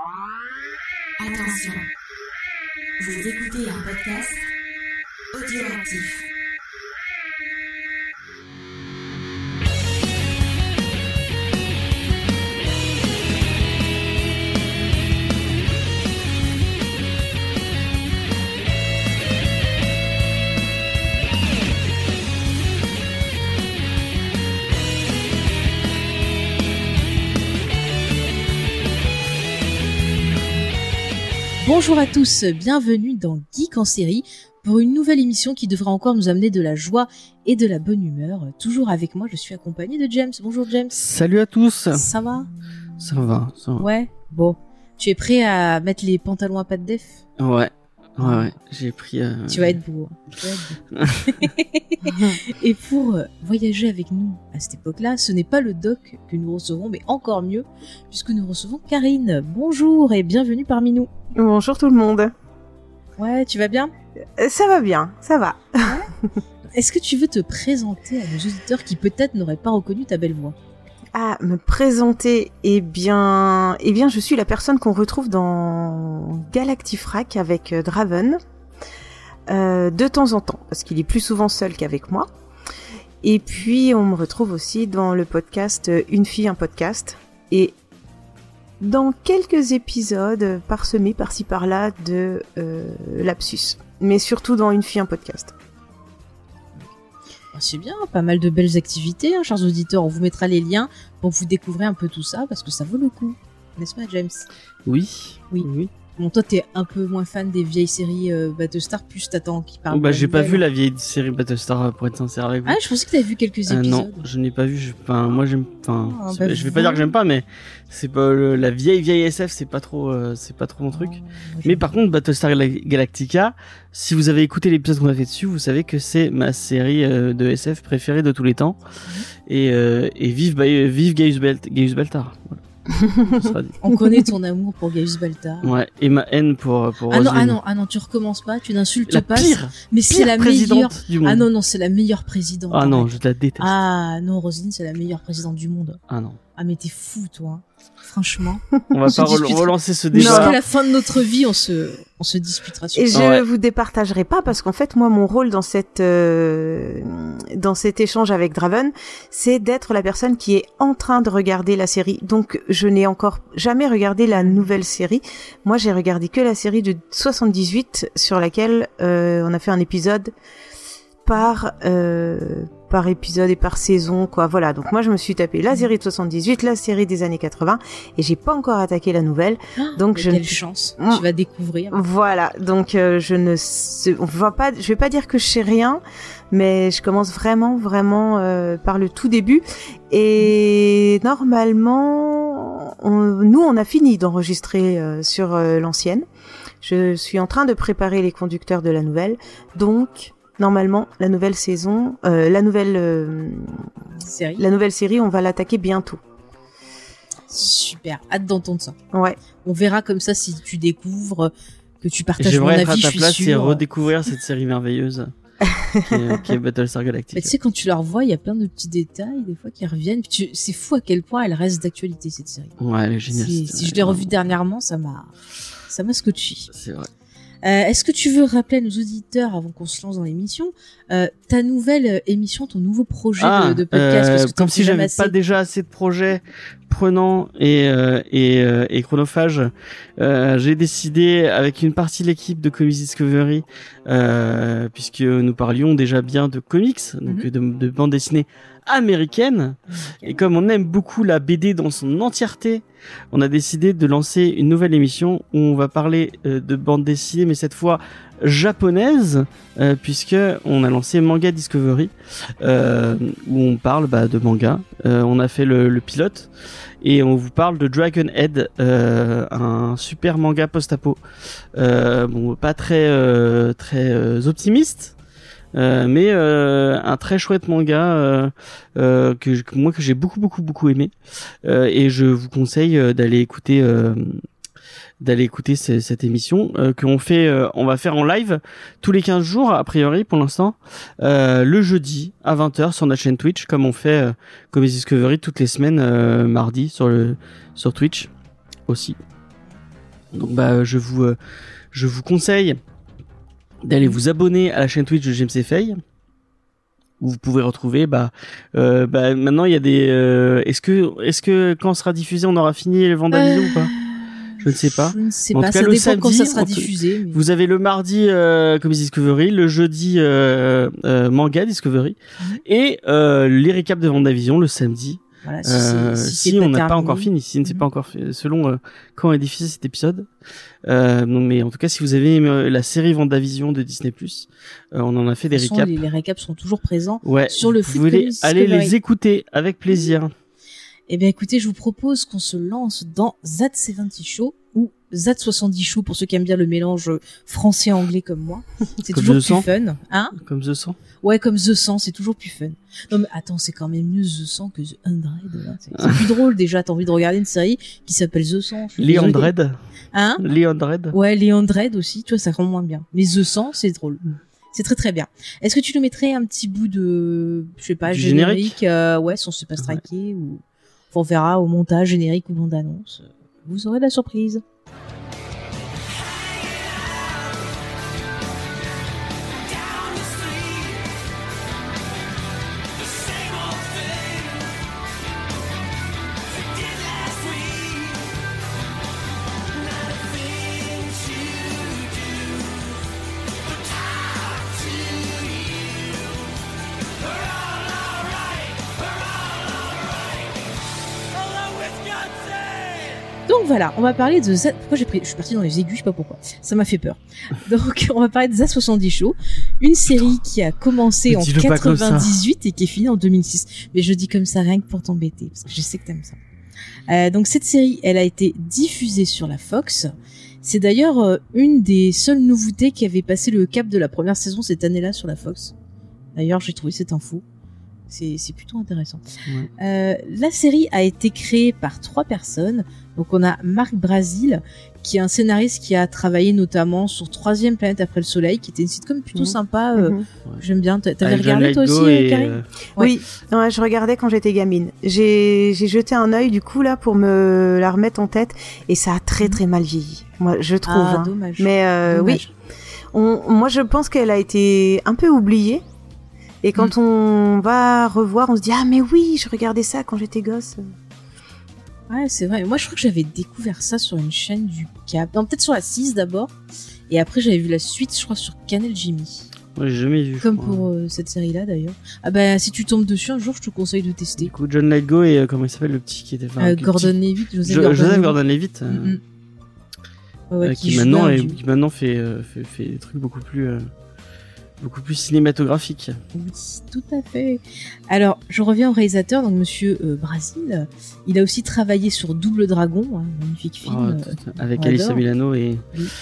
Attention, vous écoutez un podcast audioactif. Bonjour à tous, bienvenue dans Geek en série pour une nouvelle émission qui devra encore nous amener de la joie et de la bonne humeur. Toujours avec moi, je suis accompagnée de James. Bonjour James. Salut à tous. Ça va ? Ça va. Ouais, bon. Tu es prêt à mettre les pantalons à pattes def ? Ouais, j'ai pris... Tu vas être beau. Et pour voyager avec nous à cette époque-là, ce n'est pas le doc que nous recevons, mais encore mieux, puisque nous recevons Karine. Bonjour et bienvenue parmi nous. Bonjour tout le monde. Ouais, tu vas bien ? Ça va bien, ça va. Ouais. Est-ce que tu veux te présenter à nos auditeurs qui peut-être n'auraient pas reconnu ta belle voix ? Ah, me présenter, eh bien, je suis la personne qu'on retrouve dans Galactifrac avec Draven, de temps en temps, parce qu'il est plus souvent seul qu'avec moi. Et puis, on me retrouve aussi dans le podcast Une fille, un podcast, et dans quelques épisodes parsemés par-ci par-là de Lapsus, mais surtout dans Une fille, un podcast. C'est bien, pas mal de belles activités, hein, chers auditeurs. On vous mettra les liens pour que vous découvrir un peu tout ça, parce que ça vaut le coup. N'est-ce pas, James ? Oui. Bon, toi, t'es un peu moins fan des vieilles séries Battlestar, plus t'attends qu'ils parlent. J'ai pas vu la vieille série Battlestar, pour être sincère avec vous. Ah, je pensais que t'avais vu quelques épisodes. Non, je n'ai pas vu. Moi, j'aime. Je vais pas vous... dire que j'aime pas, mais c'est pas la vieille SF, c'est pas trop mon truc. Mais par contre, Battlestar Galactica, si vous avez écouté l'épisode qu'on a fait dessus, vous savez que c'est ma série de SF préférée de tous les temps. Et vive Gaius Baltar. Voilà. On connaît ton amour pour Gaius Baltar. Ouais, et ma haine pour ah non, tu recommences pas, tu n'insultes pas. Mais c'est la meilleure du monde. Ah non, c'est la meilleure présidente. Ah non, je la déteste. Ah non, Roselyne, c'est la meilleure présidente du monde. Ah non. Ah mais t'es fou, toi. Franchement. On va pas relancer ce débat. Jusqu'à la fin de notre vie, on se disputera sur ça. Et je vous départagerai pas parce qu'en fait, moi, mon rôle dans cet échange avec Draven, c'est d'être la personne qui est en train de regarder la série. Donc, je n'ai encore jamais regardé la nouvelle série. Moi, j'ai regardé que la série de 78 sur laquelle on a fait un épisode par épisode et par saison, quoi. Voilà. Donc moi, je me suis tapé la série de 78, la série des années 80, et j'ai pas encore attaqué la nouvelle. Donc quelle chance. Tu vas découvrir. Voilà. Donc je vais pas dire que je sais rien, mais je commence vraiment par le tout début. Et normalement, on a fini d'enregistrer sur l'ancienne. Je suis en train de préparer les conducteurs de la nouvelle. Donc normalement, la nouvelle saison, la nouvelle série, on va l'attaquer bientôt. Super, hâte d'entendre ça. Ouais. On verra comme ça si tu découvres, que tu partages mon avis. J'aimerais être à ta place et redécouvrir cette série merveilleuse qui est Battlestar Galactica. Tu sais, quand tu la revois, il y a plein de petits détails des fois qui reviennent. C'est fou à quel point elle reste d'actualité, cette série. Ouais, elle est géniale. Si je l'ai revue dernièrement, ça m'a scotché. C'est vrai. Est-ce que tu veux rappeler à nos auditeurs, avant qu'on se lance dans l'émission, ta nouvelle émission, ton nouveau projet de podcast parce que comme si j'avais pas déjà assez de projets prenants et chronophages, j'ai décidé avec une partie de l'équipe de Comics Discovery, puisque nous parlions déjà bien de comics, donc de bande dessinée américaine, et comme on aime beaucoup la BD dans son entièreté, on a décidé de lancer une nouvelle émission où on va parler de bande dessinée, mais cette fois japonaise, puisque on a lancé Manga Discovery, où on parle de manga. On a fait le pilote et on vous parle de Dragonhead, un super manga post-apo, pas très optimiste. Mais un très chouette manga que j'ai beaucoup aimé, et je vous conseille d'aller écouter cette émission on va faire en live tous les 15 jours a priori pour l'instant, le jeudi à 20h sur notre chaîne Twitch, comme on fait Comics Discovery toutes les semaines mardi sur Twitch aussi. Donc je vous conseille d'aller vous abonner à la chaîne Twitch de James et Faye, où vous pouvez retrouver maintenant il y a des est-ce que quand sera diffusé on aura fini les Vendavision ou pas? Je ne sais pas. Je ne sais En pas, tout cas, ça le dépend quand samedi, ça sera diffusé. Mais... Vous avez le mardi Comics Discovery, le jeudi Manga Discovery et les récaps de Vendavision le samedi. Voilà, si on n'a pas encore fini, si ne s'est pas encore fait, selon quand est diffusé cet épisode. Mais en tout cas, si vous avez aimé la série Vendavision de Disney+, on en a fait des récaps. Les récaps sont toujours présents Ouais, sur le vous pouvez aller les écouter avec plaisir. Eh bien, écoutez, je vous propose qu'on se lance dans That70 Show ou That70 Show pour ceux qui aiment bien le mélange français-anglais comme moi. C'est Comme toujours The plus fun, hein? Comme The 100. Ouais, comme The 100, c'est toujours plus fun. Non mais attends, c'est quand même mieux The 100 que The 100. C'est plus drôle déjà, t'as envie de regarder une série qui s'appelle The 100. Les 100. Hein? Les 100. Ouais, les 100 aussi, tu vois, ça rend moins bien. Mais The 100, c'est drôle. C'est très très bien. Est-ce que tu nous mettrais un petit bout de, je sais pas, générique ouais, si on se fait pas striker ou... On verra au montage, générique ou bande-annonce. Vous aurez la surprise. Donc voilà, on va parler de pourquoi je suis partie dans les aigus, je sais pas pourquoi. Ça m'a fait peur. Donc on va parler de That70 Show, une série qui a commencé en 98 et qui est finie en 2006. Mais je dis comme ça rien que pour t'embêter parce que je sais que t'aimes ça. Donc cette série, elle a été diffusée sur la Fox. C'est d'ailleurs une des seules nouveautés qui avait passé le cap de la première saison cette année-là sur la Fox. D'ailleurs, j'ai trouvé cette info. C'est plutôt intéressant. Ouais. La série a été créée par 3 personnes. Donc on a Marc Brasil, qui est un scénariste qui a travaillé notamment sur 3e planète après le soleil, qui était une sitcom plutôt sympa. J'aime bien. T'avais regardé toi aussi, Karine? Oui, ouais, je regardais quand j'étais gamine. J'ai jeté un œil du coup là pour me la remettre en tête, et ça a très très mal vieilli. Moi, je trouve. Ah, dommage. Mais dommage. Oui, moi je pense qu'elle a été un peu oubliée. Et quand on va revoir, on se dit ah mais oui, je regardais ça quand j'étais gosse. Ouais, c'est vrai. Moi, je crois que j'avais découvert ça sur une chaîne du Cap. Non, peut-être sur la 6 d'abord. Et après, j'avais vu la suite, je crois, sur Canal Jimmy. Ouais, j'ai jamais vu. Comme pour cette série-là, d'ailleurs. Ah bah, si tu tombes dessus un jour, je te conseille de tester. Du coup, John Lithgow et comment il s'appelle le petit qui était... Gordon Levitt. Joseph Gordon-Levitt. Ouais, qui maintenant fait des trucs beaucoup plus cinématographique. Oui, tout à fait. Alors, je reviens au réalisateur, donc Monsieur Brasil. Il a aussi travaillé sur Double Dragon, un magnifique film. Avec Alyssa Milano et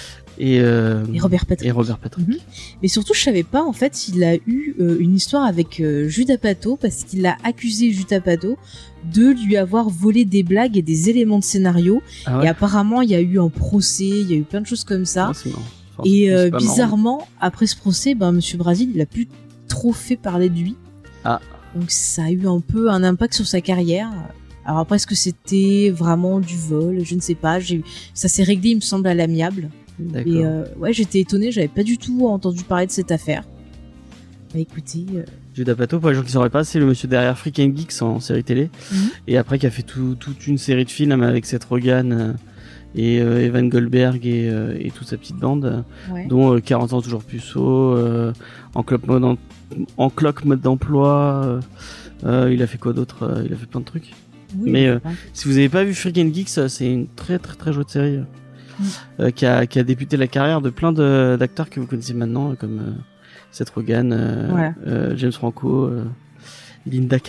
Robert Patrick. Mais surtout, je savais pas, en fait, il a eu une histoire avec Judd Apatow, parce qu'il a accusé Judd Apatow de lui avoir volé des blagues et des éléments de scénario. Ah ouais. Et apparemment, il y a eu un procès, il y a eu plein de choses comme ça. C'est marrant. Et bizarrement, après ce procès, Monsieur Brasil, il a plus trop fait parler de lui. Ah. Donc ça a eu un peu un impact sur sa carrière. Alors après, est-ce que c'était vraiment du vol? Je ne sais pas. Ça s'est réglé, il me semble, à l'amiable. D'accord. Et ouais, j'étais étonnée, j'avais pas du tout entendu parler de cette affaire. Bah écoutez... Judd Apatow, pour les gens qui ne sauraient pas, c'est le monsieur derrière Freak and Geeks en série télé. Et après, qui a fait toute une série de films avec Seth Rogen... et Evan Goldberg et toute sa petite bande, dont 40 ans toujours puceau, en clock mode d'emploi, il a fait quoi d'autre, il a fait plein de trucs. Oui, mais si vous n'avez pas vu Freak and Geeks, c'est une très très très jolie série qui a débuté la carrière de plein d'acteurs que vous connaissez maintenant, comme Seth Rogen, James Franco, Linda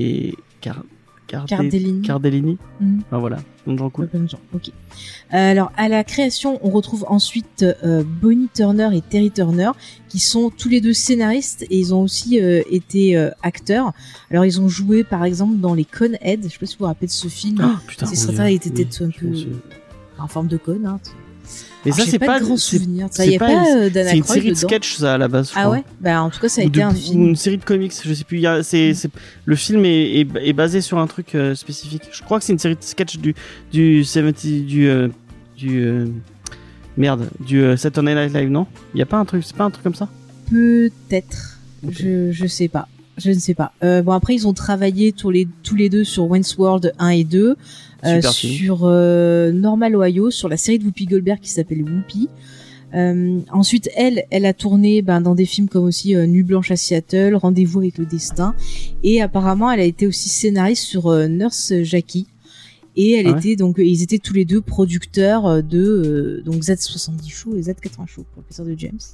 Cardellini. Enfin voilà, donc j'en coule. Ok. Alors à la création, on retrouve ensuite Bonnie Turner et Terry Turner, qui sont tous les deux scénaristes et ils ont aussi été acteurs. Alors ils ont joué par exemple dans les Coneheads. Je sais pas si vous vous rappelez de ce film. Oh, putain, c'est ça, il était un peu en forme de cône. Hein. Mais ça, c'est pas de grands souvenirs. Ça y a pas d'Anna C'est une Croyd série de dedans. sketch, ça, à la base. Ah ouais? Bah, en tout cas, ça a été un film. Ou une série de comics, je sais plus. Le film est basé sur un truc spécifique. Je crois que c'est une série de sketch du Merde, du Saturday Night Live, non? Y a pas un truc, c'est pas un truc comme ça? Peut-être. Okay. Je sais pas. Je ne sais pas. Bon, après, ils ont travaillé tous les deux sur Wayne's World 1 et 2, sur Normal Ohio, sur la série de Whoopi Goldberg qui s'appelle Whoopi. Ensuite, elle a tourné dans des films comme aussi Nuit blanche à Seattle, Rendez-vous avec le destin, et apparemment, elle a été aussi scénariste sur Nurse Jackie. Et ils étaient tous les deux producteurs de donc Z70 Show et Z80 Show, professeur de James.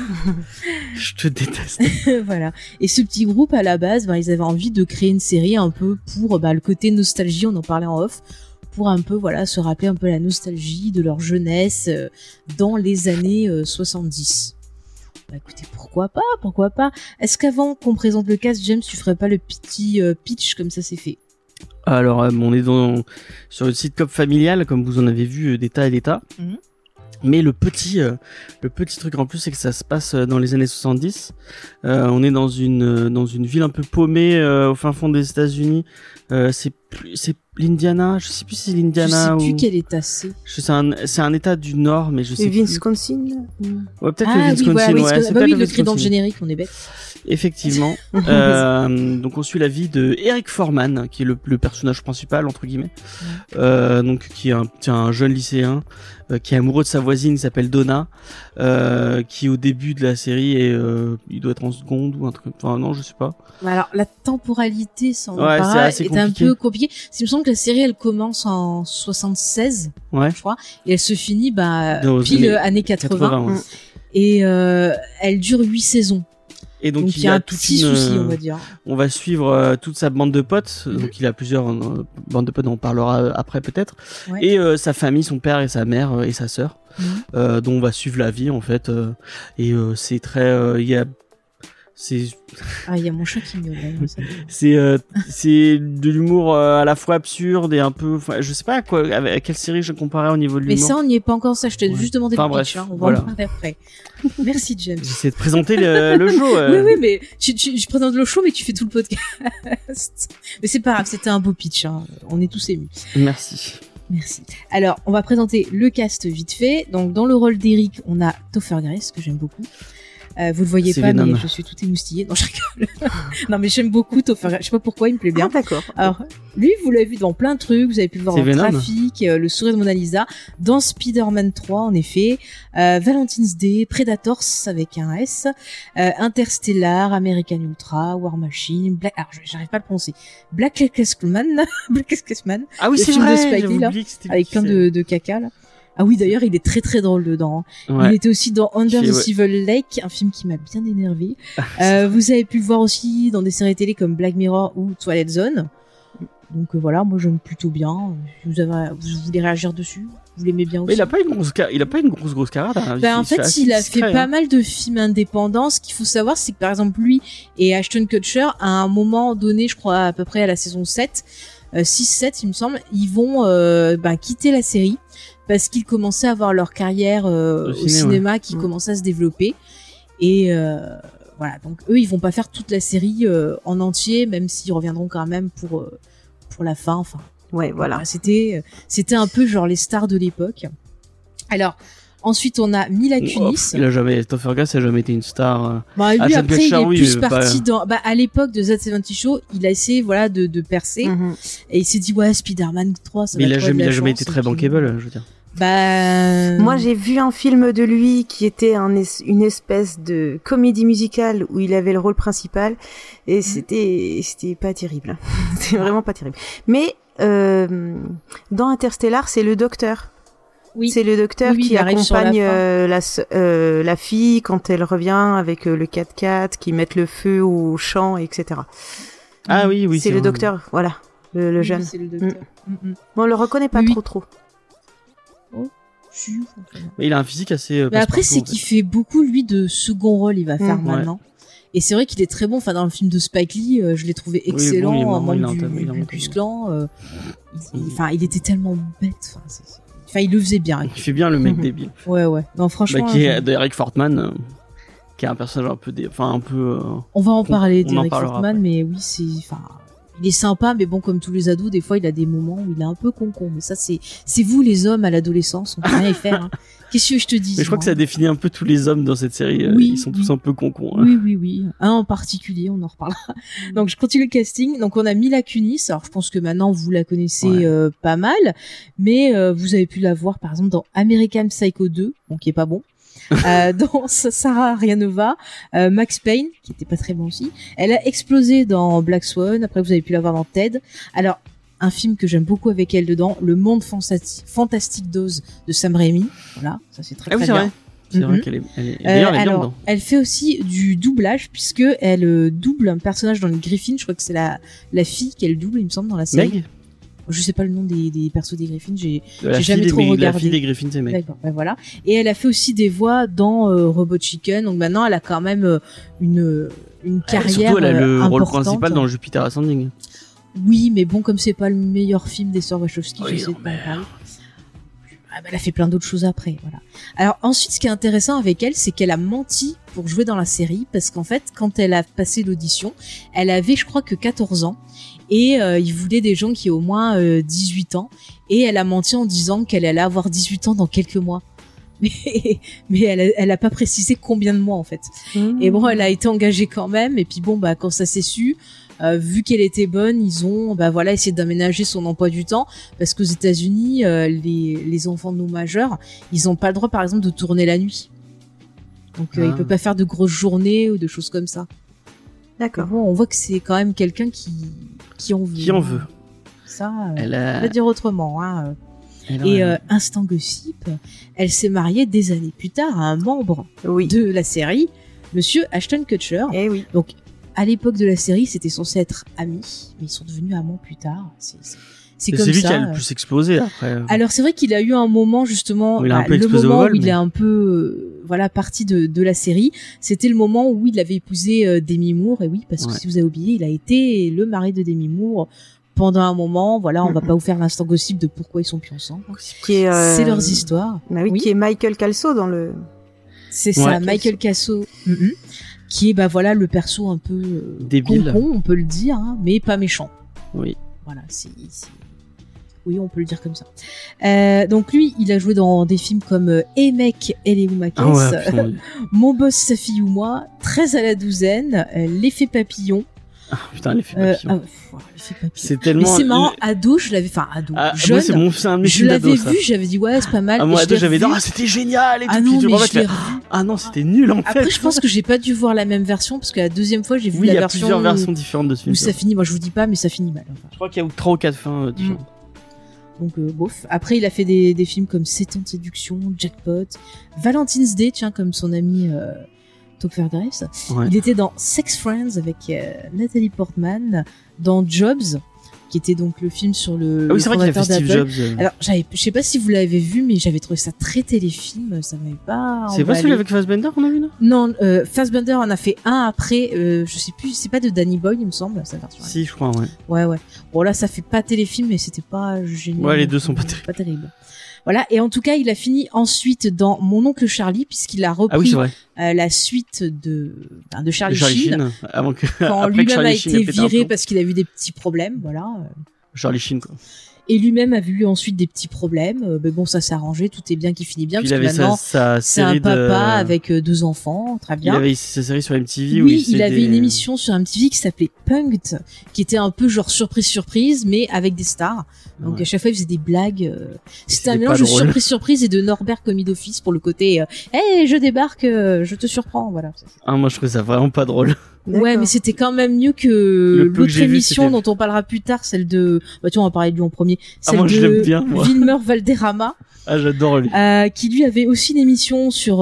Je te déteste. Voilà. Et ce petit groupe, à la base, ils avaient envie de créer une série un peu pour le côté nostalgie, on en parlait en off, pour un peu se rappeler un peu la nostalgie de leur jeunesse dans les années 70. Écoutez, pourquoi pas. Est-ce qu'avant qu'on présente le cast, James, tu ferais pas le petit pitch comme ça c'est fait? Alors, on est sur une sitcom familiale, comme vous en avez vu des tas et des tas. Mm-hmm. Mais le petit truc en plus, c'est que ça se passe dans les années 70. On est dans une ville un peu paumée au fin fond des États-Unis. C'est l'Indiana, je sais plus si c'est l'Indiana ou... Je sais plus quel état c'est. C'est un état du nord, mais je sais plus. Wisconsin. Ouais, peut-être le Wisconsin, ouais. C'est le écrit dans le générique, on est bête. Effectivement. Donc on suit la vie de Eric Foreman, qui est le personnage principal entre guillemets. Donc qui est un jeune lycéen qui est amoureux de sa voisine qui s'appelle Donna, qui au début de la série il doit être en seconde ou un truc. Enfin non, je sais pas. Alors la temporalité est un peu compliquée. Il me semble que la série elle commence en 76, je crois, et elle se finit pile années 80. Ouais. Et elle dure 8 saisons. Et donc il y a un petit souci, on va dire. On va suivre toute sa bande de potes. Donc il a plusieurs bandes de potes, dont on parlera après peut-être. Ouais. Et sa famille, son père et sa mère et sa sœur, dont on va suivre la vie en fait. Et c'est très, il y a mon chat qui miaule. C'est de l'humour à la fois absurde et un peu, je sais pas à quelle série je comparais au niveau de l'humour. Mais ça, on n'y est pas encore, ça. Je t'ai juste demandé le pitch. On va en parler après. Merci, James. J'essaie de présenter le show. Oui, mais je présente le show, mais tu fais tout le podcast. Mais c'est pas grave, c'était un beau pitch. On est tous émus. Merci. Alors, on va présenter le cast vite fait. Donc, dans le rôle d'Eric, on a Topher Grace, que j'aime beaucoup. Vous le voyez pas, mais je suis tout émoustillée. Non, je rigole. Non, mais j'aime beaucoup Topher. Je sais pas pourquoi, il me plaît bien. Ah, d'accord. Alors, lui, vous l'avez vu dans plein de trucs. Vous avez pu le voir dans Trafic, Le sourire de Mona Lisa, dans Spider-Man 3, en effet, Valentine's Day, Predators avec un S, Interstellar, American Ultra, War Machine, alors, j'arrive pas à le prononcer. Black Classman. Ah oui, c'est vrai. Le film de Spike Lee, là, avec plein de caca, là. Ah oui, d'ailleurs, il est très très drôle dedans. Ouais. Il était aussi dans Under the Civil Lake, un film qui m'a bien énervé. Vous avez pu le voir aussi dans des séries télé comme Black Mirror ou Twilight Zone. Donc voilà, moi j'aime plutôt bien. Vous voulez réagir dessus? Vous l'aimez bien aussi? Mais il a pas une grosse carrière. En fait, il a fait pas mal de films indépendants. Ce qu'il faut savoir, c'est que par exemple lui et Ashton Kutcher, à un moment donné, je crois à peu près à la saison 7, 6-7 il me semble, ils vont quitter la série. Parce qu'ils commençaient à avoir leur carrière au cinéma qui commençait à se développer. Et voilà, donc eux, ils vont pas faire toute la série en entier, même s'ils reviendront quand même pour la fin. Enfin, ouais, voilà. C'était un peu genre les stars de l'époque. Alors, ensuite, on a Mila Kunis. Topher Grace a jamais été une star. Lui, après, il est plus parti dans, à l'époque de Z70 Show, il a essayé, de percer. Et il s'est dit, Spider-Man 3, ça va être il a jamais été très bankable, je veux dire. Moi, j'ai vu un film de lui qui était une espèce de comédie musicale où il avait le rôle principal et c'était pas terrible. C'était vraiment pas terrible. Mais dans Interstellar, c'est le docteur. Oui. C'est le docteur qui accompagne la fille quand elle revient avec le 4x4, qui met le feu au champ, etc. Ah oui. C'est le docteur, voilà, le jeune. C'est le docteur. On le reconnaît pas trop. Mais il a un physique assez. Mais après, c'est qu'il fait beaucoup lui de second rôle. Il va faire maintenant. Et c'est vrai qu'il est très bon. Enfin, dans le film de Spike Lee, je l'ai trouvé excellent. Membre du Ku Clan. Il était tellement bête. Enfin, il le faisait bien. Il fait bien le mec débile. Ouais. Non, franchement. Qui est d'Eric Fortman, qui est un personnage un peu. On va en parler d'Eric Fortman, mais oui, il est sympa, mais bon, comme tous les ados, des fois, il a des moments où il est un peu con-con. Mais ça, c'est vous, les hommes, à l'adolescence, on peut rien y faire. Hein. Qu'est-ce que je te dis? Mais je crois que ça définit un peu tous les hommes dans cette série. Oui, ils sont tous un peu con-con. Hein. Oui. Un en particulier, on en reparlera. Donc, je continue le casting. Donc, on a Mila Kunis. Alors, je pense que maintenant, vous la connaissez pas mal. Mais vous avez pu la voir, par exemple, dans American Psycho 2, bon, qui est pas bon. Dans Sarah Arianova, Max Payne, qui était pas très bon aussi. Elle a explosé dans Black Swan. Après, vous avez pu la voir dans Ted. Alors, un film que j'aime beaucoup avec elle dedans, Le Monde Fantastique d'Oz de Sam Raimi. Voilà, ça c'est très bien. Vrai. C'est vrai qu'elle est d'ailleurs, elle est bien dedans. Elle fait aussi du doublage puisque elle double un personnage dans les Griffins. Je crois que c'est la fille qu'elle double, il me semble, dans la série. Meg. Je sais pas le nom des persos des Griffins, j'ai jamais trop regardé. La fille des Griffins, c'est Meg. D'accord, ben voilà. Et elle a fait aussi des voix dans Robot Chicken. Donc maintenant, elle a quand même une carrière surtout, elle a le rôle importante. principal dans Jupiter Ascending. Oui, mais bon, comme c'est pas le meilleur film des sœurs Wachowski, j'essaie de pas en parler. Elle a fait plein d'autres choses après, voilà. Alors ensuite, ce qui est intéressant avec elle, c'est qu'elle a menti pour jouer dans la série, parce qu'en fait, quand elle a passé l'audition, elle avait, je crois, que 14 ans, et ils voulaient des gens qui aient au moins 18 ans, et elle a menti en disant qu'elle allait avoir 18 ans dans quelques mois. Mais elle a pas précisé combien de mois, en fait. Et bon, elle a été engagée quand même, et puis bon, bah, quand ça s'est su, vu qu'elle était bonne, ils ont essayé d'aménager son emploi du temps, parce qu'aux États-Unis, les enfants non majeurs, ils ont pas le droit, par exemple, de tourner la nuit. Donc il peut pas faire de grosses journées ou de choses comme ça. D'accord. Bon, on voit que c'est quand même quelqu'un qui en veut. Qui en veut. Ça, on va dire autrement. Hein. Instant gossip, elle s'est mariée des années plus tard à un membre de la série, Monsieur Ashton Kutcher. Eh oui. Donc à l'époque de la série, c'était censé être amis, mais ils sont devenus amants plus tard. C'est comme ça. C'est lui qui a le plus explosé après. Alors c'est vrai qu'il a eu un moment justement, il a un peu explosé le moment au vol, où il est un peu parti de la série. C'était le moment où il avait épousé Demi Moore, et oui, parce que si vous avez oublié, il a été le mari de Demi Moore pendant un moment. Voilà, on va pas vous faire l'instant gossip de pourquoi ils sont plus ensemble. C'est leurs histoires. Bah oui, qui est Michael Calso dans le. C'est ça, Michael Calso. Qui est le perso un peu débile, con, on peut le dire, hein, mais pas méchant. Oui. Voilà, oui, on peut le dire comme ça. Donc lui, il a joué dans des films comme Eh mec, elle est où ma caisse, Mon boss, sa fille ou moi, 13 à la douzaine, L'effet papillon. Ah putain, l'effet papillon. L'effet papillon. C'est tellement. Mais c'est marrant, ado, je l'avais, jeune. C'est un je l'avais vu, j'avais dit ouais, c'est pas mal. Moi, ado, j'avais dit c'était génial et tout. Non, mais non, c'était nul en fait. Après, je pense que j'ai pas dû voir la même version parce que la deuxième fois, j'ai vu la version. Il y a plusieurs versions différentes de ce film. Ça finit, moi je vous dis pas, mais ça finit mal. Je crois qu'il y a 3 ou 4 fins différentes. Donc bof. Après, il a fait des films comme 7 ans de séduction, Jackpot, Valentine's Day, tiens, comme son ami Topher Grace. Il était dans Sex Friends avec Nathalie Portman, dans Jobs, qui était donc le film sur le c'est vrai qu'il a fait Steve Jobs. Alors, je sais pas si vous l'avez vu, mais j'avais trouvé ça très téléfilm, ça m'avait pas C'est pas celui avec Fassbender qu'on a vu là? Non, Fassbender en a fait un après, je sais plus, c'est pas de Danny Boyle, il me semble, sa version. Si, je crois, ouais. Bon là, ça fait pas téléfilm, mais c'était pas génial. Ouais, les deux sont pas terribles. Voilà, et en tout cas, il a fini ensuite dans Mon oncle Charlie, puisqu'il a repris la suite de Charlie Sheen, avant que quand lui-même a été viré parce qu'il a eu des petits problèmes, voilà. Charlie Sheen, quoi. Et lui-même a vu ensuite des petits problèmes, mais bon, ça s'est arrangé, tout est bien qui finit bien, puis parce que maintenant, c'est un papa avec 2 enfants, très bien. Il avait sa série sur MTV. Oui, il avait une émission sur MTV qui s'appelait Punk'd, qui était un peu genre surprise, mais avec des stars. Donc à chaque fois, il faisait des blagues. C'était un mélange de surprise et de Norbert Commis d'Office pour le côté hey, je débarque, je te surprends, voilà. Moi, je trouvais ça vraiment pas drôle. Ouais, mais c'était quand même mieux que l'autre émission dont on parlera plus tard, celle de, on va parler de lui en premier, celle de Wilmer Valderrama. Ah, j'adore lui. Qui lui avait aussi une émission sur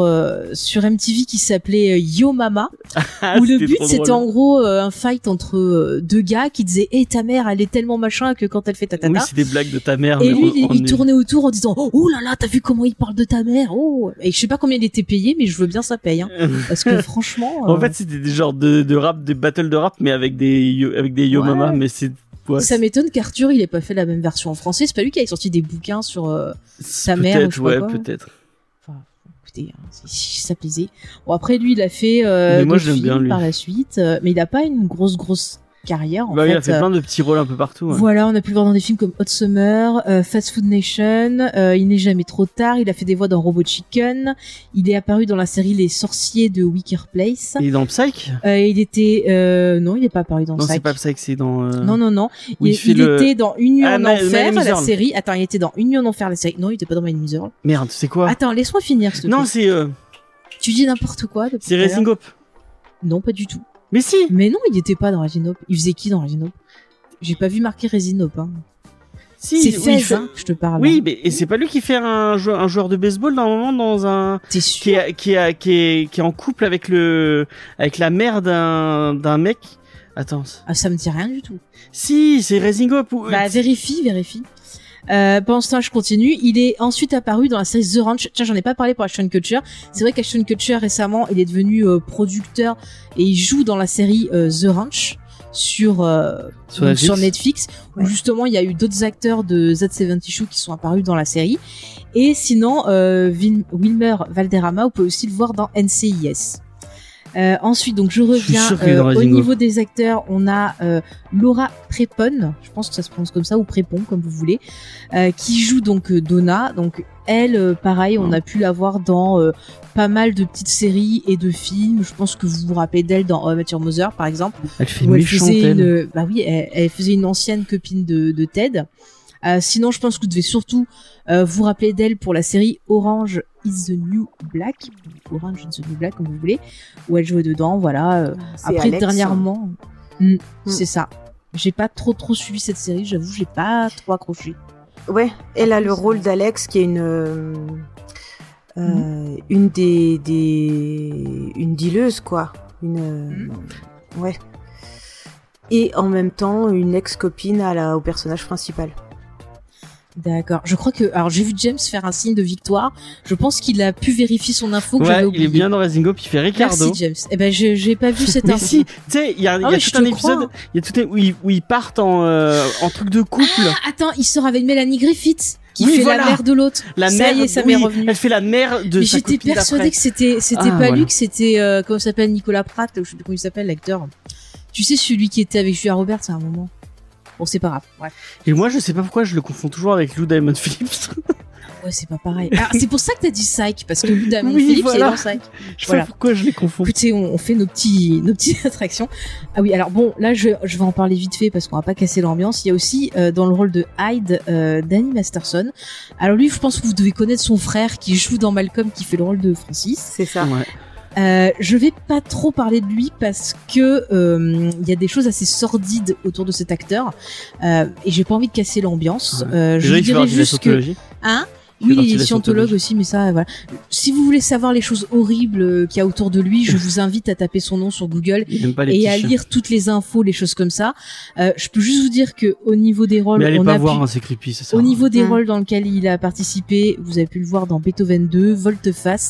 MTV qui s'appelait Yo Mama, où le but c'était en gros un fight entre 2 gars qui disaient ta mère elle est tellement machin que quand elle fait tatata. Oui, c'est des blagues de ta mère. Et lui il tournait autour en disant oh là là, t'as vu comment il parle de ta mère, oh. Et je sais pas combien il était payé, mais je veux bien ça paye, hein. Parce que franchement. En fait, c'était des genres de rap, des battles de rap, mais avec des Yo Mama, mais c'est. Ouais. Ça m'étonne qu'Arthur il ait pas fait la même version en français. C'est pas lui qui avait sorti des bouquins sur sa mère. Peut-être, ouais, peut-être. Enfin, écoutez, si ça plaisait. Bon, après lui il a fait moi, je l'aime bien, lui. par la suite, mais il a pas une grosse carrière. Il a fait plein de petits rôles un peu partout. Ouais. Voilà, on a pu le voir dans des films comme Hot Summer, Fast Food Nation, Il n'est jamais trop tard, il a fait des voix dans Robot Chicken, il est apparu dans la série Les Sorciers de Wicker Place. Il est dans Psych il était... non, il n'est pas apparu dans Psych. Non, c'est pas Psych, c'est dans... Non. Il était dans Union en Enfer, la série. Attends, il était dans Union en Enfer, la série. Non, il était pas dans My Name is Earl. Merde, c'est quoi? Attends, laisse-moi finir, s'il te plaît. Non, c'est... Tu dis n'importe quoi. C'est Raising Hope. Non, pas du tout. Mais si. Mais non, il était pas dans Raising Hope. Il faisait qui dans Raising Hope? J'ai pas vu marquer Raising Hope. Hein. Si, c'est Fez, hein, je te parle. Oui, mais et c'est pas lui qui fait un joueur de baseball dans un moment dans un... T'es sûr? Qui est en couple avec la mère d'un mec. Attends. Ah, ça me dit rien du tout. Si, c'est Raising Hope. Bah, vérifie. Pendant ce temps, je continue. Il est ensuite apparu dans la série The Ranch. Tiens, j'en ai pas parlé pour Ashton Kutcher. C'est vrai qu'Ashton Kutcher, récemment, il est devenu producteur et il joue dans la série The Ranch sur Netflix, où justement, il y a eu d'autres acteurs de Z70 Show qui sont apparus dans la série. Et sinon, Wilmer Valderrama, on peut aussi le voir dans NCIS. Ensuite, donc je reviens au niveau des acteurs. On a Laura Prepon, je pense que ça se prononce comme ça, ou Prepon comme vous voulez, qui joue donc Donna. Donc elle, pareil, on a pu la voir dans pas mal de petites séries et de films. Je pense que vous vous rappelez d'elle dans How I Met Your Mother, par exemple. Elle fait méchante, elle. Bah oui, elle faisait une ancienne copine de Ted. Sinon, je pense que vous devez surtout vous rappeler d'elle pour la série Orange is the New Black, Orange is the New Black comme vous voulez, où elle jouait dedans. Voilà. Après, Alex, dernièrement, c'est ça. J'ai pas trop suivi cette série. J'avoue, j'ai pas trop accroché. Ouais, elle a le rôle d'Alex, qui est une dealeuse, quoi. Ouais. Et en même temps, une ex-copine au personnage principal. D'accord. Je crois que... Alors, j'ai vu James faire un signe de victoire. Je pense qu'il a pu vérifier son info que j'avais oublié. Il est bien dans Raising Hope, il fait Ricardo. Merci, James. Eh ben, j'ai pas vu cette info. Mais si, tu sais, il y a tout un épisode où ils partent en truc de couple. Ah, attends, il sort avec Mélanie Griffith, qui fait la mère de l'autre. La ça mère, y est, ça m'est revenu. Elle fait la mère de sa copine. J'étais persuadée que c'était pas lui, que c'était, comment s'appelle, Nicolas Pratt, je sais plus comment il s'appelle, l'acteur. Tu sais, celui qui était avec Julia Roberts à un moment. Bon, c'est pas grave. Ouais. Et moi, je sais pas pourquoi je le confonds toujours avec Lou Diamond Phillips. Ouais, c'est pas pareil. Alors, c'est pour ça que t'as dit Psych, parce que Lou Diamond Phillips est dans Psych. Je sais pas pourquoi je les confonds. Écoutez, on fait nos petites attractions. Ah oui, alors bon, là, je vais en parler vite fait parce qu'on va pas casser l'ambiance. Il y a aussi, dans le rôle de Hyde, Danny Masterson. Alors lui, je pense que vous devez connaître son frère qui joue dans Malcolm, qui fait le rôle de Francis. C'est ça. Ouais. Je vais pas trop parler de lui parce que il y a des choses assez sordides autour de cet acteur et j'ai pas envie de casser l'ambiance. Je dirais juste que oui, il est scientologue aussi, mais ça, voilà. Si vous voulez savoir les choses horribles qu'il y a autour de lui, je vous invite à taper son nom sur Google et à lire toutes les infos, les choses comme ça. Je peux juste vous dire que au niveau des rôles, mais allez pas voir, c'est creepy, c'est ça. Au niveau des rôles dans lesquels il a participé, vous avez pu le voir dans Beethoven 2, Volte-Face,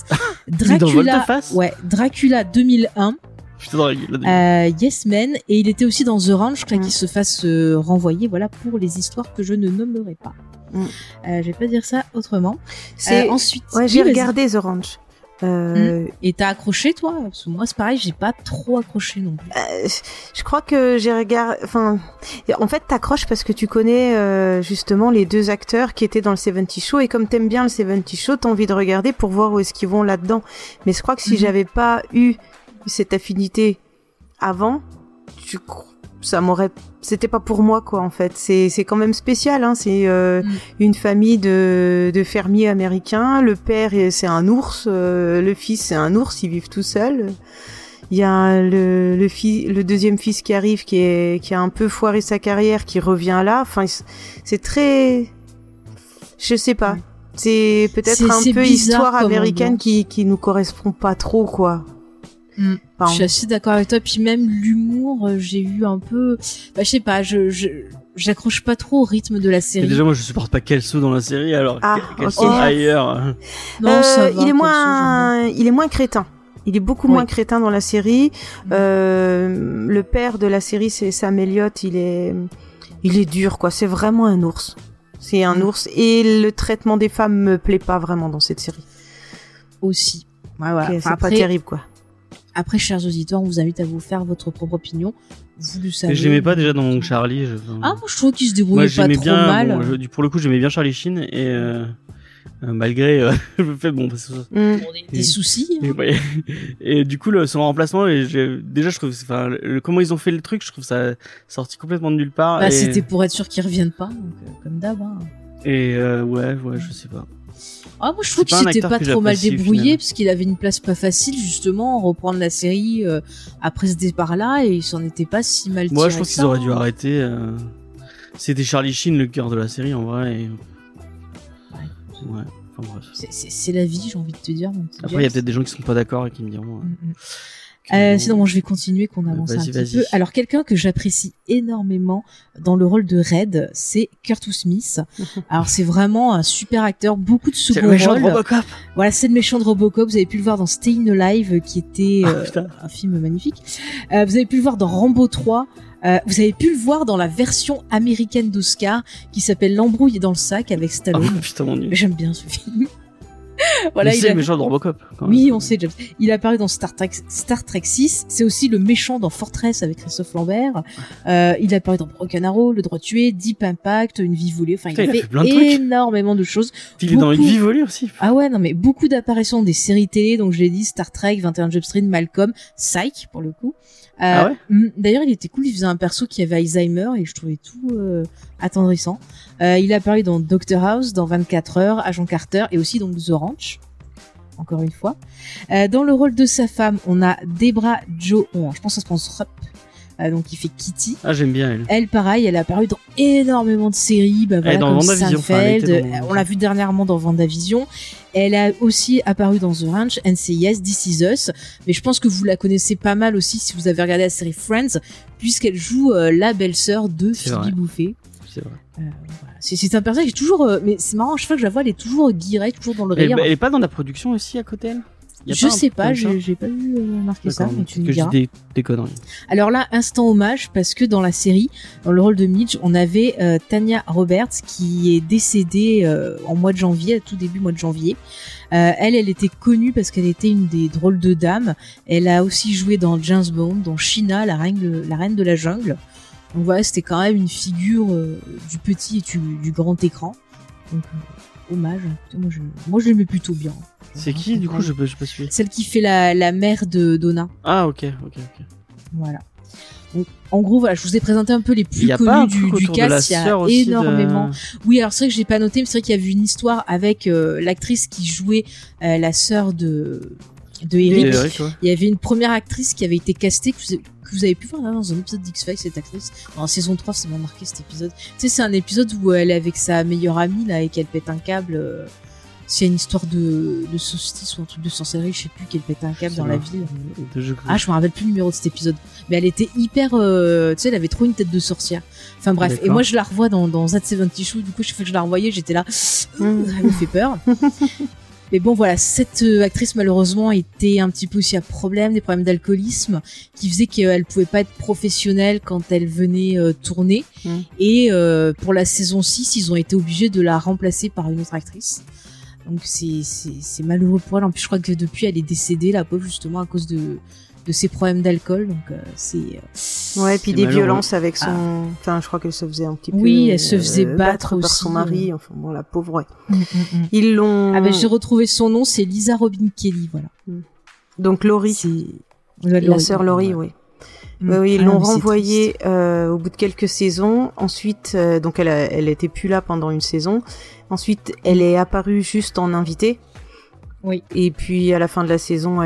Dracula 2001. Yes Man, et il était aussi dans The Ranch, qu'il se fasse renvoyer, voilà, pour les histoires que je ne nommerai pas. Je vais pas dire ça autrement. Ensuite, j'ai regardé The Ranch. Et t'as accroché, toi? Parce que moi, c'est pareil, j'ai pas trop accroché non plus. Je crois que j'ai regardé. Enfin, en fait, t'accroches parce que tu connais justement les deux acteurs qui étaient dans le 70 Show, et comme t'aimes bien le 70 Show, t'as envie de regarder pour voir où est-ce qu'ils vont là-dedans. Mais je crois que si j'avais pas eu cette affinité avant, c'était pas pour moi, quoi, en fait. C'est quand même spécial, hein. C'est une famille de fermiers américains. Le père, c'est un ours. Le fils, c'est un ours. Ils vivent tout seuls. Il y a le deuxième fils qui arrive, qui a un peu foiré sa carrière, qui revient là. Enfin, c'est très, je sais pas. C'est peut-être un peu histoire américaine qui nous correspond pas trop, quoi. Je suis assez d'accord avec toi. Puis même l'humour, j'ai eu un peu, je sais pas, j'accroche pas trop au rythme de la série. Mais déjà, moi, je supporte pas Kelso dans la série, alors qu'elle soit ailleurs. Non, ça va, il est moins crétin. Il est beaucoup moins crétin dans la série. Le père de la série, c'est Sam Elliott. Il est dur, quoi. C'est vraiment un ours. C'est un ours. Et le traitement des femmes me plaît pas vraiment dans cette série. Aussi. Ouais, voilà. C'est pas terrible, quoi. Après, chers auditeurs, on vous invite à vous faire votre propre opinion. Vous le savez. Mais j'aimais pas déjà dans Charlie. Ah, moi je trouve qu'il se débrouillait pas trop mal. Bon, pour le coup, j'aimais bien Charlie Sheen et malgré le fait des soucis. Et du coup, son remplacement, déjà je trouve, comment ils ont fait le truc, je trouve ça sorti complètement de nulle part. Bah, c'était pour être sûr qu'ils reviennent pas, donc, comme d'hab. Hein. Et ouais, je sais pas. Ah, moi je trouve qu'il s'était pas trop mal débrouillé parce qu'il avait une place pas facile justement, reprendre la série après ce départ-là et il s'en était pas si mal tiré. Moi je pense qu'ils auraient dû arrêter. C'était Charlie Sheen le cœur de la série en vrai. Et... Ouais. Enfin, bref. C'est la vie, j'ai envie de te dire. Après il y a peut-être des gens qui sont pas d'accord et qui me diront. Sinon, bon, je vais continuer, qu'on avance un petit peu. Alors, quelqu'un que j'apprécie énormément dans le rôle de Red, c'est Kurtis Smith. Alors, c'est vraiment un super acteur, beaucoup de second rôle. C'est le méchant de Robocop. Voilà, c'est le méchant de Robocop. Vous avez pu le voir dans Staying Alive, qui était un film magnifique. Vous avez pu le voir dans Rambo 3. Vous avez pu le voir dans la version américaine d'Oscar, qui s'appelle L'embrouille dans le sac avec Stallone. Oh, putain, mon Dieu. J'aime bien ce film. Voilà, c'est le méchant de Robocop. Oui, on sait, James. Il est apparu dans Star Trek 6. C'est aussi le méchant dans Fortress avec Christophe Lambert. Il est apparu dans Broken Arrow, Le Droit Tué, Deep Impact, Une vie volée. Enfin, il a fait énormément de choses. Il est dans Une vie volée aussi. Ah ouais, non, mais beaucoup d'apparitions des séries télé. Donc, je l'ai dit, Star Trek, 21 Jump Street, Malcolm, Psych, pour le coup. Ah ouais? D'ailleurs, il était cool. Il faisait un perso qui avait Alzheimer et je trouvais tout attendrissant. Il a apparu dans Doctor House, dans 24 heures, Agent Carter et aussi donc The Ranch. Encore une fois. Dans le rôle de sa femme, on a Debra Jo. Je pense que ça se prononce Rupp. Donc il fait Kitty. Ah, j'aime bien elle. Elle, pareil, elle a apparu dans énormément de séries, voilà, dans comme WandaVision. Seinfeld. On l'a vu dernièrement dans WandaVision. Elle a aussi apparu dans The Ranch, NCIS, This Is Us. Mais je pense que vous la connaissez pas mal aussi si vous avez regardé la série Friends, puisqu'elle joue la belle-sœur de Phoebe Buffay. C'est vrai. Voilà. C'est un personnage qui est toujours, mais c'est marrant, chaque fois que je la vois, elle est toujours guirée, toujours dans le rire. Elle est pas dans la production aussi à côté elle? Je sais pas, j'ai pas vu marquer ça, mais tu me diras. Je dis des conneries. Alors là, instant hommage, parce que dans la série, dans le rôle de Midge, on avait Tanya Roberts qui est décédée en mois de janvier, tout début mois de janvier. Elle était connue parce qu'elle était une des drôles de dames. Elle a aussi joué dans James Bond, dans Sheena, la reine de la jungle. Donc voilà, c'était quand même une figure du petit et du grand écran. Donc hommage. Moi je l'aimais plutôt bien. C'est qui du coup, je peux suivre. Celle qui fait la mère de Donna. Ah ok. Voilà. Donc, en gros, voilà, je vous ai présenté un peu les plus connus du cast. Il y a énormément. Oui, alors c'est vrai que je l'ai pas noté, mais c'est vrai qu'il y avait une histoire avec l'actrice qui jouait la sœur de Eric. Ouais. Il y avait une première actrice qui avait été castée que vous avez pu voir dans un épisode d'X-Files, cette actrice. En saison 3, ça m'a marqué cet épisode. Tu sais, c'est un épisode où elle est avec sa meilleure amie là et qu'elle pète un câble. C'est une histoire de solstice ou un truc de sorcellerie, je sais plus, qu'elle pète un câble dans la ville. Je me rappelle plus le numéro de cet épisode. Mais elle était hyper, tu sais, elle avait trop une tête de sorcière. Enfin bref. D'accord. Et moi je la revois dans That 70 Show, du coup chaque fois que je la revoyais, j'étais là, elle me fait peur. Mais bon voilà, cette actrice malheureusement était un petit peu aussi à des problèmes d'alcoolisme, qui faisait qu'elle pouvait pas être professionnelle quand elle venait tourner. Et pour la saison 6, ils ont été obligés de la remplacer par une autre actrice. Donc c'est malheureux pour elle. En plus, je crois que depuis, elle est décédée, la pauvre, justement à cause de ses problèmes d'alcool. Donc ouais, puis des violences avec son. Enfin, je crois qu'elle se faisait un petit peu. Oui, elle se faisait battre aussi par son mari. Enfin bon, la pauvre. Ouais. Ils l'ont. Ah ben j'ai retrouvé son nom, c'est Lisa Robin Kelly, voilà. Donc Laurie. C'est la sœur Laurie, oui. Oui, ils l'ont renvoyée au bout de quelques saisons. Ensuite, donc elle était plus là pendant une saison. Ensuite, elle est apparue juste en invitée. Oui. Et puis à la fin de la saison,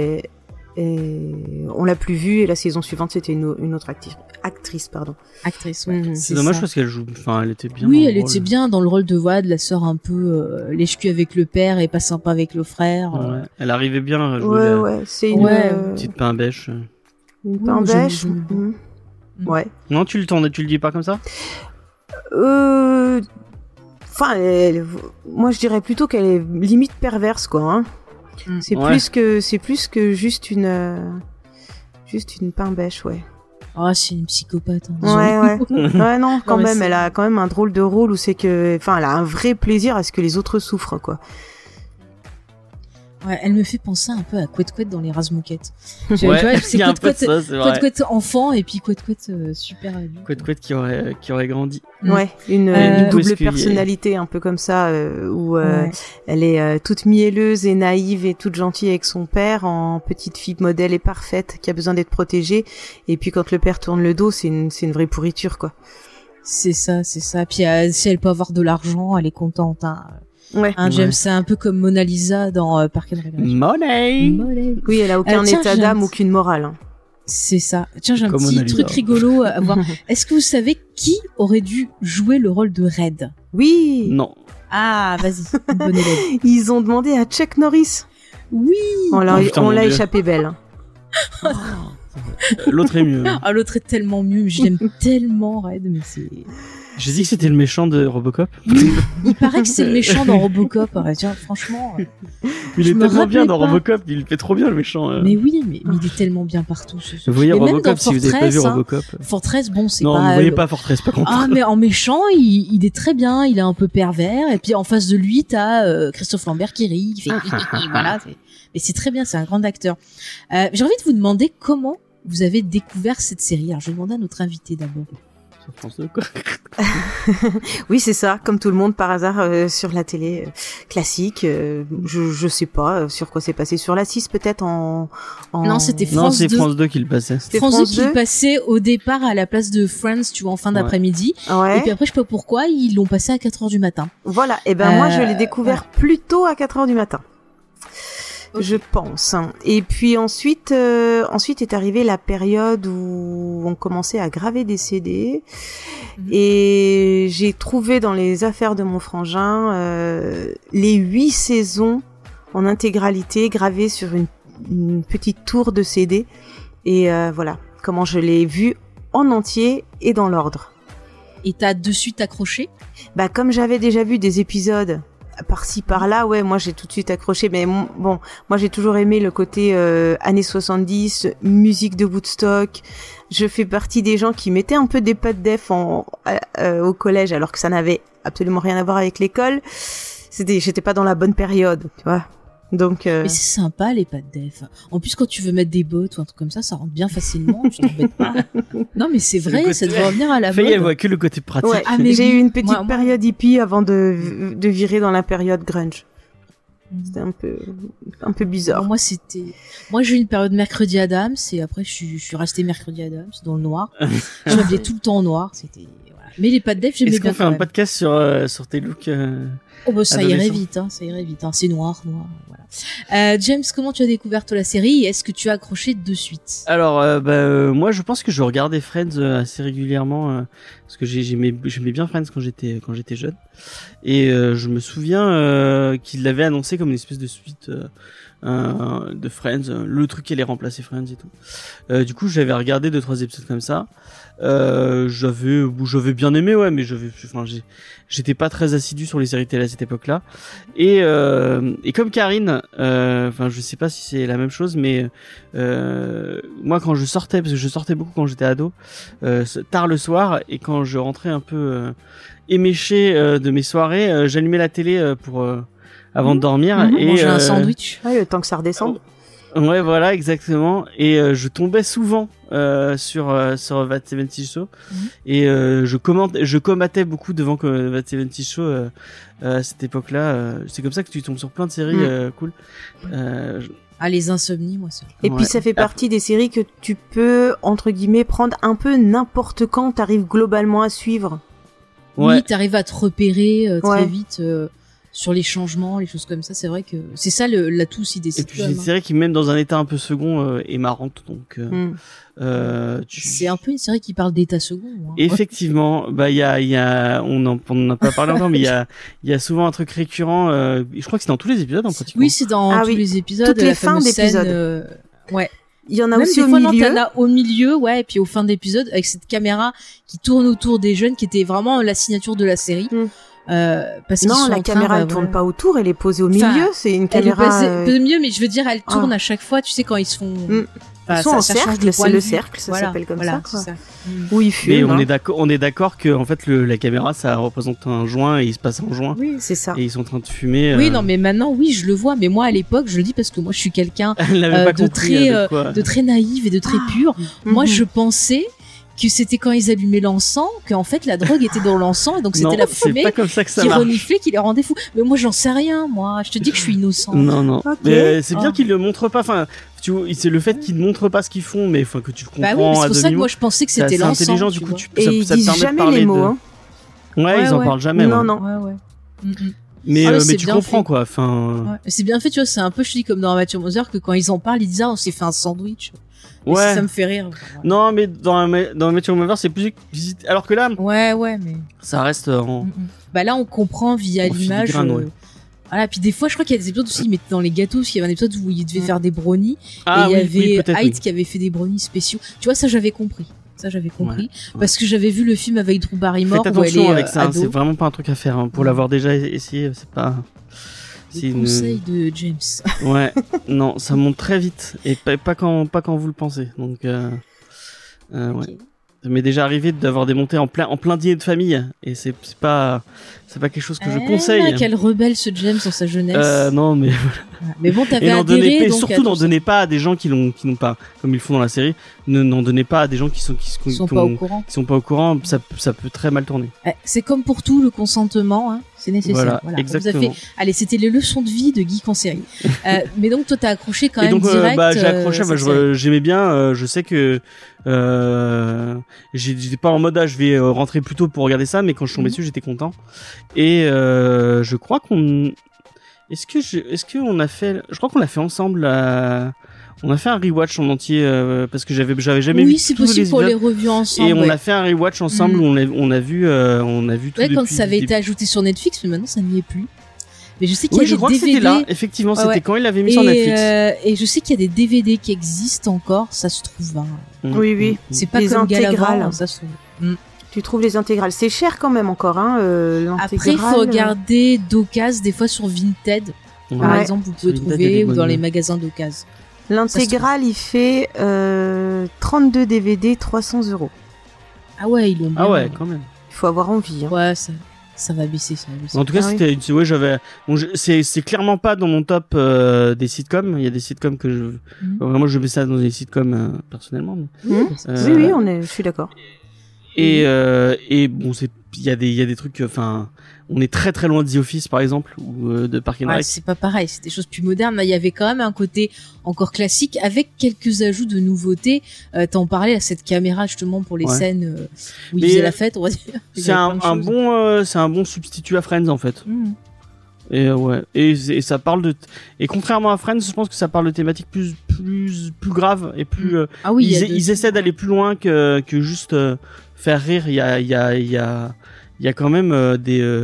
on l'a plus vue. Et la saison suivante, c'était une autre actrice, pardon. Actrice, ouais. C'est dommage parce qu'elle joue. Enfin, elle était bien. Oui, elle était bien dans le rôle de de la sœur un peu lèche-cul avec le père et pas sympa avec le frère. Ouais. Elle arrivait bien à jouer. Ouais, c'est une petite pain bêche. Une pain bêche. Ouais. Non, tu le dis pas comme ça? Enfin, moi je dirais plutôt qu'elle est limite perverse, quoi. Hein. C'est plus que juste une pain bêche, ouais. Ah, c'est une psychopathe. Hein, ouais, non, quand même, elle a quand même un drôle de rôle où c'est que, enfin, elle a un vrai plaisir à ce que les autres souffrent, quoi. Ouais, elle me fait penser un peu à Couette dans les Razmouquettes. Ouais, tu vois, c'est il y a un peu de ça, c'est vrai. Couette enfant et puis Couette super adulte. Couette qui aurait grandi. Ouais, une double personnalité un peu comme ça, où elle est toute mielleuse et naïve et toute gentille avec son père, en petite fille modèle et parfaite qui a besoin d'être protégée. Et puis quand le père tourne le dos, c'est une vraie pourriture, quoi. C'est ça. Puis si elle peut avoir de l'argent, elle est contente. Hein. Ouais. James, c'est un peu comme Mona Lisa dans Park and Recreation. Money. Oui, elle a aucun état d'âme, aucune morale. Hein. C'est ça. Tiens, j'ai un Comme petit truc rigolo à voir. Est-ce que vous savez qui aurait dû jouer le rôle de Red? Oui. Non. Ah, vas-y. Une bonne élève. Ils ont demandé à Chuck Norris. Oui. On l'a échappé belle. L'autre est mieux. Ah, l'autre est tellement mieux. Je l'aime tellement, Red, mais c'est... J'ai dit que c'était le méchant de Robocop. Il paraît que c'est le méchant dans Robocop. Tiens, franchement. Il est tellement bien dans Robocop, il fait trop bien le méchant. Mais oui, mais il est tellement bien partout. Vous voyez Robocop si vous n'avez pas vu Robocop. Fortress, bon, c'est non, pas. Non, vous voyez pas Fortress, par contre. Ah, mais en méchant, il est très bien. Il est un peu pervers. Et puis en face de lui, t'as Christophe Lambert qui rit. Il fait voilà. Mais c'est très bien, c'est un grand acteur. J'ai envie de vous demander comment vous avez découvert cette série. Alors, je vais demander à notre invité d'abord. Sur France 2, quoi. Oui, c'est ça, comme tout le monde par hasard sur la télé classique. Je sais pas sur quoi c'est passé, sur la 6 peut-être en... Non, c'était France 2. Non, c'est France 2 qui le passait. C'était France 2 qui le passait au départ à la place de Friends, tu vois, en fin d'après-midi. Ouais. Et puis après, je sais pas pourquoi, ils l'ont passé à 4h du matin. Voilà, et ben moi je l'ai découvert plus tôt à 4h du matin. Je pense. Et puis ensuite est arrivée la période où on commençait à graver des CD. Et j'ai trouvé dans les affaires de mon frangin les 8 saisons en intégralité gravées sur une petite tour de CD. Et voilà comment je l'ai vu en entier et dans l'ordre. Et t'as de suite accroché? Bah comme j'avais déjà vu des épisodes par-ci par-là, ouais, moi j'ai tout de suite accroché, mais bon, moi j'ai toujours aimé le côté années 70, musique de Woodstock. Je fais partie des gens qui mettaient un peu des pas de def au collège, alors que ça n'avait absolument rien à voir avec l'école. J'étais pas dans la bonne période, tu vois. Donc mais c'est sympa les pas de def. En plus quand tu veux mettre des bottes ou un truc comme ça rentre bien facilement, tu t'embêtes pas. Non mais c'est vrai, ça devrait revenir à la mode. Elle voit que le côté pratique. Ouais, j'ai eu une petite période hippie avant de virer dans la période grunge. C'était un peu bizarre. Alors, moi j'ai eu une période mercredi Adams et après je suis restée mercredi Adams dans le noir. Je m'habillais tout le temps en noir, c'était voilà. Mais les pas de def, j'aimais bien. Est-ce qu'on fait un podcast sur tes looks Oh bah ça irait vite, c'est noir, voilà. James, comment tu as découvert toi la série et est-ce que tu as accroché de suite? Alors, moi je pense que je regardais Friends assez régulièrement parce que j'aimais bien Friends quand j'étais jeune et je me souviens qu'il l'avait annoncé comme une espèce de suite de Friends, le truc qui allait remplacer Friends et tout. Du coup, j'avais regardé 2-3 épisodes comme ça. J'avais bien aimé, ouais, mais j'étais pas très assidu sur les séries télé à cette époque-là. Et comme Karine, je sais pas si c'est la même chose, mais moi quand je sortais, parce que je sortais beaucoup quand j'étais ado, tard le soir, et quand je rentrais un peu éméché de mes soirées, j'allumais la télé pour avant de dormir et manger un sandwich. Ouais, le temps que ça redescende. Ouais, voilà, exactement. Et je tombais souvent sur That 70 Show et je commentais beaucoup devant That 70 Show à cette époque-là. C'est comme ça que tu tombes sur plein de séries cool. Les insomnies, moi ça. Et puis ça fait partie des séries que tu peux entre guillemets prendre un peu n'importe quand t'arrives globalement à suivre. Ouais. Oui, t'arrives à te repérer très vite. Sur les changements, les choses comme ça, c'est vrai que c'est ça l'atout aussi des sitcoms. Et puis c'est une série qui même dans un état un peu second est marrante, donc c'est un peu une série qui parle d'état second. Hein. Effectivement, on n'en a pas parlé encore, mais il y a souvent un truc récurrent. Je crois que c'est dans tous les épisodes, pratiquement. Oui, c'est dans tous les épisodes. Toutes les fins d'épisodes. Ouais. Il y en a même aussi des au fois, milieu. Non, t'en as au milieu, ouais, et puis au fin d'épisode avec cette caméra qui tourne autour des jeunes, qui était vraiment la signature de la série. parce non, la caméra elle tourne pas autour, elle est posée au milieu, c'est une caméra. Elle est mieux, mais je veux dire, elle tourne à chaque fois. Tu sais quand ils se font. Ils sont en cercle, c'est le cercle, ça s'appelle comme ça. Quoi. Où ils fument. Mais on est d'accord que en fait la caméra ça représente un joint et il se passe un joint. Oui, c'est ça. Et ils sont en train de fumer. Oui, non, mais maintenant oui, je le vois. Mais moi à l'époque, je le dis parce que moi je suis quelqu'un de très naïf et de très pur. Moi je pensais que c'était quand ils allumaient l'encens, qu'en fait la drogue était dans l'encens et donc c'était la fumée qui reniflait, qui les rendait fous. Mais moi j'en sais rien, moi je te dis que je suis innocent. Non. Okay. Mais c'est bien qu'ils le montrent pas. Enfin, tu vois, c'est le fait qu'ils ne montrent pas ce qu'ils font, mais que tu comprends. Bah oui, c'est pour ça que moi je pensais que c'était l'encens. C'est intelligent, du coup, et ils disent jamais les mots. Hein. Ouais, ils en parlent jamais. Non. Ouais. Mais tu comprends fait. Quoi. Enfin. C'est bien fait, tu vois. C'est un peu, je dis comme dans Amateur Mother, que quand ils en parlent, ils disent on s'est fait un sandwich. Ouais. Ça me fait rire. Non, mais dans Matthew Mother, c'est plus alors que là. Ouais, mais. Ça reste en. Bah là, on comprend via l'image. Voilà, puis des fois, je crois qu'il y a des épisodes aussi, ils mettaient dans les gâteaux, parce qu'il y avait un épisode où ils devaient faire des brownies. Et il y avait Hyde qui avait fait des brownies spéciaux. Tu vois, ça, j'avais compris. Parce que j'avais vu le film avec Drew Barrymore. Faites attention avec ça, ado. C'est vraiment pas un truc à faire. Hein. Pour l'avoir déjà essayé, c'est pas. C'est conseil de James. Ouais, non, ça monte très vite et pas quand vous le pensez. Donc, ouais. Ça m'est déjà arrivé d'avoir des montées en plein dîner de famille et c'est pas quelque chose que je conseille. Quel rebelle ce James dans sa jeunesse. Non, mais mais bon, t'avais adhéré, donc surtout n'en donnez pas à des gens qui n'ont pas, comme ils le font dans la série, n'en donnez pas à des gens qui sont pas au courant. Ça peut très mal tourner. C'est comme pour tout, le consentement, hein, c'est nécessaire. Voilà. Exactement. Allez, c'était les leçons de vie de Geek en série. Mais donc toi t'as accroché quand même direct. J'ai accroché. J'aimais bien. Je sais que j'étais pas en mode je vais rentrer plus tôt pour regarder ça, mais quand je suis tombé dessus, j'étais content. Et je crois qu'on est-ce qu'on a fait, je crois qu'on l'a fait ensemble on a fait un rewatch en entier parce que j'avais jamais vu. Oui, c'est possible pour les revues ensemble. Et on a fait un rewatch ensemble où on a vu tout. Ouais, quand ça avait été ajouté sur Netflix, mais maintenant ça n'y est plus. Mais je sais qu'il y a des DVD. Je crois que c'était là. Effectivement, c'était quand il l'avait mis sur Netflix. Et je sais qu'il y a des DVD qui existent encore. Ça se trouve. Hein. Oui. C'est pas les comme intégrales. Ça se trouve. Tu trouves les intégrales. C'est cher quand même encore, hein, l'intégrale. Après, il faut regarder d'occasion, des fois sur Vinted. Par exemple, vous pouvez trouver, ou dans les magasins d'occasion. L'intégrale, il fait 32 DVD, 300 €. Ah ouais, ils l'ont bien. Ah ouais, quand même. Il faut avoir envie. Hein. Ouais, ça va baisser. En tout cas, c'est clairement pas dans mon top des sitcoms. Il y a des sitcoms que vraiment je mets ça dans des sitcoms personnellement. Oui, je suis d'accord. Et bon, il y a des trucs, enfin, on est très très loin de The Office par exemple ou de Park and Rec. C'est pas pareil, c'est des choses plus modernes. Il y avait quand même un côté encore classique avec quelques ajouts de nouveautés. T'en parlais à cette caméra justement pour les scènes où ils faisaient la fête, on va dire. C'est un bon substitut à Friends en fait. Et ouais, et ça parle et contrairement à Friends, je pense que ça parle de thématiques plus graves et plus ils essaient d'aller plus loin que juste faire rire. Il y a quand même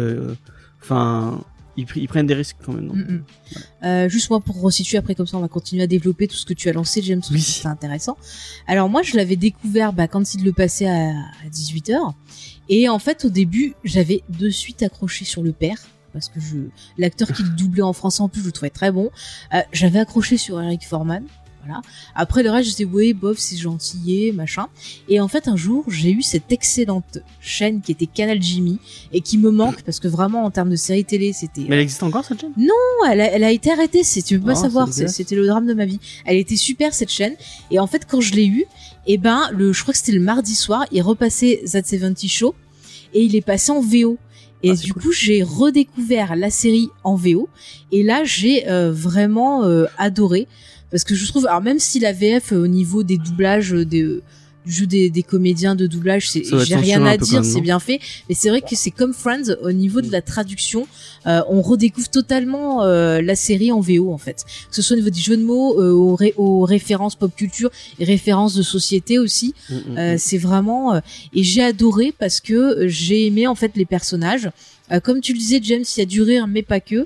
ils prennent des risques quand même. Juste moi pour resituer après, comme ça on va continuer à développer tout ce que tu as lancé, James. Oui. C'est intéressant. Alors moi je l'avais découvert quand il le passait à 18h et en fait au début j'avais de suite accroché sur le père. Parce que l'acteur qui le doublait en français en plus, je le trouvais très bon. J'avais accroché sur Eric Forman, voilà. Après le reste, je disais oui, bof, c'est gentil, machin. Et en fait, un jour, j'ai eu cette excellente chaîne qui était Canal Jimmy et qui me manque parce que vraiment en termes de série télé, c'était. Mais elle existe encore cette chaîne ? Non, elle a été arrêtée. Tu peux pas savoir. C'était le drame de ma vie. Elle était super cette chaîne. Et en fait, quand je l'ai eue, je crois que c'était le mardi soir, il repassait That 70 Show et il est passé en VO. Et du coup, j'ai redécouvert la série en VO. Et là, j'ai vraiment adoré. Parce que je trouve, alors même si la VF au niveau des doublages, du jeu des comédiens de doublage, j'ai rien à dire, c'est bien fait. Mais c'est vrai que c'est comme Friends, au niveau de la traduction, on redécouvre totalement la série en VO en fait. Que ce soit au niveau des jeux de mots, aux références pop culture et références de société aussi. C'est vraiment... et j'ai adoré parce que j'ai aimé en fait les personnages. Comme tu le disais, James, il y a du rire, mais pas que.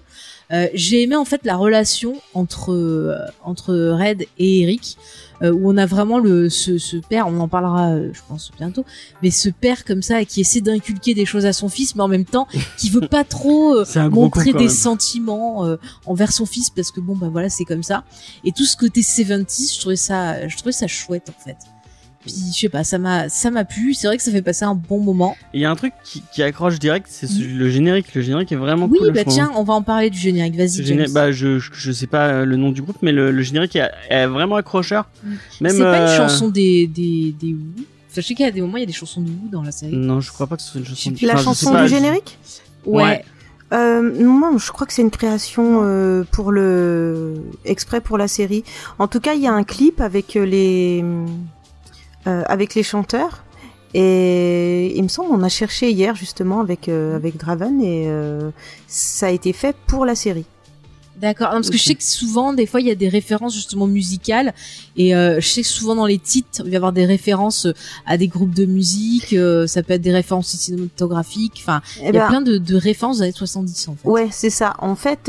J'ai aimé en fait la relation entre Red et Eric, où on a vraiment ce père, on en parlera je pense bientôt, mais ce père comme ça qui essaie d'inculquer des choses à son fils, mais en même temps qui veut pas trop montrer des sentiments envers son fils, parce que bon bah voilà, c'est comme ça. Et tout ce côté 70s, je trouvais ça chouette en fait. Puis je sais pas, ça m'a plu. C'est vrai que ça fait passer un bon moment. Il y a un truc qui accroche direct, c'est le générique. Le générique est vraiment cool. Oui, bah tiens, on va en parler du générique. Vas-y, James. Bah je sais pas le nom du groupe, mais le générique est vraiment accrocheur. Même c'est pas une chanson des Who. Enfin, je sais qu'il y a des moments, il y a des chansons de Who dans la série. Non, je crois pas que ce soit une chanson. La chanson du générique. Ouais. Non, je crois que c'est une création exprès pour la série. En tout cas, il y a un clip avec les chanteurs, et il me semble on a cherché hier justement avec Draven, et ça a été fait pour la série. D'accord, non, parce que je sais que souvent des fois il y a des références justement musicales, et je sais que souvent dans les titres il va y avoir des références à des groupes de musique, ça peut être des références cinématographiques, enfin il y a plein de références des années 70 en fait. Ouais, c'est ça. En fait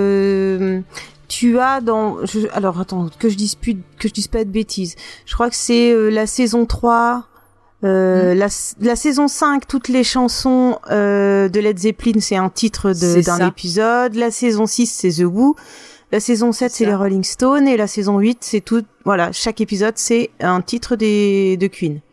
tu as alors attends, que je dise pas de bêtises. Je crois que c'est la saison 3, la saison 5, toutes les chansons de Led Zeppelin, c'est un titre d'un épisode. La saison 6, c'est The Who. La saison 7, c'est les Rolling Stones, et la saison 8, c'est tout, voilà, chaque épisode c'est un titre de Queen.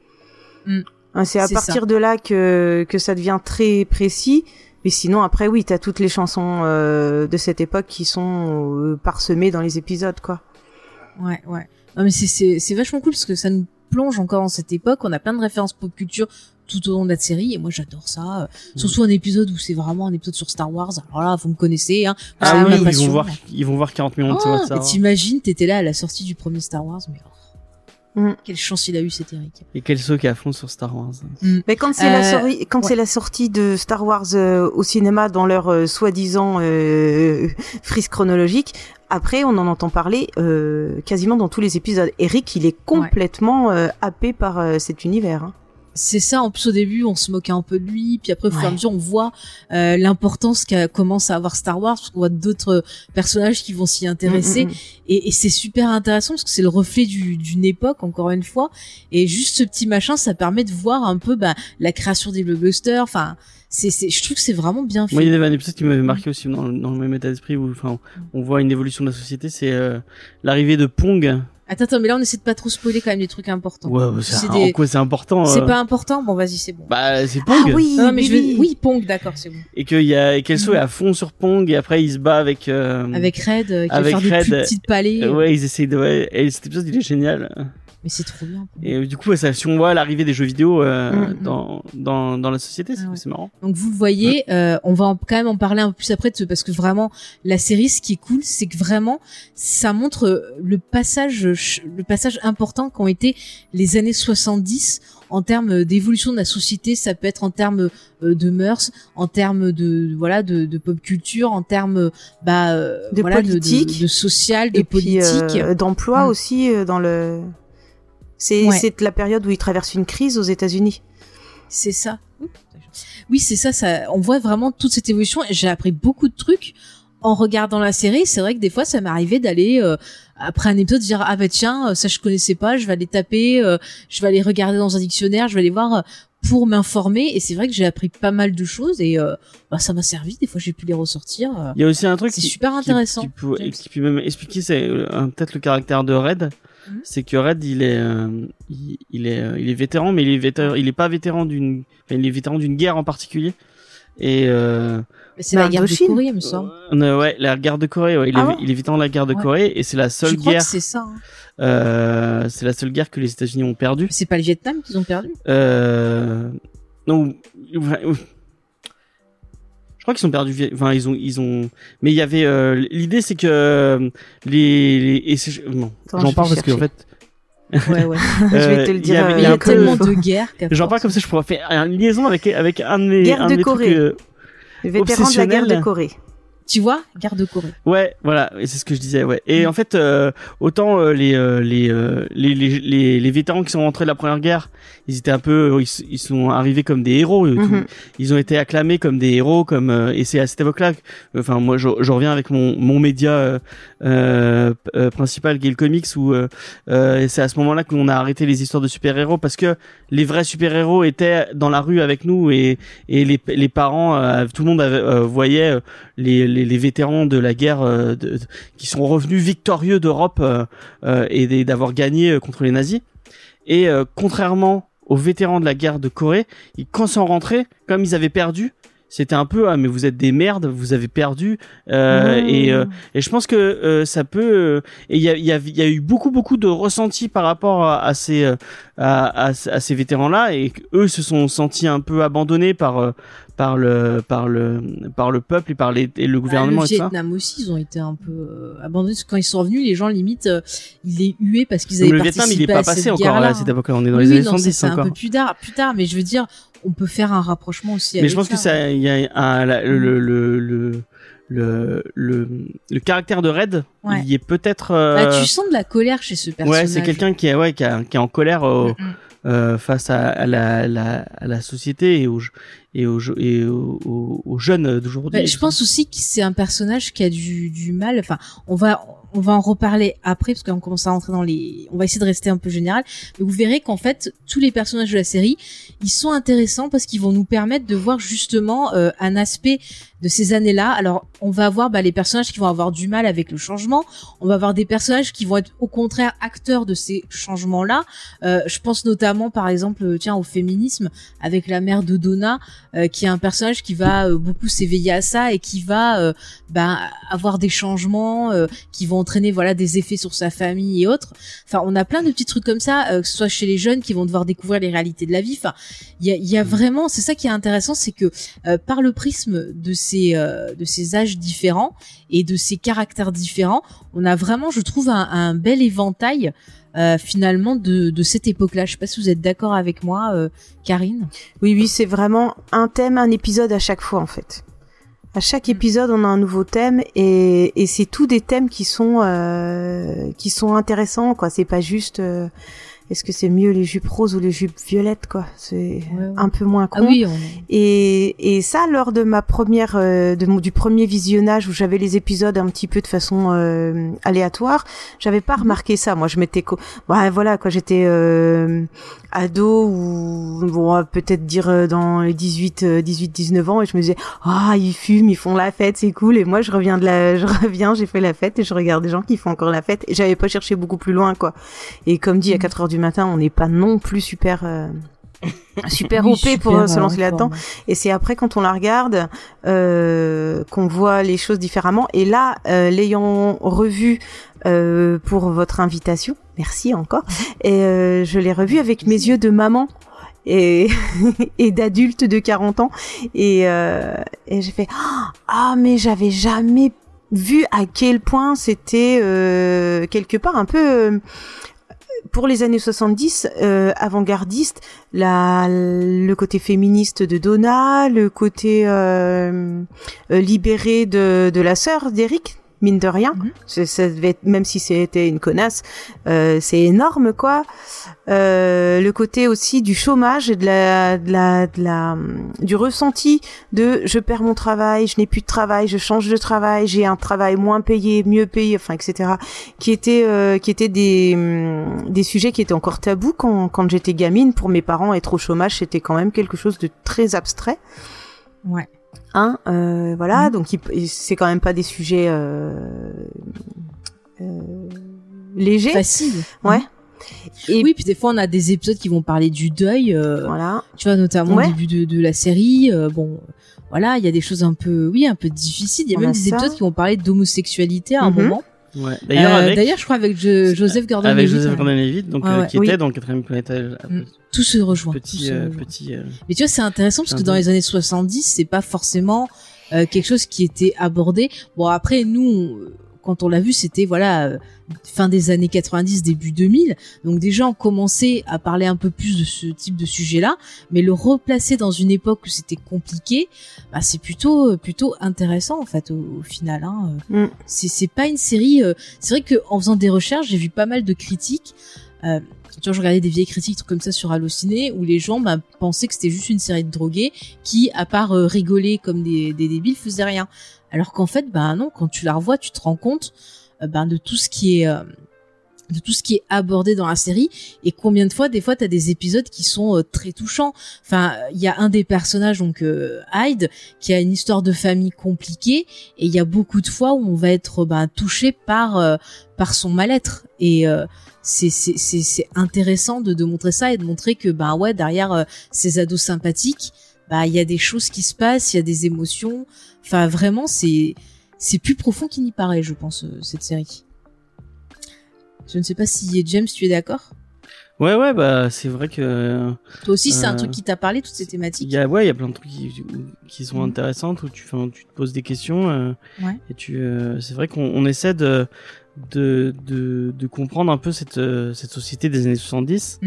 C'est à partir de là que ça devient très précis. Mais sinon, après, oui, t'as toutes les chansons de cette époque qui sont parsemées dans les épisodes, quoi. Ouais. Non, mais c'est vachement cool, parce que ça nous plonge encore dans cette époque. On a plein de références pop culture tout au long de la série, et moi j'adore ça. Surtout un épisode où c'est vraiment un épisode sur Star Wars. Alors là, vous me connaissez, hein. Ah oui, ils vont voir 40 millions de fois de ça. Et t'imagines, t'étais là à la sortie du premier Star Wars, mais quelle chance il a eu, cet Eric. Et quel saut qu'il a à fond sur Star Wars. Mais quand c'est la sortie de Star Wars au cinéma dans leur soi-disant frise chronologique, après on en entend parler quasiment dans tous les épisodes. Eric, il est complètement happé par cet univers. Hein. C'est ça, en plus au début on se moquait un peu de lui, puis après au fur et à mesure on voit l'importance qu'a commence à avoir Star Wars, parce qu'on voit d'autres personnages qui vont s'y intéresser, et c'est super intéressant parce que c'est le reflet d'une époque, encore une fois, et juste ce petit machin, ça permet de voir un peu la création des blockbusters, enfin je trouve que c'est vraiment bien fait. Moi il y avait un épisode qui m'avait marqué aussi dans le même état d'esprit, où on voit une évolution de la société, c'est l'arrivée de Pong. Attends, mais là on essaie de pas trop spoiler quand même des trucs importants. Ouais, en quoi c'est important? C'est pas important? Bon, vas-y, c'est bon. Bah, c'est Pong. Ah oui, non, mais oui, Pong, d'accord, c'est bon. Et Kelso est à fond sur Pong, et après il se bat avec Red, qui va faire des plus petites palais. Ouais, ils essayent et cet épisode il est génial. Mais c'est trop bien. Et du coup, si on voit l'arrivée des jeux vidéo dans la société, c'est marrant. Donc vous le voyez, on va quand même en parler un peu plus après, parce que vraiment la série, ce qui est cool, c'est que vraiment ça montre le passage important qu'ont été les années 70 en termes d'évolution de la société. Ça peut être en termes de mœurs, en termes de pop culture, en termes de politique, de social, de politique, d'emploi aussi dans le. C'est la période où ils traversent une crise aux États-Unis. C'est ça. Oui, c'est ça. On voit vraiment toute cette évolution, et j'ai appris beaucoup de trucs en regardant la série. C'est vrai que des fois, ça m'arrivait d'aller après un épisode dire tiens, ça je connaissais pas, je vais aller taper, je vais aller regarder dans un dictionnaire, je vais aller voir pour m'informer. Et c'est vrai que j'ai appris pas mal de choses, et ça m'a servi. Des fois, j'ai pu les ressortir. Il y a aussi un truc c'est super intéressant. Qui peut même expliquer, c'est peut-être le caractère de Red. C'est que Red, il est vétéran, mais il est pas vétéran il est vétéran d'une guerre en particulier. Et c'est la guerre de Corée, il me semble. Ouais, la guerre de Corée. Ouais. Il est vétéran de la guerre de Corée, et c'est la seule guerre. Je crois que c'est ça. Hein. C'est la seule guerre que les États-Unis ont perdue. C'est pas le Vietnam qu'ils ont perdu. Non. Je crois qu'ils sont perdus. Enfin, ils ont. Mais il y avait. L'idée, c'est que j'en parle parce qu'en fait. Ouais. Je vais te le dire. Il y a tellement de guerres. J'en parle comme ça, je pourrais faire une liaison avec un de mes. Guerre de Corée. Vétéran de la guerre de Corée. Tu vois, guerre de Corée. Ouais, voilà, et c'est ce que je disais, ouais. Et en fait, autant les vétérans qui sont rentrés de la première guerre, ils étaient un peu, ils sont arrivés comme des héros. Ils ont été acclamés comme des héros, et c'est à cette époque-là, enfin moi je reviens avec mon média principal qui est le comics, où et c'est à ce moment-là qu'on a arrêté les histoires de super-héros, parce que les vrais super-héros étaient dans la rue avec nous, et les parents, tout le monde voyait les vétérans de la guerre qui sont revenus victorieux d'Europe et d'avoir gagné contre les nazis. Et contrairement aux vétérans de la guerre de Corée, quand ils sont rentrés, comme ils avaient perdu, c'était un peu mais vous êtes des merdes, vous avez perdu, et je pense que ça peut, et il y a eu beaucoup de ressentis par rapport à ces vétérans là, et eux se sont sentis un peu abandonnés par le peuple et le gouvernement. Le Vietnam aussi, ils ont été un peu abandonnés, parce que quand ils sont revenus, les gens limite ils les huaient parce qu'ils avaient participé à cette guerre-là. Le Vietnam, il est pas passé encore à cette époque-là, on est dans les années 70 c'est encore. Un peu plus tard, mais je veux dire, on peut faire un rapprochement aussi. Mais je pense que ça, il y a le caractère de Red, il est peut-être. Tu sens de la colère chez ce personnage. Ouais, c'est quelqu'un qui est en colère face à la société et aux jeunes d'aujourd'hui. Je pense aussi que c'est un personnage qui a du mal. Enfin, on va en reparler après, parce qu'on commence à rentrer on va essayer de rester un peu général, mais vous verrez qu'en fait tous les personnages de la série, ils sont intéressants parce qu'ils vont nous permettre de voir justement un aspect de ces années-là. Alors on va avoir les personnages qui vont avoir du mal avec le changement, on va avoir des personnages qui vont être au contraire acteurs de ces changements-là. Je pense notamment par exemple au féminisme avec la mère de Donna, qui est un personnage qui va beaucoup s'éveiller à ça et qui va avoir des changements qui vont entraîner des effets sur sa famille et autres. Enfin, on a plein de petits trucs comme ça, que ce soit chez les jeunes qui vont devoir découvrir les réalités de la vie. Enfin, il y a vraiment, c'est ça qui est intéressant, c'est que par le prisme de ces âges différents et de ces caractères différents, on a vraiment, je trouve, un bel éventail finalement de cette époque-là. Je sais pas si vous êtes d'accord avec moi, Karine. Oui, c'est vraiment un thème, un épisode à chaque fois en fait. À chaque épisode, on a un nouveau thème et c'est tous des thèmes qui sont intéressants, quoi. C'est pas juste est-ce que c'est mieux les jupes roses ou les jupes violettes, quoi. C'est un peu moins con. Ah oui, et ça, lors de ma première du premier visionnage où j'avais les épisodes un petit peu de façon aléatoire, j'avais pas remarqué ça. Moi, je m'étais quand j'étais ado, ou on va peut-être dire dans les 18-19 ans, et je me disais ils fument, ils font la fête, c'est cool, et moi je reviens, j'ai fait la fête et je regarde des gens qui font encore la fête, et j'avais pas cherché beaucoup plus loin, quoi. Et comme dit, à 4h du matin, on n'est pas non plus super OP pour se lancer là-dedans. Et c'est après, quand on la regarde, qu'on voit les choses différemment. Et là, l'ayant revu pour votre invitation, merci encore, et je l'ai revu avec mes yeux de maman et d'adulte de 40 ans, et j'ai fait mais j'avais jamais vu à quel point c'était quelque part un peu pour les années 70, avant-gardiste, le côté féministe de Donna, le côté libéré de la sœur d'Eric, mine de rien. Ça devait être, même si c'était une connasse, c'est énorme, quoi. Le côté aussi du chômage et du ressenti de je perds mon travail, je n'ai plus de travail, je change de travail, j'ai un travail moins payé, mieux payé, enfin, etc. Qui étaient des sujets qui étaient encore tabous quand j'étais gamine. Pour mes parents, être au chômage, c'était quand même quelque chose de très abstrait. Ouais. Donc c'est quand même pas des sujets légers. Facile. Ouais. Et oui, puis des fois on a des épisodes qui vont parler du deuil, tu vois, notamment au début de la série. Il y a des choses un peu difficiles. Il y a même des épisodes qui vont parler d'homosexualité à un moment. Ouais. D'ailleurs, je crois avec Joseph Gordon-Levitt. Avec Joseph Gordon-Levitt, donc qui était dans le 4e planétage. Tout se rejoint. Mais tu vois, c'est intéressant parce que dans les années 70, c'est pas forcément quelque chose qui était abordé. Bon, après, nous, quand on l'a vu, c'était fin des années 90, début 2000. Donc des gens ont commencé à parler un peu plus de ce type de sujet-là, mais le replacer dans une époque où c'était compliqué, c'est plutôt intéressant en fait au final. C'est pas une série. C'est vrai que en faisant des recherches, j'ai vu pas mal de critiques. Tu vois, je regardais des vieilles critiques, trucs comme ça sur Allociné, où les gens pensaient que c'était juste une série de drogués qui, à part rigoler comme des débiles, faisaient rien. Alors qu'en fait, non, quand tu la revois, tu te rends compte de tout ce qui est abordé dans la série, et combien de fois, des fois, t'as des épisodes qui sont très touchants. Enfin, il y a un des personnages, donc Hyde, qui a une histoire de famille compliquée, et il y a beaucoup de fois où on va être touché par son mal-être. Et c'est intéressant de montrer ça et de montrer que derrière ces ados sympathiques, il y a des choses qui se passent, il y a des émotions. Enfin, vraiment, c'est plus profond qu'il n'y paraît, je pense, cette série. Je ne sais pas si James, tu es d'accord? Ouais, c'est vrai que... Toi aussi, c'est un truc qui t'a parlé, toutes ces thématiques? Il y a plein de trucs qui sont intéressantes, où tu te poses des questions, et c'est vrai qu'on essaie de comprendre un peu cette société des années 70.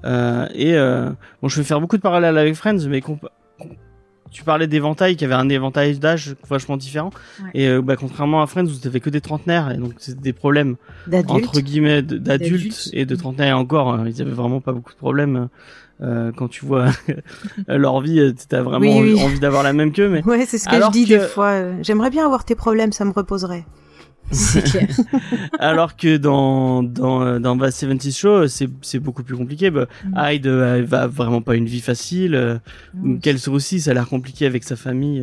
Bon, je vais faire beaucoup de parallèles avec Friends, mais tu parlais d'éventail, qui avait un éventail d'âge vachement différent. Et contrairement à Friends, où t'avais que des trentenaires, et donc c'était des problèmes entre guillemets d'adultes et de trentenaires, et encore, ils avaient vraiment pas beaucoup de problèmes. Quand tu vois leur vie, t'as vraiment envie d'avoir la même qu'eux. Mais ouais, c'est ce que je dis des fois. J'aimerais bien avoir tes problèmes, ça me reposerait. C'est clair. Alors que dans The 70's Show, c'est beaucoup plus compliqué. Hyde, elle va vraiment pas une vie facile. Kelsey aussi, ça a l'air compliqué avec sa famille.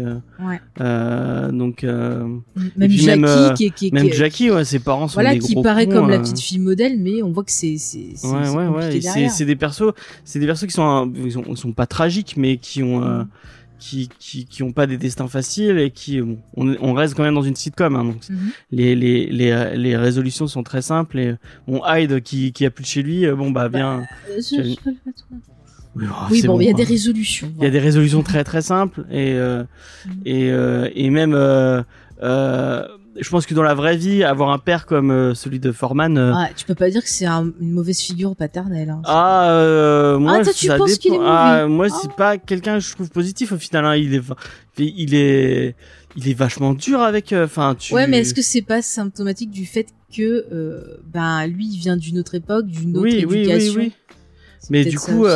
Donc même Jackie, même Jackie, ses parents sont des gros qui paraît cons, comme la petite fille modèle, mais on voit que c'est compliqué derrière. C'est des persos qui sont pas tragiques, mais qui ont qui ont pas des destins faciles, et qui on reste quand même dans une sitcom, donc les résolutions sont très simples, et Hyde qui a plus de chez lui, bien il y a des résolutions. Il y a des résolutions très très simples, et même je pense que dans la vraie vie, avoir un père comme celui de Foreman, tu peux pas dire que c'est une mauvaise figure paternelle. Moi, toi, tu penses qu'il est mauvais? Moi, c'est pas quelqu'un que je trouve positif au final. Il est vachement dur avec. Ouais, mais est-ce que c'est pas symptomatique du fait que lui, il vient d'une autre époque, d'une autre éducation? Oui. Mais du coup,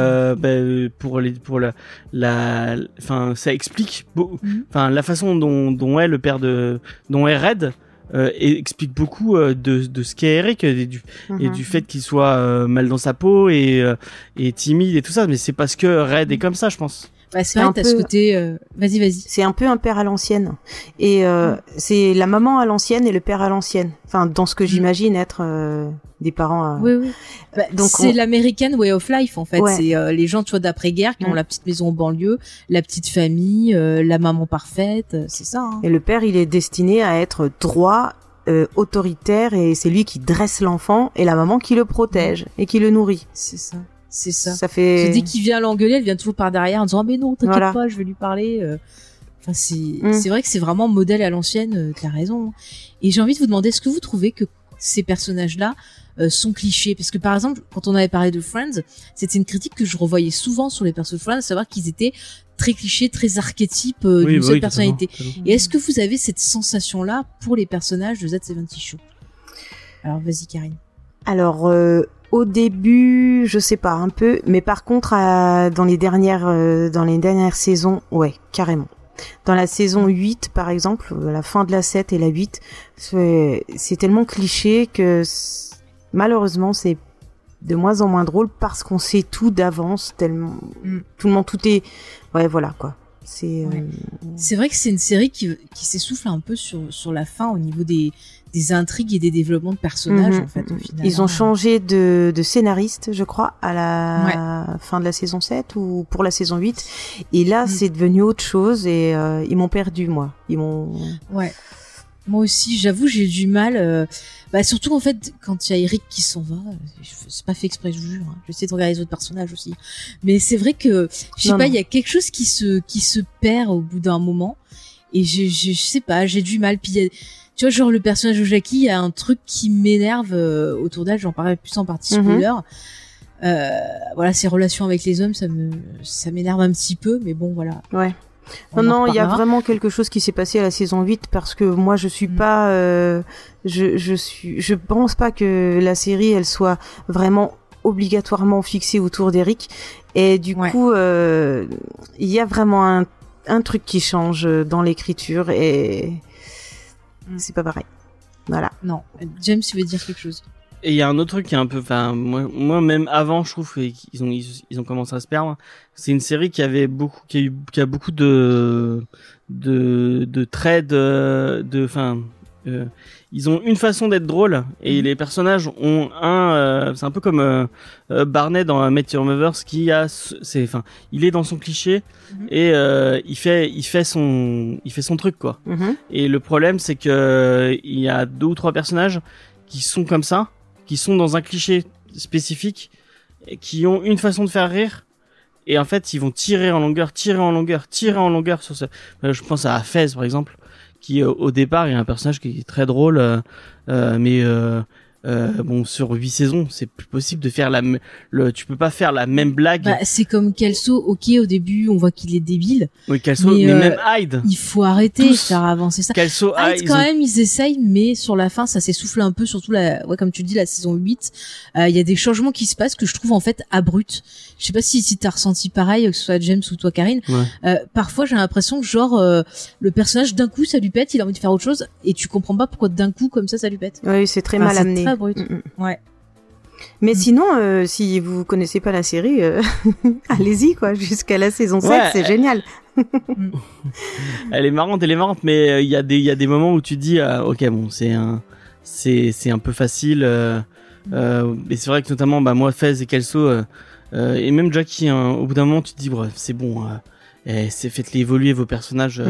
ça explique, la façon dont est le père dont est Red, explique beaucoup de ce qu'est Eric, et du fait qu'il soit mal dans sa peau et timide et tout ça. Mais c'est parce que Red est comme ça, je pense. C'est vrai, t'as ce côté. Vas-y. C'est un peu un père à l'ancienne, et c'est la maman à l'ancienne et le père à l'ancienne. Enfin, dans ce que j'imagine être des parents. Oui. Donc c'est l'American way of life en fait. C'est les gens, tu vois, d'après-guerre qui ont la petite maison en banlieue, la petite famille, la maman parfaite. C'est ça. Et le père, il est destiné à être droit, autoritaire, et c'est lui qui dresse l'enfant, et la maman qui le protège et qui le nourrit. C'est ça. C'est ça. Ça fait. Dès qu'il vient l'engueuler, elle vient toujours par derrière en disant mais non, t'inquiète pas, je vais lui parler. Enfin, c'est vrai que c'est vraiment modèle à l'ancienne. T'as raison. Et j'ai envie de vous demander, est-ce que vous trouvez que ces personnages-là sont clichés? Parce que par exemple, quand on avait parlé de Friends, c'était une critique que je revoyais souvent sur les personnages de Friends, à savoir qu'ils étaient très clichés, très archétypes d'une seule personnalité. Et est-ce que vous avez cette sensation-là pour les personnages de Z70 Show? Alors vas-y, Karine. Alors au début, je sais pas, un peu, mais par contre dans les dernières saisons, ouais, carrément. Dans la saison 8, par exemple, la fin de la 7 et la 8, c'est tellement cliché que malheureusement, c'est de moins en moins drôle, parce qu'on sait tout d'avance, tellement tout le monde, tout est... Ouais, voilà, quoi. C'est vrai que c'est une série qui s'essouffle un peu sur la fin au niveau des intrigues et des développements de personnages, en fait, au final. Ils ont changé de scénariste, je crois, à la fin de la saison 7 ou pour la saison 8. Et là, c'est devenu autre chose, et ils m'ont perdu, moi. Ouais. Moi aussi, j'avoue, j'ai du mal. Surtout en fait, quand il y a Eric qui s'en va, c'est pas fait exprès, je vous jure. J'essaie de regarder les autres personnages aussi, mais c'est vrai que je sais pas, il y a quelque chose qui se perd au bout d'un moment, et je sais pas, j'ai du mal. Puis tu tu vois, genre le personnage de Jackie, il y a un truc qui m'énerve autour d'elle, j'en parlerai plus en partie spoiler. Voilà, ses relations avec les hommes, ça m'énerve un petit peu, mais bon, voilà. Ouais. Non, il y a vraiment quelque chose qui s'est passé à la saison 8 parce que moi je suis pas je pense pas que la série elle soit vraiment obligatoirement fixée autour d'Eric et du coup il y a vraiment un truc qui change dans l'écriture et c'est pas pareil. Voilà. Non, James, tu veux dire quelque chose? Et il y a un autre truc qui est un peu, enfin, moi même avant, je trouve qu'ils ont commencé à se perdre. C'est une série qui a beaucoup de traits ils ont une façon d'être drôle et les personnages ont c'est un peu comme Barney dans Met Your Mother qui il est dans son cliché et il fait son truc quoi. Et le problème c'est que il y a 2 ou 3 personnages qui sont comme ça, qui sont dans un cliché spécifique et qui ont une façon de faire rire. Et en fait, ils vont tirer en longueur sur ça. Je pense à Fez, par exemple, qui, au départ, il y a un personnage qui est très drôle, mais bon, sur 8 saisons, c'est plus possible de faire tu peux pas faire la même blague. Bah, c'est comme Kelso, ok, au début, on voit qu'il est débile. Oui, Kelso, mais même Hyde. Il faut arrêter de faire avancer ça. Kelso, Hyde, quand même, ils essayent, mais sur la fin, ça s'essouffle un peu, surtout comme tu dis, la saison 8. Il y a des changements qui se passent que je trouve, en fait, abrupts. Je sais pas si t'as ressenti pareil, que ce soit James ou toi, Karine. Parfois, j'ai l'impression que, genre, le personnage, d'un coup, ça lui pète, il a envie de faire autre chose, et tu comprends pas pourquoi d'un coup, comme ça lui pète. Oui, c'est très mal amené. Très brut. Ouais. Mais sinon, si vous connaissez pas la série, allez-y, quoi, jusqu'à la saison 7, c'est génial. Elle est marrante, mais il y a des moments où tu dis, ok, bon, c'est un peu facile, et c'est vrai que notamment, moi, Fez et Kelso, et même Jackie, au bout d'un moment, tu te dis, bref, c'est bon, faites-les évoluer vos personnages,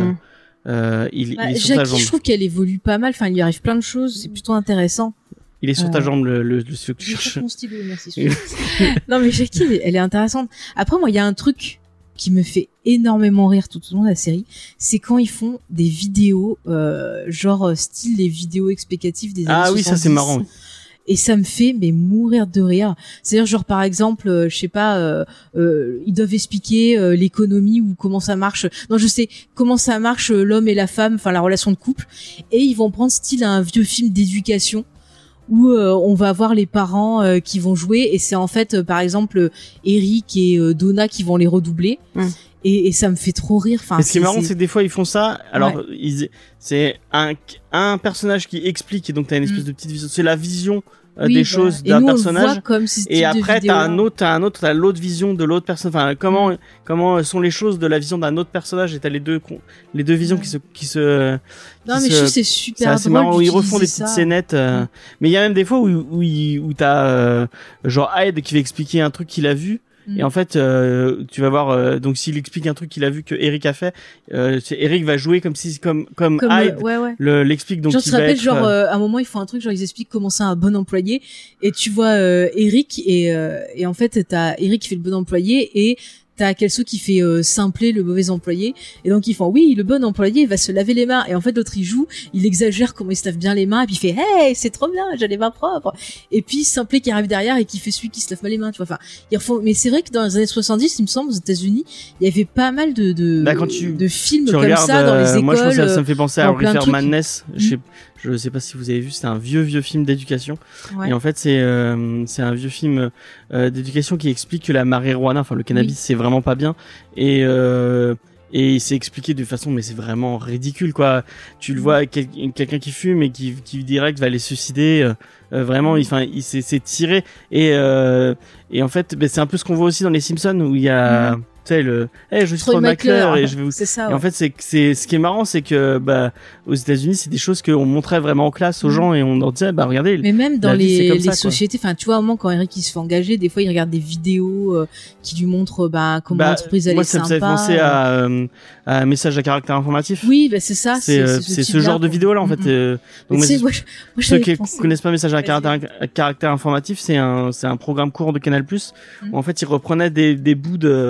il est sur ta jambe. Je trouve qu'elle évolue pas mal, enfin, il lui arrive plein de choses, c'est plutôt intéressant. Il est sur ta jambe, le celui que tu cherches. Mon stylo, merci. Non, mais Jackie, elle est intéressante. Après, moi, il y a un truc qui me fait énormément rire tout au long de la série, c'est quand ils font des vidéos, genre style les vidéos explicatives des années 70. Oui, ça c'est marrant. Et ça me fait mourir de rire. C'est-à-dire genre par exemple, je sais pas, ils doivent expliquer l'économie ou comment ça marche. Non, je sais comment ça marche l'homme et la femme, enfin la relation de couple. Et ils vont prendre style un vieux film d'éducation où on va voir les parents qui vont jouer et c'est en fait par exemple Eric et Donna qui vont les redoubler. Et ça me fait trop rire. Enfin, et ce qui est marrant, c'est que des fois ils font ça. Alors, c'est un personnage qui explique, et donc t'as une espèce de petite vision. C'est la vision des choses d'un personnage. Et après, t'as l'autre vision de l'autre personne. Enfin, comment sont les choses de la vision d'un autre personnage, et t'as les deux visions qui se. Non, mais je trouve c'est super. C'est marrant où ils refont des petites scénettes. Mais il y a même des fois où t'as genre Hyde qui va expliquer un truc qu'il a vu. Et en fait, tu vas voir. Donc, s'il explique un truc qu'il a vu que Eric a fait, Eric va jouer comme Hyde l'explique. Donc, genre, tu te rappelles, genre, à un moment, ils font un truc, genre, ils expliquent comment c'est un bon employé, et tu vois Eric, et en fait, t'as Eric qui fait le bon employé, et t'as Kelso qui fait simpler le mauvais employé, et donc ils font oui, le bon employé il va se laver les mains, et en fait l'autre il joue, il exagère comment il se lave bien les mains, et puis il fait hey, c'est trop bien, j'ai les mains propres, et puis Simplet qui arrive derrière et qui fait celui qui se lave mal les mains, tu vois. Enfin, ils refont. Mais c'est vrai que dans les années 70, il me semble, aux États-Unis, il y avait pas mal de films comme regardes, ça dans les écoles. Moi je pense que ça me fait penser à Reefer Madness. Je sais pas si vous avez vu, c'est un vieux film d'éducation. Et en fait, c'est un vieux film d'éducation qui explique que la marijuana, enfin le cannabis, c'est vraiment pas bien. Et c'est expliqué de façon, mais c'est vraiment ridicule, quoi. Tu le vois, quelqu'un qui fume et qui direct va aller se suicider. Vraiment, il s'est tiré. Et en fait, c'est un peu ce qu'on voit aussi dans les Simpsons, où il y a tu sais, je suis Troy McClure et je vais vous. C'est ça, et en fait, c'est ce qui est marrant, c'est que aux États-Unis, c'est des choses qu'on montrait vraiment en classe aux gens, et on leur disait regardez. Mais même dans les sociétés, enfin tu vois, au moment quand Eric il se fait engager, des fois il regarde des vidéos qui lui montrent comment l'entreprise elle est sympa. Moi, ça me fait penser à un message à caractère informatif. Oui, c'est ça. C'est ce genre de vidéo là en fait. Donc, ceux qui connaissent pas message à caractère informatif, c'est un programme court de Canal+, où en fait ils reprenaient des bouts de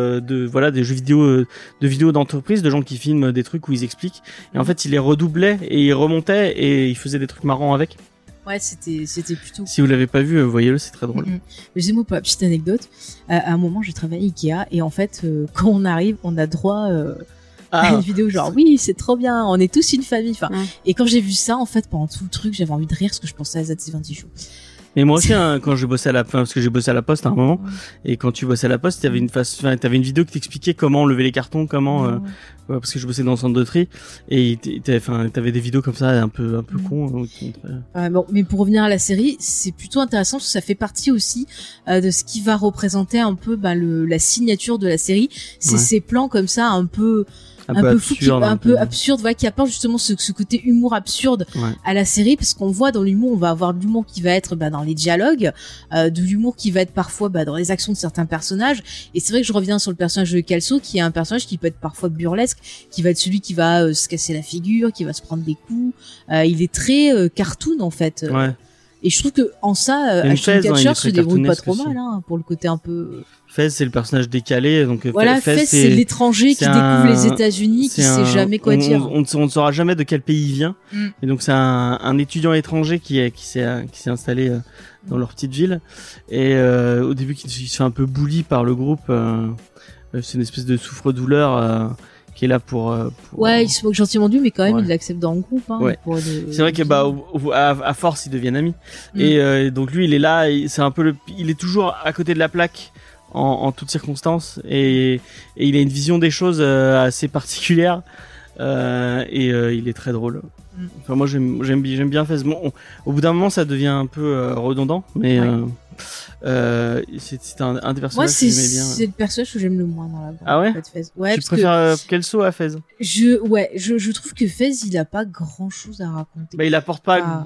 des jeux vidéo, de vidéos d'entreprise, de gens qui filment des trucs où ils expliquent. Et en fait, il les redoublait et il remontait et il faisait des trucs marrants avec. Ouais, c'était plutôt. Si vous l'avez pas vu, voyez-le, c'est très drôle. Excusez-moi pour la petite anecdote. À un moment, j'ai travaillé à Ikea et en fait, quand on arrive, on a droit à une vidéo genre oui, c'est trop bien, on est tous une famille. Enfin, et quand j'ai vu ça, en fait, pendant tout le truc, j'avais envie de rire parce que je pensais à Z20 Show. Mais moi aussi, quand je bossais parce que j'ai bossé à la Poste à un moment, et quand tu bossais à la Poste, t'avais une vidéo qui t'expliquait comment enlever les cartons, parce que je bossais dans le centre de tri, et t'avais des vidéos comme ça, un peu cons. Bon, mais pour revenir à la série, c'est plutôt intéressant parce que ça fait partie aussi de ce qui va représenter un peu la signature de la série. C'est ces plans comme ça, un peu absurde, un peu absurde, qui apporte justement ce côté humour absurde à la série, parce qu'on voit dans l'humour, on va avoir de l'humour qui va être dans les dialogues, de l'humour qui va être parfois dans les actions de certains personnages. Et c'est vrai que je reviens sur le personnage de Kelso, qui est un personnage qui peut être parfois burlesque, qui va être celui qui va se casser la figure, qui va se prendre des coups. Il est très cartoon en fait. Et je trouve que en ça, Ashton Kutcher se débrouille pas trop mal pour le côté un peu. Fez, c'est le personnage décalé, donc Fez, c'est l'étranger qui découvre les États-Unis, qui sait jamais quoi dire. On ne saura jamais de quel pays il vient. Et donc c'est un étudiant étranger qui s'est installé dans leur petite ville. Et au début, il se fait un peu bully par le groupe. C'est une espèce de souffre-douleur. Qui est là pour il se moque gentiment de lui, mais quand même il l'accepte dans le groupe. C'est vrai que à force ils deviennent amis. Et donc lui il est là, c'est un peu il est toujours à côté de la plaque en toutes circonstances, et il a une vision des choses assez particulière, et il est très drôle. Enfin moi j'aime bien Fez. Bon, au bout d'un moment ça devient un peu redondant, mais c'est un des personnages que j'aimais bien. C'est le personnage que j'aime le moins dans la bande. Ah ouais? Ouais, tu préfères Kelso à Fez? Je trouve que Fez, il a pas grand chose à raconter. Il apporte pas,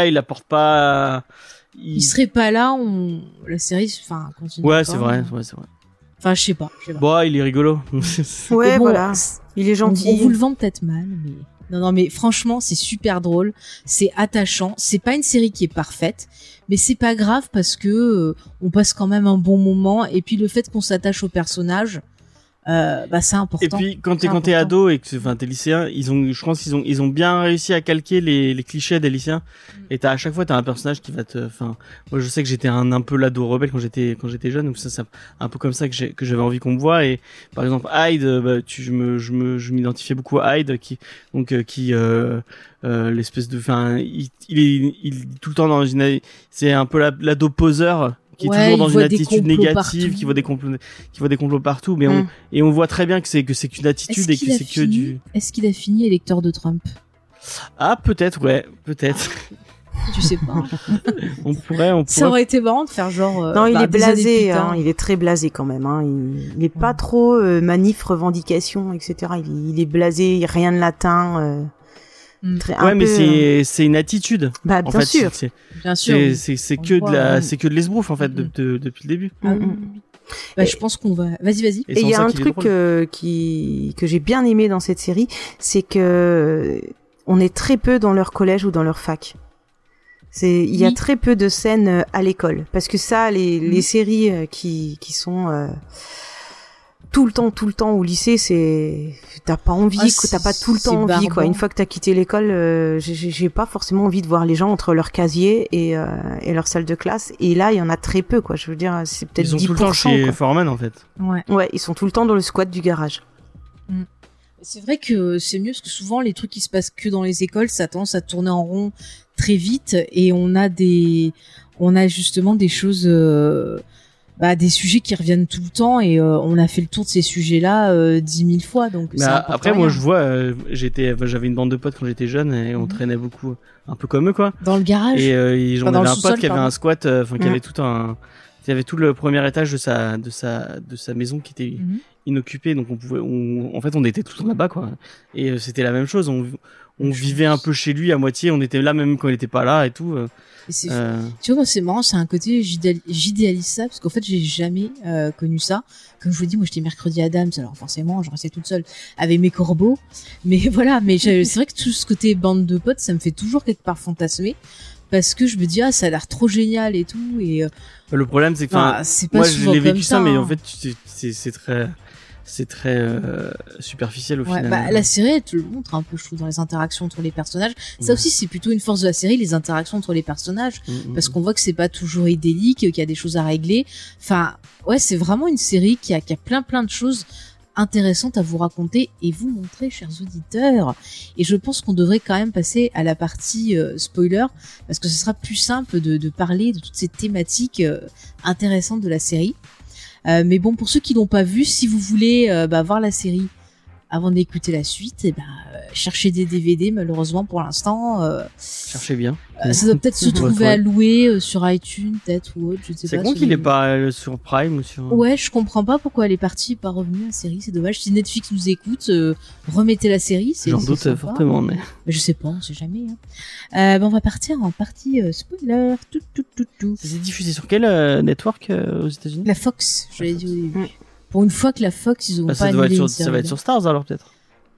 il serait pas là, la série, continue. Ouais, c'est vrai. Enfin, je sais pas. Il est rigolo. Voilà. Il est gentil. On vous le vend peut-être mal, mais. Non, mais franchement, c'est super drôle, c'est attachant, c'est pas une série qui est parfaite, mais c'est pas grave parce que on passe quand même un bon moment, et puis le fait qu'on s'attache aux personnages, c'est important. Et puis quand t'es ado et que t'es lycéen, je pense qu'ils ont bien réussi à calquer les clichés des lycéens. Et à chaque fois t'as un personnage qui va moi je sais que j'étais un peu l'ado rebelle quand j'étais jeune, donc ça c'est un peu comme ça que j'avais envie qu'on me voit. Et par exemple Hyde, je m'identifiais beaucoup à Hyde qui l'espèce de il est tout le temps dans c'est un peu l'ado poseur qui est toujours dans une attitude négative, qui voit des complots partout, mais on voit très bien que c'est qu'une attitude et que c'est que du. Est-ce qu'il a fini électeur de Trump? Ah, peut-être. Tu sais pas. on pourrait. Ça aurait été marrant de faire genre. Non, il est blasé, il est très blasé quand même, il est pas trop manif, revendication, etc. Il est blasé, rien ne l'atteint. Mais c'est une attitude. Bien sûr. Bien sûr. C'est que de l'esbrouf en fait depuis le début. Je pense qu'on va. Vas-y. Et il y a un truc que j'ai bien aimé dans cette série, c'est que on est très peu dans leur collège ou dans leur fac. Il y a très peu de scènes à l'école, parce que ça, les séries qui sont tout le temps au lycée, t'as pas envie, t'as pas tout le temps envie, quoi. Une fois que t'as quitté l'école, j'ai pas forcément envie de voir les gens entre leur casier et leur salle de classe. Et là, il y en a très peu, quoi. Je veux dire, c'est peut-être 10%. Ils sont tout le temps chez Foreman, en fait. Ouais, ils sont tout le temps dans le squat du garage. C'est vrai que c'est mieux, parce que souvent, les trucs qui se passent que dans les écoles, ça a tendance à tourner en rond très vite, et on a justement des choses, des sujets qui reviennent tout le temps, et on a fait le tour de ces sujets-là 10 000 fois, donc après moi je vois, j'avais une bande de potes quand j'étais jeune, et on traînait beaucoup, un peu comme eux, quoi, dans le garage, et j'en avais un pote qui avait un squat, qui avait il y avait tout le premier étage de sa maison qui était inoccupé, donc en fait on était tout le temps là-bas, quoi, et c'était la même chose, on vivait un peu chez lui à moitié, on était là même quand il était pas là et tout. Tu vois, moi c'est marrant, c'est un côté, j'idéalise ça, parce qu'en fait j'ai jamais connu ça. Comme je vous dis, moi j'étais Mercredi Adams, alors forcément je restais toute seule avec mes corbeaux, mais voilà, mais c'est vrai que tout ce côté bande de potes, ça me fait toujours quelque part fantasmer, parce que je me dis ça a l'air trop génial et tout, et le problème c'est que c'est pas moi souvent je l'ai vécu ça, mais en fait c'est très c'est très superficiel au final. Bah, la série, elle te le montre un peu, je trouve, dans les interactions entre les personnages. Ça aussi, c'est plutôt une force de la série, les interactions entre les personnages, parce qu'on voit que c'est pas toujours idyllique, qu'il y a des choses à régler. Enfin, ouais, c'est vraiment une série qui a plein de choses intéressantes à vous raconter et vous montrer, chers auditeurs. Et je pense qu'on devrait quand même passer à la partie spoiler, parce que ce sera plus simple de parler de toutes ces thématiques intéressantes de la série. Mais bon, pour ceux qui l'ont pas vu, si vous voulez voir la série avant d'écouter la suite, cherchez des DVD. Malheureusement, pour l'instant, cherchez bien. Ça doit peut-être se trouver à louer sur iTunes, peut-être ou autre. Je sais pas. C'est con qu'il est pas sur Prime ou sur. Ouais, je comprends pas pourquoi elle est partie et pas revenue la série. C'est dommage. Si Netflix nous écoute, remettez la série. J'en doute sympa, fortement, mais je sais pas, on sait jamais. On va partir en partie spoiler. Tout. C'est diffusé sur quel network aux États-Unis? La Fox. Je l'ai dit au début. Pour une fois que la Fox, ils ont pas annulé une série. Ça va être sur Stars alors peut-être.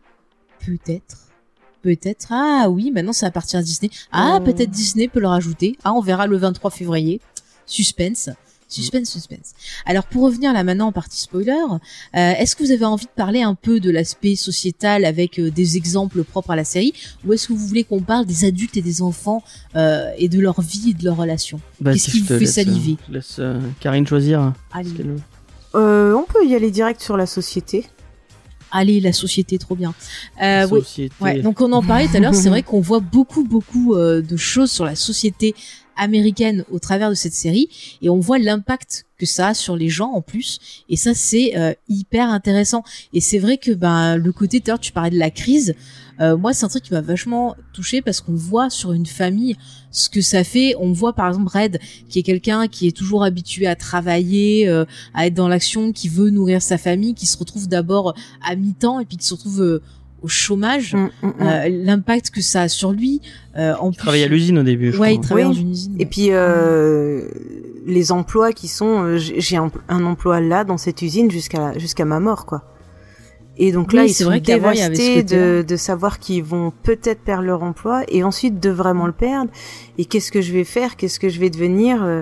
Peut-être. Ah oui, maintenant ça appartient à Disney. Ah, peut-être Disney peut le rajouter. Ah, on verra le 23 février. Suspense. Alors pour revenir là maintenant en partie spoiler, est-ce que vous avez envie de parler un peu de l'aspect sociétal avec des exemples propres à la série, ou est-ce que vous voulez qu'on parle des adultes et des enfants et de leur vie et de leurs relations? Qu'est-ce qui vous fait saliver? Je laisse Karine choisir. Allez. On peut y aller direct sur la société. Allez, la société, trop bien. Société. Ouais, donc on en parlait tout à l'heure, c'est vrai qu'on voit beaucoup de choses sur la société américaine au travers de cette série, et on voit l'impact que ça a sur les gens en plus, et ça c'est hyper intéressant. Et c'est vrai que le côté, tout à l'heure tu parlais de la crise, moi c'est un truc qui m'a vachement touchée, parce qu'on voit sur une famille ce que ça fait. On voit par exemple Red, qui est quelqu'un qui est toujours habitué à travailler, à être dans l'action, qui veut nourrir sa famille, qui se retrouve d'abord à mi-temps et puis qui se retrouve au chômage, l'impact que ça a sur lui. Il travaillait à l'usine au début. Ouais, il travaillait dans une usine. Et puis les emplois qui sont, j'ai un emploi là dans cette usine jusqu'à ma mort, quoi. Et donc là, ils sont dévastés de savoir qu'ils vont peut-être perdre leur emploi et ensuite de vraiment le perdre. Et qu'est-ce que je vais faire? Qu'est-ce que je vais devenir?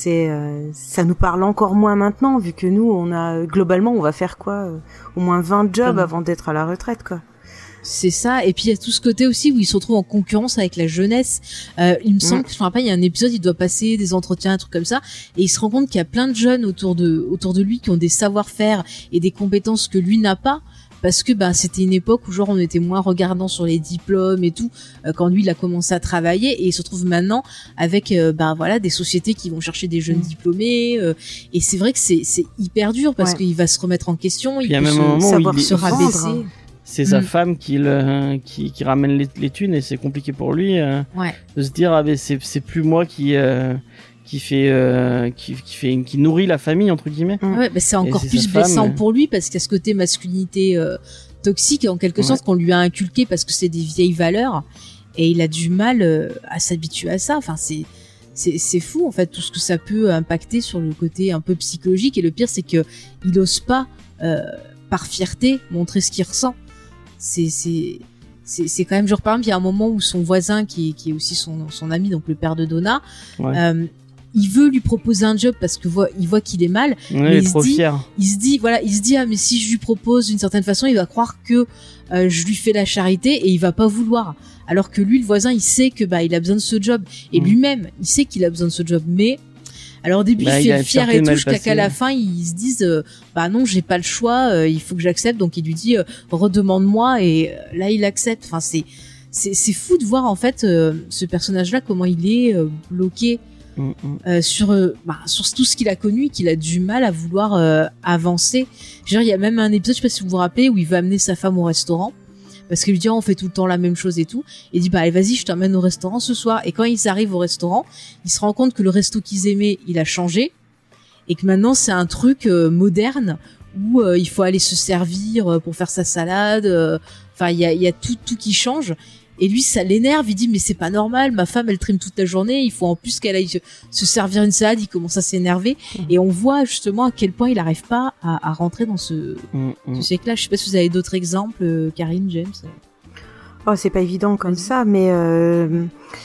Ça nous parle encore moins maintenant, vu que nous, globalement, on va faire quoi? Au moins 20 jobs avant d'être à la retraite, quoi. C'est ça. Et puis il y a tout ce côté aussi où il se retrouve en concurrence avec la jeunesse. Il me semble que, je me rappelle, il y a un épisode, il doit passer des entretiens, un truc comme ça, et il se rend compte qu'il y a plein de jeunes autour de lui qui ont des savoir-faire et des compétences que lui n'a pas. Parce que c'était une époque où genre on était moins regardant sur les diplômes et tout, quand lui il a commencé à travailler, et il se retrouve maintenant avec des sociétés qui vont chercher des jeunes diplômés, et c'est vrai que c'est hyper dur, parce qu'il va se remettre en question, il peut savoir se rabaisser. C'est sa femme qui ramène les thunes, et c'est compliqué pour lui de se dire c'est plus moi qui nourrit la famille, entre guillemets. Ouais, c'est encore plus blessant pour lui, parce qu'il y a ce côté masculinité toxique en quelque sorte qu'on lui a inculqué, parce que c'est des vieilles valeurs, et il a du mal à s'habituer à ça. Enfin, c'est fou en fait, tout ce que ça peut impacter sur le côté un peu psychologique. Et le pire, c'est que il ose pas par fierté montrer ce qu'il ressent. C'est quand même genre, par exemple, il y a un moment où son voisin qui est aussi son ami, donc le père de Donna, il veut lui proposer un job parce que il voit qu'il est mal, mais il se dit ah, mais si je lui propose d'une certaine façon, il va croire que je lui fais la charité et il va pas vouloir. Alors que lui, le voisin, il sait que il a besoin de ce job, et lui-même, il sait qu'il a besoin de ce job, mais alors au début il fait le fier et tout, jusqu'à qu'à la fin ils se disent non, j'ai pas le choix, il faut que j'accepte. Donc il lui dit redemande-moi, et là il accepte. Enfin c'est fou de voir en fait ce personnage là, comment il est bloqué sur tout ce qu'il a connu, et qu'il a du mal à vouloir avancer. Genre il y a même un épisode, je sais pas si vous vous rappelez, où il va amener sa femme au restaurant, parce qu'il lui dit on fait tout le temps la même chose et tout, et il dit allez, vas-y, je t'emmène au restaurant ce soir. Et quand ils arrivent au restaurant, il se rend compte que le resto qu'ils aimaient, il a changé, et que maintenant c'est un truc moderne où il faut aller se servir pour faire sa salade. Enfin il y a tout qui change. Et lui, ça l'énerve, il dit mais c'est pas normal, ma femme elle trime toute la journée, il faut en plus qu'elle aille se servir une salade. Il commence à s'énerver, et on voit justement à quel point il arrive pas à rentrer dans ce siècle-là. Je sais pas si vous avez d'autres exemples, Karine, James. Oh, c'est pas évident comme ça, mais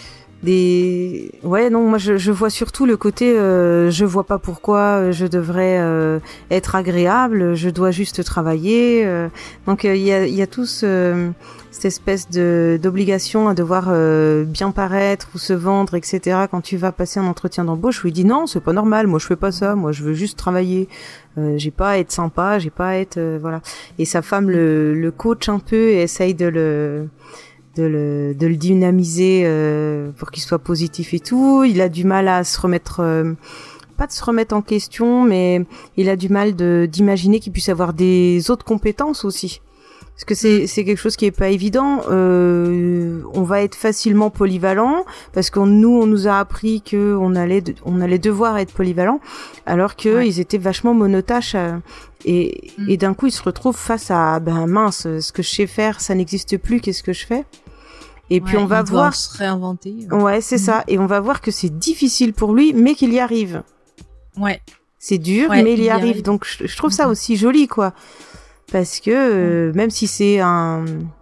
Ouais, non, moi je vois surtout le côté je vois pas pourquoi je devrais être agréable, je dois juste travailler. Donc il y a tout cette espèce d'obligation à devoir bien paraître ou se vendre, etc. Quand tu vas passer un entretien d'embauche, où il dit non, c'est pas normal, moi je fais pas ça, moi je veux juste travailler. J'ai pas à être sympa, j'ai pas à être voilà. Et sa femme le coach un peu et essaye de le dynamiser pour qu'il soit positif et tout. Il a du mal à se remettre pas de se remettre en question, mais il a du mal d'imaginer qu'il puisse avoir des autres compétences aussi. Parce que c'est quelque chose qui est pas évident. On va être facilement polyvalent parce qu'on nous a appris que on allait devoir être polyvalent, alors que ils étaient vachement monotâches. Et d'un coup, il se retrouve face à mince, ce que je sais faire, ça n'existe plus. Qu'est-ce que je fais? Et puis on va voir se réinventer. Ouais, c'est ça. Et on va voir que c'est difficile pour lui, mais qu'il y arrive. Ouais. C'est dur, mais il y arrive. Donc je trouve ça aussi joli, quoi. Parce que même si c'est un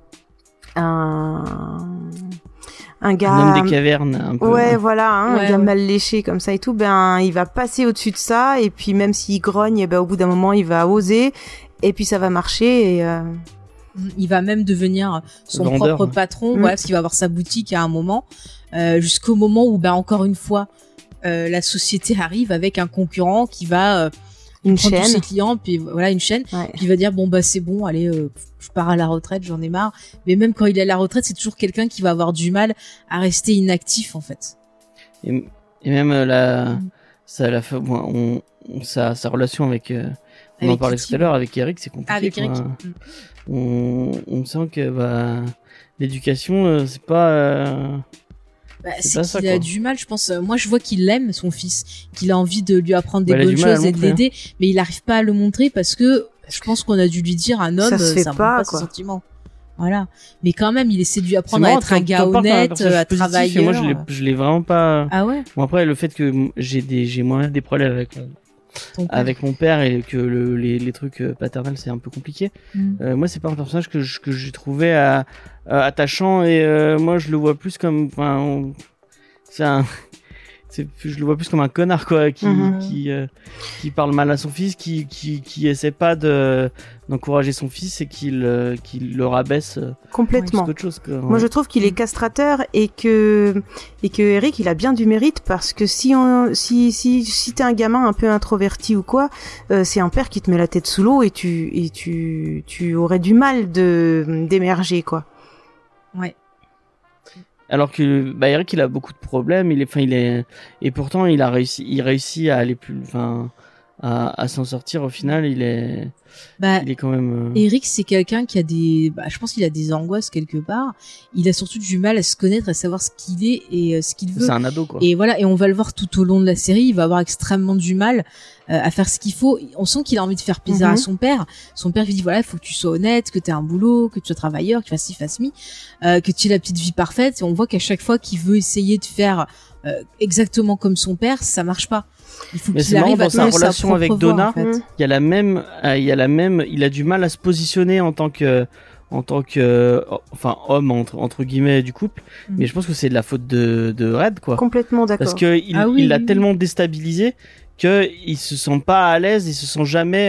gars, un homme des cavernes, un peu. Ouais, voilà, un gars mal léché comme ça et tout, il va passer au-dessus de ça, et puis même s'il grogne, au bout d'un moment, il va oser, et puis ça va marcher. Et il va même devenir son propre patron, parce qu'il va avoir sa boutique à un moment, jusqu'au moment où, encore une fois, la société arrive avec un concurrent qui va une prendre chaîne, tous ses clients, puis voilà, une chaîne, puis il va dire c'est bon, allez, je pars à la retraite, j'en ai marre. Mais même quand il est à la retraite, c'est toujours quelqu'un qui va avoir du mal à rester inactif en fait. Et même sa relation avec on en parlait tout à l'heure avec Eric, c'est compliqué. Avec Eric. On sent que l'éducation c'est pas c'est qu'il a du mal, je pense. Moi, je vois qu'il aime son fils, qu'il a envie de lui apprendre des bonnes choses et de l'aider, mais il n'arrive pas à le montrer parce que je pense qu'on a dû lui dire un homme, ça montre pas ses sentiments. Voilà. Mais quand même, il essaie de lui apprendre à être un gars honnête, à travailler. Moi, je l'ai vraiment pas. Ah ouais. Bon, après, le fait que j'ai moi des problèmes avec mon père et que les trucs paternels, c'est un peu compliqué. Moi, c'est pas un personnage que j'ai trouvé attachant, et moi je le vois plus comme je le vois plus comme un connard, quoi, qui parle mal à son fils, qui essaie pas d'encourager son fils, et qui le rabaisse complètement. Autre chose, quoi. Moi je trouve qu'il est castrateur, et que Eric, il a bien du mérite, parce que si t'es un gamin un peu introverti ou quoi, c'est un père qui te met la tête sous l'eau, et tu aurais du mal d'émerger, quoi. Ouais. Alors que Eric, il a beaucoup de problèmes, et pourtant il réussit à aller plus, à s'en sortir au final. Il est quand même. Eric, c'est quelqu'un qui a je pense qu'il a des angoisses quelque part. Il a surtout du mal à se connaître, à savoir ce qu'il est et ce qu'il veut. C'est un ado, quoi. Et voilà, et on va le voir tout au long de la série. Il va avoir extrêmement du mal à faire ce qu'il faut. On sent qu'il a envie de faire plaisir à son père. Son père lui dit il faut que tu sois honnête, que tu aies un boulot, que tu sois travailleur, que tu fasses ci, fasse mi, que tu aies la petite vie parfaite. Et on voit qu'à chaque fois qu'il veut essayer de faire exactement comme son père, ça marche pas. Il faut qu'il arrive à sa relation avec Donna. En fait. Il a du mal à se positionner en tant que homme entre guillemets du couple, mais je pense que c'est de la faute de Red, quoi. Complètement d'accord. Parce que il l'a tellement déstabilisé que il se sent pas à l'aise, il se sent jamais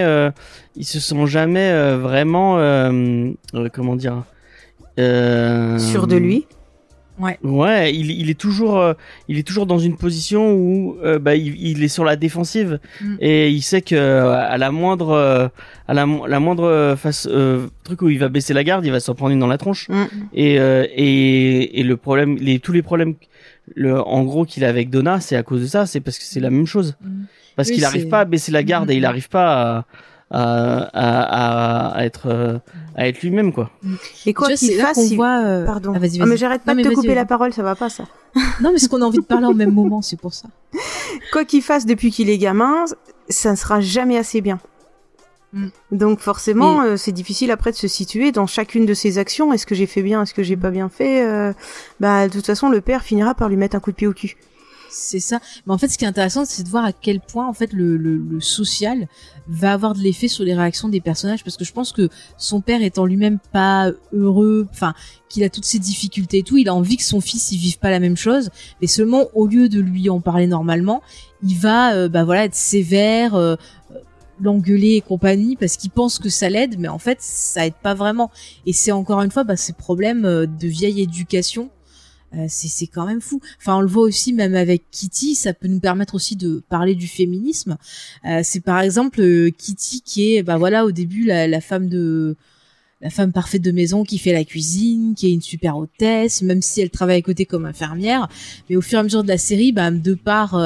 vraiment comment dire sûr de lui. Ouais, il est toujours dans une position où il est sur la défensive, et il sait que à la moindre truc où il va baisser la garde, il va s'en prendre une dans la tronche. Et le problème, tous les problèmes en gros qu'il a avec Donna, c'est à cause de ça, c'est parce que c'est la même chose. Parce qu'il arrive pas à baisser la garde, et il arrive pas à être lui-même, quoi. Et quoi qu'il fasse, pardon. Vas-y. Mais j'arrête pas de te couper la parole, ça va pas, ça. Non, mais c'est qu'on a envie de parler en même moment, c'est pour ça. Quoi qu'il fasse depuis qu'il est gamin, ça ne sera jamais assez bien. Donc forcément, c'est difficile après de se situer dans chacune de ses actions. Est-ce que j'ai fait bien, est-ce que j'ai pas bien fait? De toute façon, le père finira par lui mettre un coup de pied au cul. C'est ça. Mais en fait, ce qui est intéressant, c'est de voir à quel point, en fait, le social va avoir de l'effet sur les réactions des personnages, parce que je pense que son père étant lui-même pas heureux, enfin, qu'il a toutes ses difficultés et tout, il a envie que son fils il vive pas la même chose, mais seulement au lieu de lui en parler normalement, il va, être sévère, l'engueuler et compagnie, parce qu'il pense que ça l'aide, mais en fait, ça aide pas vraiment. Et c'est encore une fois, ces problèmes de vieille éducation. C'est quand même fou. Enfin, on le voit aussi même avec Kitty, ça peut nous permettre aussi de parler du féminisme. C'est par exemple Kitty qui est au début la femme parfaite de maison qui fait la cuisine, qui est une super hôtesse, même si elle travaille à côté comme infirmière, mais au fur et à mesure de la série, de par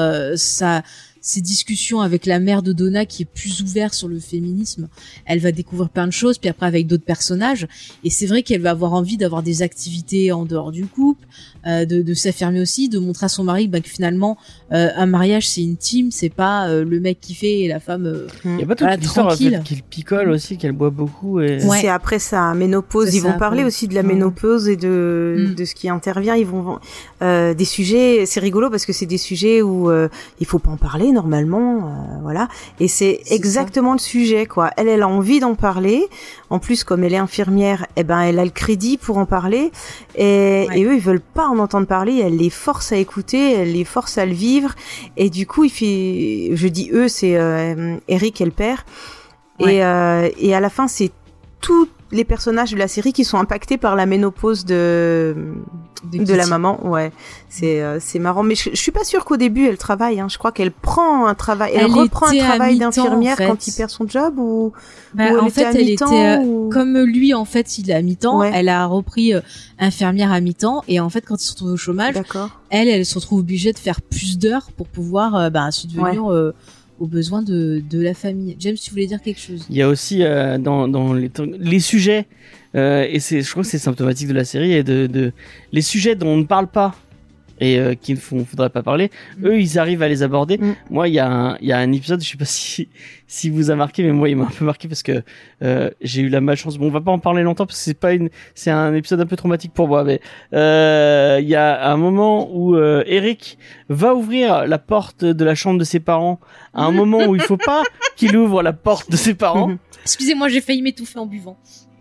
ses discussions avec la mère de Donna qui est plus ouverte sur le féminisme, elle va découvrir plein de choses, puis après avec d'autres personnages, et c'est vrai qu'elle va avoir envie d'avoir des activités en dehors du couple, de s'affirmer aussi, de montrer à son mari que finalement un mariage c'est une team, c'est pas le mec qui fait et la femme il y a pas toute l'histoire qu'il picole aussi, qu'elle boit beaucoup et... Ouais. C'est après sa ménopause, ils vont parler aussi de la ménopause et de ce qui intervient, ils vont des sujets, c'est rigolo parce que c'est des sujets où il faut pas en parler normalement, voilà, et c'est exactement le sujet, quoi. Elle a envie d'en parler, en plus comme elle est infirmière, elle a le crédit pour en parler, et eux ils veulent pas en entendre parler, elle les force à écouter, elle les force à le vivre, et du coup je dis eux, c'est Eric et le père, et à la fin c'est tous les personnages de la série qui sont impactés par la ménopause de la maman. Ouais, c'est marrant, mais je suis pas sûre qu'au début elle travaille, je crois qu'elle prend un travail, elle reprend un travail d'infirmière quand il perd son job, ou en fait elle était comme lui, en fait il est à mi-temps, elle a repris infirmière à mi-temps, et en fait quand il se retrouve au chômage, elle se retrouve obligée de faire plus d'heures pour pouvoir subvenir aux besoins de la famille. James, tu voulais dire quelque chose? Il y a aussi dans les sujets, et je crois que c'est symptomatique de la série, et de les sujets dont on ne parle pas et qu'il ne faudrait pas parler, eux ils arrivent à les aborder. Moi il y a un épisode, je sais pas si vous a marqué, mais moi il m'a un peu marqué parce que j'ai eu la malchance, on va pas en parler longtemps parce que c'est un épisode un peu traumatique pour moi, mais il y a un moment où Eric va ouvrir la porte de la chambre de ses parents à un moment où il faut pas qu'il ouvre la porte de ses parents. Excusez-moi, j'ai failli m'étouffer en buvant.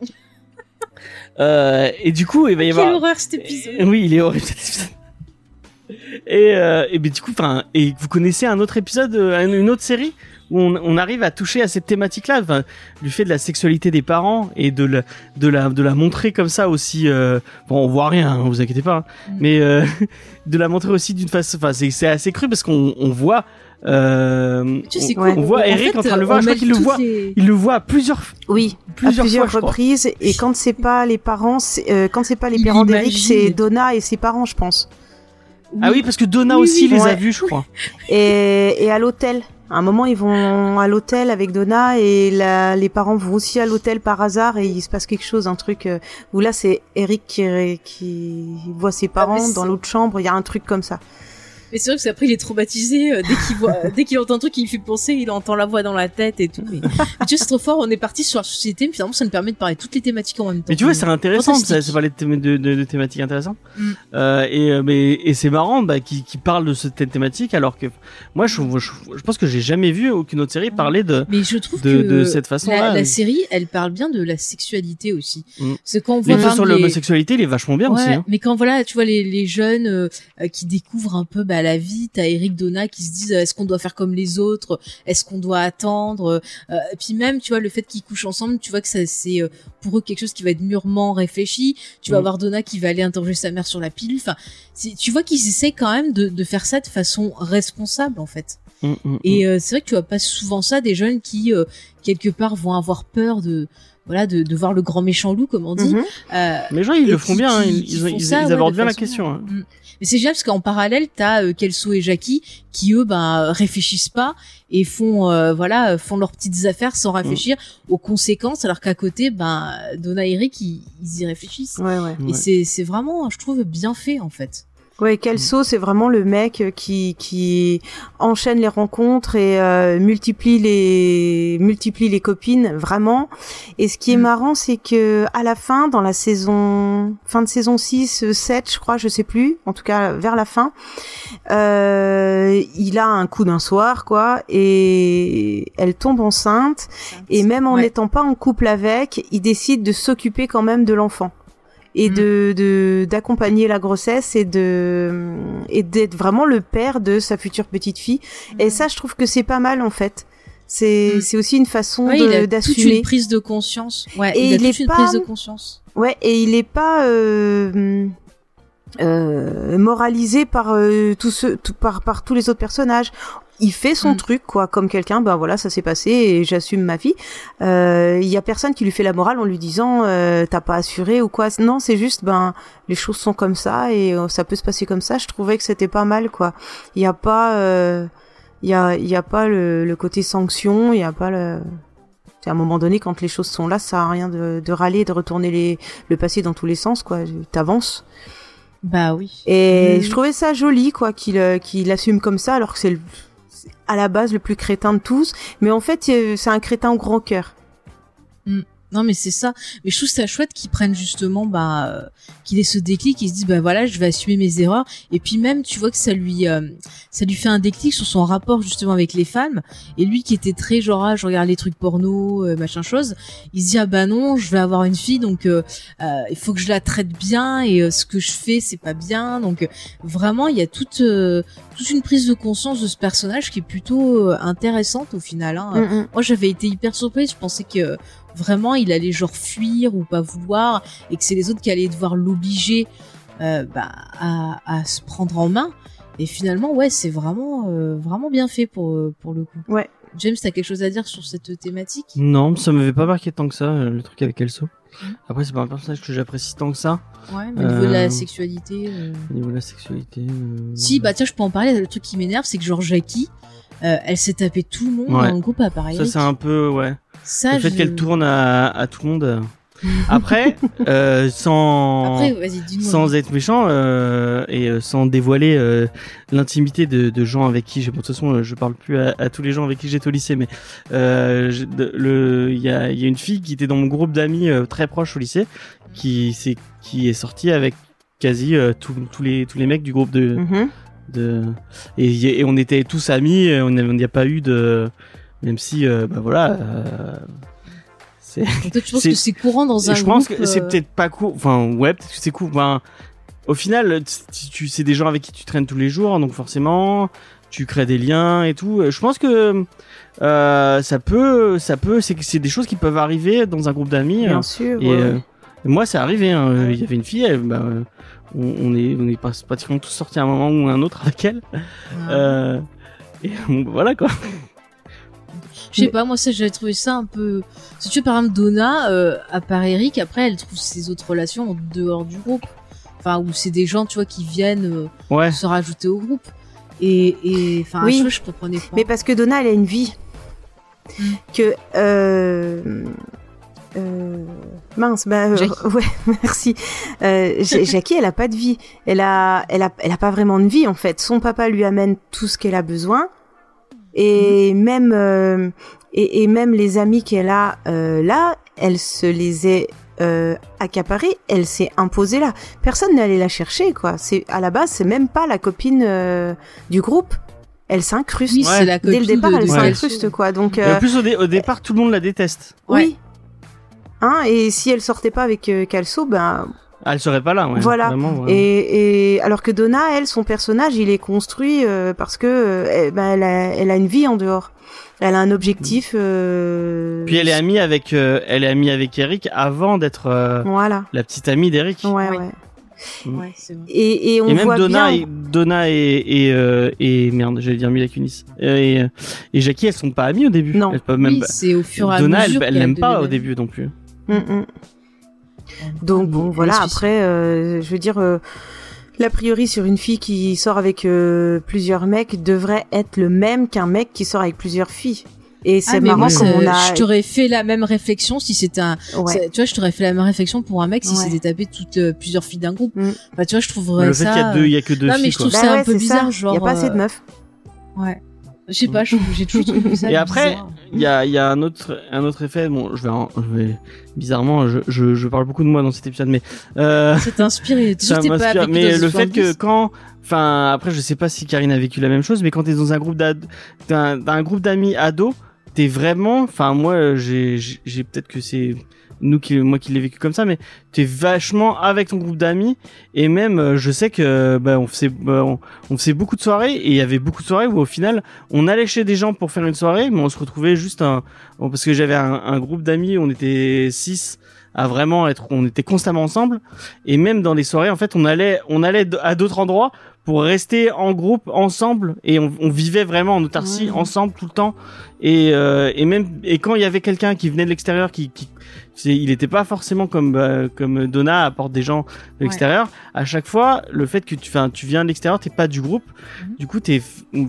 Et du coup il va y avoir... Quelle horreur cet épisode. Oui, il est horrible cet épisode. Et du coup, et vous connaissez un autre épisode, une autre série où on arrive à toucher à cette thématique-là, du fait de la sexualité des parents et de la montrer comme ça aussi. On voit rien, vous inquiétez pas, mais de la montrer aussi d'une façon. C'est assez cru parce qu'on voit. On voit Eric en train de le voir. Je crois qu'il le voit. Il le voit à plusieurs. Oui, plusieurs reprises. Et quand c'est pas les parents, quand c'est pas les parents d'Eric, c'est Donna et ses parents, je pense. Ah oui, parce que Donna aussi les a vus, je crois. Et à l'hôtel. À un moment, ils vont à l'hôtel avec Donna, et les parents vont aussi à l'hôtel par hasard, et il se passe quelque chose, un truc où là c'est Eric qui voit ses parents dans l'autre chambre. Il y a un truc comme ça. Mais c'est vrai que après il est traumatisé dès qu'il entend un truc qui lui fait penser, il entend la voix dans la tête et tout. Mais tu sais, c'est trop fort. On est parti sur la société, mais finalement ça nous permet de parler de toutes les thématiques en même temps. Mais tu vois, c'est intéressant. Ça parler de thématiques intéressantes. Et c'est marrant qu'il parle de cette thématique, alors que moi je pense que j'ai jamais vu aucune autre série parler de. Mais je trouve de cette façon-là. La série, elle parle bien de la sexualité aussi. C'est quand on voit l'effet sur l'homosexualité, il est vachement bien aussi. Mais quand tu vois les jeunes qui découvrent un peu la vie, t'as Eric, Donna qui se disent est-ce qu'on doit faire comme les autres, est-ce qu'on doit attendre, et puis même tu vois le fait qu'ils couchent ensemble, tu vois que ça c'est pour eux quelque chose qui va être mûrement réfléchi. Tu vas voir Donna qui va aller interroger sa mère sur la pilule, tu vois qu'ils essaient quand même de faire ça de façon responsable en fait. Et c'est vrai que tu vois pas souvent ça, des jeunes qui quelque part vont avoir peur de voir le grand méchant loup, comme on dit. Les gens, ils le font bien, ils abordent bien la question. Mais c'est génial parce qu'en parallèle, t'as Kelso et Jackie qui eux, réfléchissent pas et font leurs petites affaires sans réfléchir aux conséquences, alors qu'à côté, Donna et Eric, ils y réfléchissent. Et c'est vraiment, je trouve, bien fait en fait. Ouais, Kelso, c'est vraiment le mec qui enchaîne les rencontres et multiplie les copines, vraiment. Et ce qui est marrant, c'est que à la fin, dans la fin de saison 6, 7, je crois, je sais plus, en tout cas vers la fin, il a un coup d'un soir, quoi, et elle tombe enceinte, et même en n'étant pas en couple avec, il décide de s'occuper quand même de l'enfant. Et d'accompagner la grossesse et d'être vraiment le père de sa future petite fille. Et ça, je trouve que c'est pas mal, en fait. C'est aussi une façon d'assumer. Il a toute une prise de conscience. Ouais, et il a toute une prise de conscience. Ouais, et il est pas moralisé par par tous les autres personnages. Il fait son truc, quoi, comme quelqu'un, ben voilà, ça s'est passé et j'assume ma vie. Il y a personne qui lui fait la morale en lui disant t'as pas assuré ou quoi. Non, c'est juste les choses sont comme ça et ça peut se passer comme ça. Je trouvais que c'était pas mal, quoi. Il y a pas le côté sanction, il y a pas le à un moment donné, quand les choses sont là, ça sert à rien de râler, de retourner le passé dans tous les sens, quoi. T'avances. Bah oui. Et je trouvais ça joli, quoi, qu'il assume comme ça, alors que c'est à la base le plus crétin de tous, mais en fait c'est un crétin au grand cœur. Non mais c'est ça, mais je trouve ça chouette qu'ils prennent justement qu'il ait ce déclic, il se dit voilà, je vais assumer mes erreurs, et puis même tu vois que ça lui fait un déclic sur son rapport justement avec les femmes, et lui qui était très genre je regarde les trucs porno machin chose, il se dit non, je vais avoir une fille, donc il faut que je la traite bien, et ce que je fais c'est pas bien, donc vraiment il y a toute une prise de conscience de ce personnage qui est plutôt intéressante au final, hein. Moi j'avais été hyper surprise, je pensais que vraiment il allait genre fuir ou pas vouloir et que c'est les autres qui allaient devoir l'obliger à se prendre en main, et finalement c'est vraiment bien fait pour le coup. Ouais. James, t'as quelque chose à dire sur cette thématique? Non, ça m'avait pas marqué tant que ça, le truc avec Kelso. Après c'est pas un personnage que j'apprécie tant que ça. Ouais, mais au niveau de la sexualité Au niveau de la sexualité si, tiens, je peux en parler. Le truc qui m'énerve, c'est que genre Jackie, elle s'est tapé tout le monde dans le groupe à part Eric. Ça c'est un peu ça, le fait qu'elle tourne à tout le monde. Après, sans être méchant et sans dévoiler l'intimité de gens avec qui de toute façon je parle plus à tous les gens avec qui j'étais au lycée, mais il y a une fille qui était dans mon groupe d'amis très proche au lycée qui est sortie avec quasi tous les mecs du groupe et on était tous amis, on n'y a pas eu de, même si peut-être je pense que c'est courant dans un groupe. Je pense que c'est peut-être pas court. Enfin, peut-être que c'est court. Au final, c'est des gens avec qui tu traînes tous les jours, donc forcément, tu crées des liens et tout. Je pense que ça peut, c'est des choses qui peuvent arriver dans un groupe d'amis. Bien sûr. Et moi, c'est arrivé. Il y avait une fille. On est pratiquement tous sortis à un moment ou un autre avec elle. Et voilà quoi. Je sais pas, moi j'avais trouvé ça un peu. Si tu veux, par exemple, Donna, à part Eric, après elle trouve ses autres relations en dehors du groupe. Enfin, où c'est des gens, tu vois, qui viennent se rajouter au groupe. Et enfin, je comprenais pas. Mais parce que Donna, elle a une vie. Que mince, ouais, merci. Jackie, elle a pas de vie. Elle a pas vraiment de vie en fait. Son papa lui amène tout ce qu'elle a besoin. Et même les amis qu'elle a là, elle se les est accaparés, elle s'est imposée là. Personne n'est allé la chercher, quoi. C'est à la base, c'est même pas la copine du groupe. Elle s'incruste. Oui, c'est la copine dès le départ, elle s'incruste, quoi. Donc en plus au départ, tout le monde la déteste. Oui. Et si elle sortait pas avec Kelso, elle serait pas là, voilà. Vraiment, et alors que Donna, elle, son personnage, il est construit parce que elle a une vie en dehors. Elle a un objectif. Puis elle est amie avec Eric avant d'être la petite amie d'Eric. Ouais. Ouais, c'est vrai. Et on même voit Donna et merde, j'allais dire Mila Kunis et Jackie, elles sont pas amies au début. Non. C'est au fur et à Donna, mesure. elle l'aime pas au début non plus. Donc bon, voilà. Après, je veux dire, l'a priori sur une fille qui sort avec plusieurs mecs devrait être le même qu'un mec qui sort avec plusieurs filles. Et c'est marrant moi, comme on a... je t'aurais fait la même réflexion si c'était un, tu vois, je t'aurais fait la même réflexion pour un mec si c'était tapé plusieurs filles d'un groupe. Enfin, tu vois, je trouverais ça. Le fait qu'il y a que deux filles. Non, mais je trouve ça un peu bizarre, genre. Il y a pas assez de meufs. Ouais. Je sais pas, j'ai toujours trouvé ça. Et après, il y a un autre effet. Bon, je vais bizarrement, je parle beaucoup de moi dans cet épisode, mais ça t'inspire. Ça m'inspire. Mais le fait que enfin, après, je sais pas si Karine a vécu la même chose, mais quand t'es dans un groupe groupe d'amis ados, t'es vraiment, enfin, moi, j'ai peut-être que c'est moi qui l'ai vécu comme ça, mais t'es vachement avec ton groupe d'amis, et même je sais que on faisait beaucoup de soirées, et il y avait beaucoup de soirées où au final on allait chez des gens pour faire une soirée, mais on se retrouvait juste parce que j'avais un groupe d'amis, on était 6 à vraiment on était constamment ensemble, et même dans les soirées en fait on allait à d'autres endroits pour rester en groupe ensemble, et on vivait vraiment en autarcie ensemble tout le temps, et quand il y avait quelqu'un qui venait de l'extérieur il était pas forcément comme Donna apporte des gens de l'extérieur. À chaque fois, le fait que tu viens de l'extérieur, t'es pas du groupe. Du coup, tu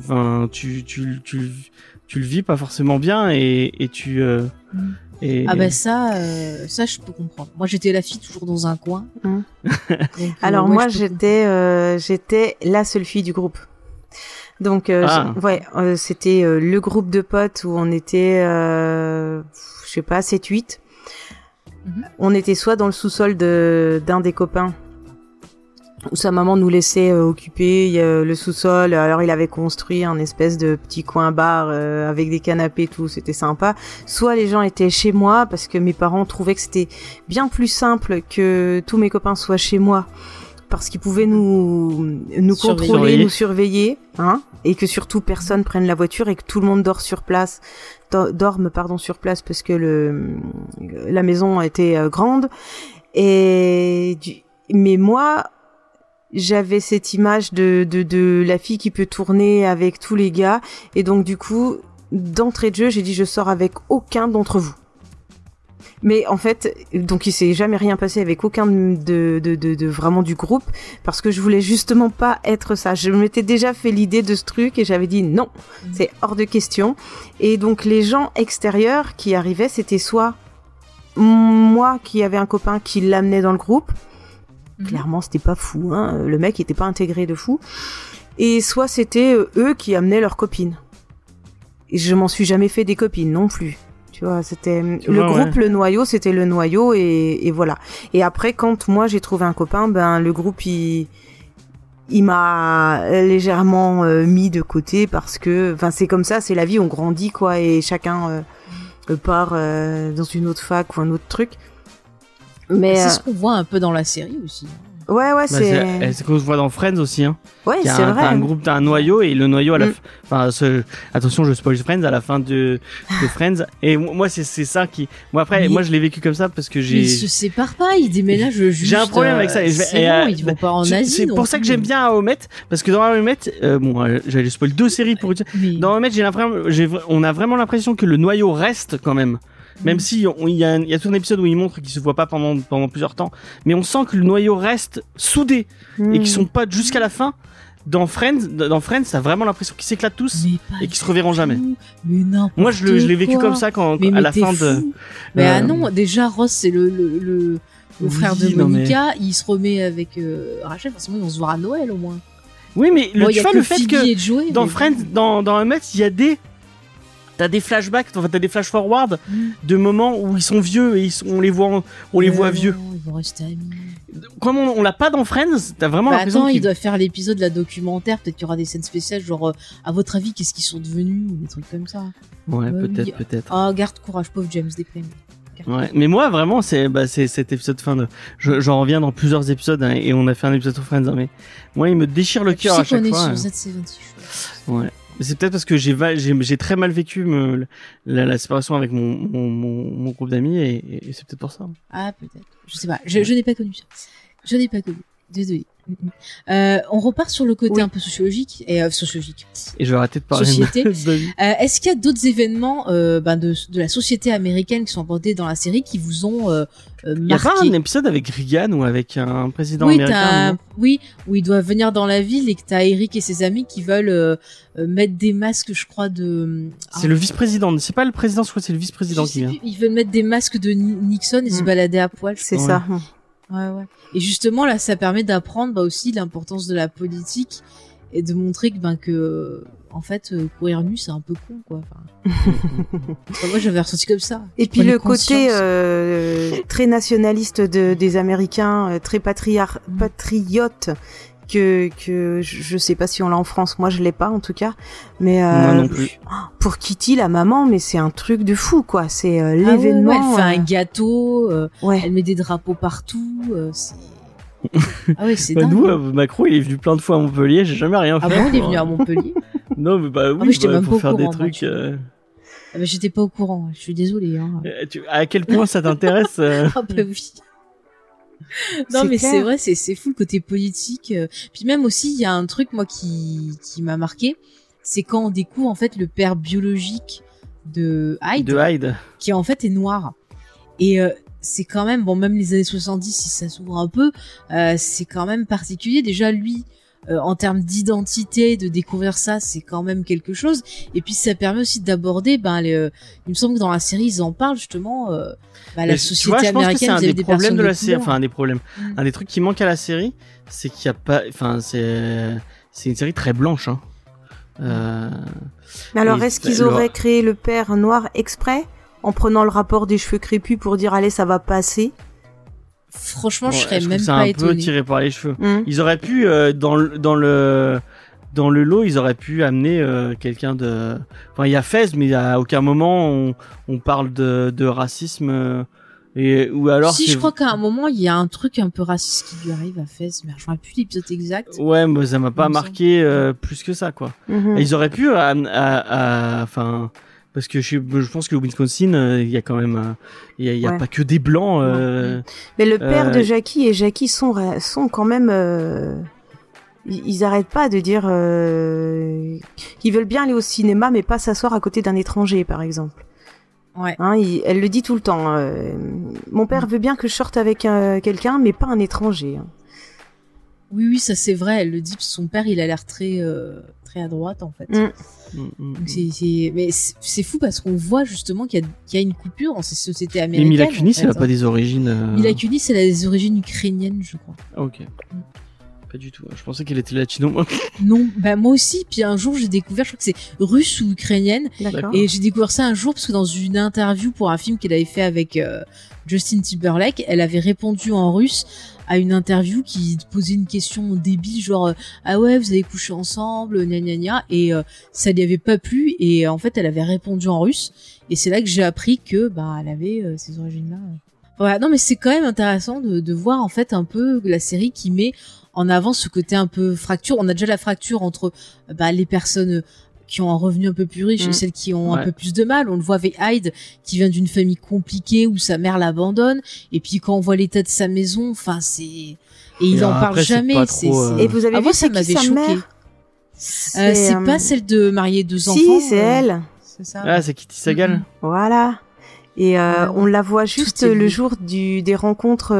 le vis pas forcément bien, et tu ça je peux comprendre. Moi, j'étais la fille toujours dans un coin. Donc, alors moi j'étais la seule fille du groupe. Donc c'était le groupe de potes où on était je sais pas 7-8. On était soit dans le sous-sol d'un des copains où sa maman nous laissait occuper le sous-sol. Alors il avait construit un espèce de petit coin bar avec des canapés et tout, c'était sympa. Soit les gens étaient chez moi parce que mes parents trouvaient que c'était bien plus simple que tous mes copains soient chez moi, parce qu'ils pouvaient nous contrôler, nous surveiller, hein, et que surtout personne prenne la voiture et que tout le monde dorme sur place parce que la maison était grande. Mais moi, j'avais cette image de la fille qui peut tourner avec tous les gars, et donc du coup, d'entrée de jeu, j'ai dit je sors avec aucun d'entre vous. Mais en fait, donc il s'est jamais rien passé avec aucun de vraiment du groupe, parce que je voulais justement pas être ça. Je m'étais déjà fait l'idée de ce truc et j'avais dit non, c'est hors de question. Et donc les gens extérieurs qui arrivaient, c'était soit moi qui avait un copain qui l'amenait dans le groupe. Clairement, c'était pas fou, hein. Le mec était pas intégré de fou. Et soit c'était eux qui amenaient leurs copines. Et je m'en suis jamais fait des copines non plus. Tu vois, c'était le groupe, le noyau, c'était le noyau, et voilà. Et après, quand moi j'ai trouvé un copain, le groupe il m'a légèrement mis de côté, parce que, enfin, c'est comme ça, c'est la vie, on grandit quoi, et chacun part dans une autre fac ou un autre truc. Mais c'est ce qu'on voit un peu dans la série aussi. Ouais, c'est ce qu'on voit dans Friends aussi, hein. Ouais, c'est vrai. T'as un groupe, t'as un noyau, et le noyau à la attention, je spoil Friends, à la fin de Friends. Et moi, c'est ça qui, moi après, moi je l'ai vécu comme ça parce que ils se séparent pas, ils déménagent juste. J'ai un problème avec ça, ils vont pas en Asie. C'est pour ça que j'aime bien How I Met, parce que dans How I Met, j'allais spoil 2 séries pour dire. Dans How I Met, on a vraiment l'impression que le noyau reste quand même. Même si il y a tout un épisode où il montre qu'ils se voient pas pendant plusieurs temps, mais on sent que le noyau reste soudé et qu'ils sont pas jusqu'à la fin. Dans Friends, t'as vraiment l'impression qu'ils s'éclatent tous et qu'ils se reverront jamais. Moi, je l'ai vécu comme ça à la fin de. Mais non, déjà Ross, c'est le frère de Monica, il se remet avec Rachel. Forcément, ils vont se voir à Noël au moins. Oui, mais tu vois le fait que jouer, dans Friends, dans un match, il y a t'as des flashbacks, enfin t'as des flash forward de moments où ils sont vieux et on les voit vieux. Ils vont rester amis. Comme on l'a pas dans Friends, t'as vraiment l'impression il doit faire l'épisode de la documentaire, peut-être qu'il y aura des scènes spéciales, genre à votre avis qu'est-ce qu'ils sont devenus, ou des trucs comme ça. Ouais, peut-être. Ah, garde courage, pauvre James, déprimé. Ouais, mais moi vraiment c'est cet épisode fin de. J'en reviens dans plusieurs épisodes, hein, et on a fait un épisode sur Friends, hein, mais moi il me déchire le cœur à chaque fois. On est sur Z70. Ouais. C'est peut-être parce que j'ai très mal vécu la séparation avec mon groupe d'amis, et c'est peut-être pour ça. Ah, peut-être. Je sais pas. Je n'ai pas connu ça. Désolé. On repart sur le côté un peu sociologique et sociologique. Et je vais arrêter de parler société. de Est-ce qu'il y a d'autres événements de la société américaine qui sont abordés dans la série qui vous ont marqué? Il y a pas un épisode avec Reagan ou avec un président américain? Oui, où ils doivent venir dans la ville et que t'as Eric et ses amis qui veulent mettre des masques, je crois, c'est le vice-président. C'est pas le président, je crois que c'est le vice-président qui vient. Ils veulent mettre des masques de Nixon et se balader à poil. C'est ça. Ouais. Et justement, là, ça permet d'apprendre aussi l'importance de la politique et de montrer que en fait, courir nu, c'est un peu con, quoi. Moi, j'avais ressenti comme ça. Et puis le côté très nationaliste des Américains, très patriote, que je sais pas si on l'a en France, moi je l'ai pas en tout cas, mais moi non plus. Pour Kitty, la maman, mais c'est un truc de fou, quoi. C'est l'événement. Elle fait un gâteau, elle met des drapeaux partout. C'est dingue. Nous, Macron, il est venu plein de fois à Montpellier, j'ai jamais rien fait. Ah bon, il est venu à Montpellier? Non, mais mais j'étais même pour pas au faire courant, des trucs. Mais j'étais pas au courant, je suis désolée. À quel point ça t'intéresse Ah bah oui. Non, mais clair. c'est vrai, c'est fou le côté politique. Puis même aussi, il y a un truc, moi, qui m'a marqué, c'est quand on découvre, en fait, le père biologique de Hyde. Qui, en fait, est noir. Et c'est quand même, bon, même les années 70, si ça s'ouvre un peu, c'est quand même particulier. Déjà, lui, en termes d'identité, de découvrir ça, c'est quand même quelque chose. Et puis, ça permet aussi d'aborder, il me semble que dans la série, ils en parlent, justement, la société américaine, c'est un des problèmes de la série, enfin un des problèmes. Un des trucs qui manque à la série, c'est qu'il y a pas, c'est une série très blanche, hein. Mais alors, est-ce qu'ils auraient créé le père noir exprès, en prenant le rapport des cheveux crépus pour dire allez, ça va passer? Franchement, je serais même pas étonnée. C'est un peu tiré par les cheveux. Ils auraient pu dans le lot, ils auraient pu amener quelqu'un de. Enfin, il y a Fez, mais à aucun moment on parle de racisme. Ou alors. Si, je crois qu'à un moment il y a un truc un peu raciste qui lui arrive à Fez, mais je ne plus l'épisode exact. Ouais, mais ça m'a pas marqué plus que ça, quoi. Et ils auraient pu, enfin. Parce que je pense que au Wisconsin, il y a quand même, il y a pas que des blancs. Mais le père de Jackie et Jackie sont quand même, ils arrêtent pas de dire qu'ils veulent bien aller au cinéma, mais pas s'asseoir à côté d'un étranger, par exemple. Ouais. Elle le dit tout le temps. Mon père veut bien que je sorte avec quelqu'un, mais pas un étranger. Oui, ça c'est vrai. Elle le dit. Son père, il a l'air très à droite en fait. Donc mais c'est fou parce qu'on voit justement qu'il y a une coupure dans ces sociétés américaines. Mais Mila Kunis, elle a pas des origines. Mila Kunis, elle a des origines ukrainiennes, je crois. Ah, ok. Pas du tout. Je pensais qu'elle était latino, moi. Non, moi aussi. Puis un jour, j'ai découvert, je crois que c'est russe ou ukrainienne. D'accord. Et j'ai découvert ça un jour parce que dans une interview pour un film qu'elle avait fait avec Justin Timberlake, elle avait répondu en russe à une interview qui posait une question débile, genre ah ouais, vous avez couché ensemble, gna gna gna, et ça lui avait pas plu. Et en fait, elle avait répondu en russe. Et c'est là que j'ai appris que elle avait ces origines-là. Voilà. Non, mais c'est quand même intéressant de voir en fait un peu la série qui met en avant ce côté un peu fracture. On a déjà la fracture entre les personnes qui ont un revenu un peu plus riche et celles qui ont un peu plus de mal. On le voit avec Hyde qui vient d'une famille compliquée où sa mère l'abandonne, et puis quand on voit l'état de sa maison, enfin et il en parle jamais. Et vous avez vu, c'est qui sa mère? C'est pas celle de marier 2 enfants. Si, c'est elle. C'est ça. Ah, c'est Kitty Sagal. Voilà. Et on la voit juste le jour des rencontres,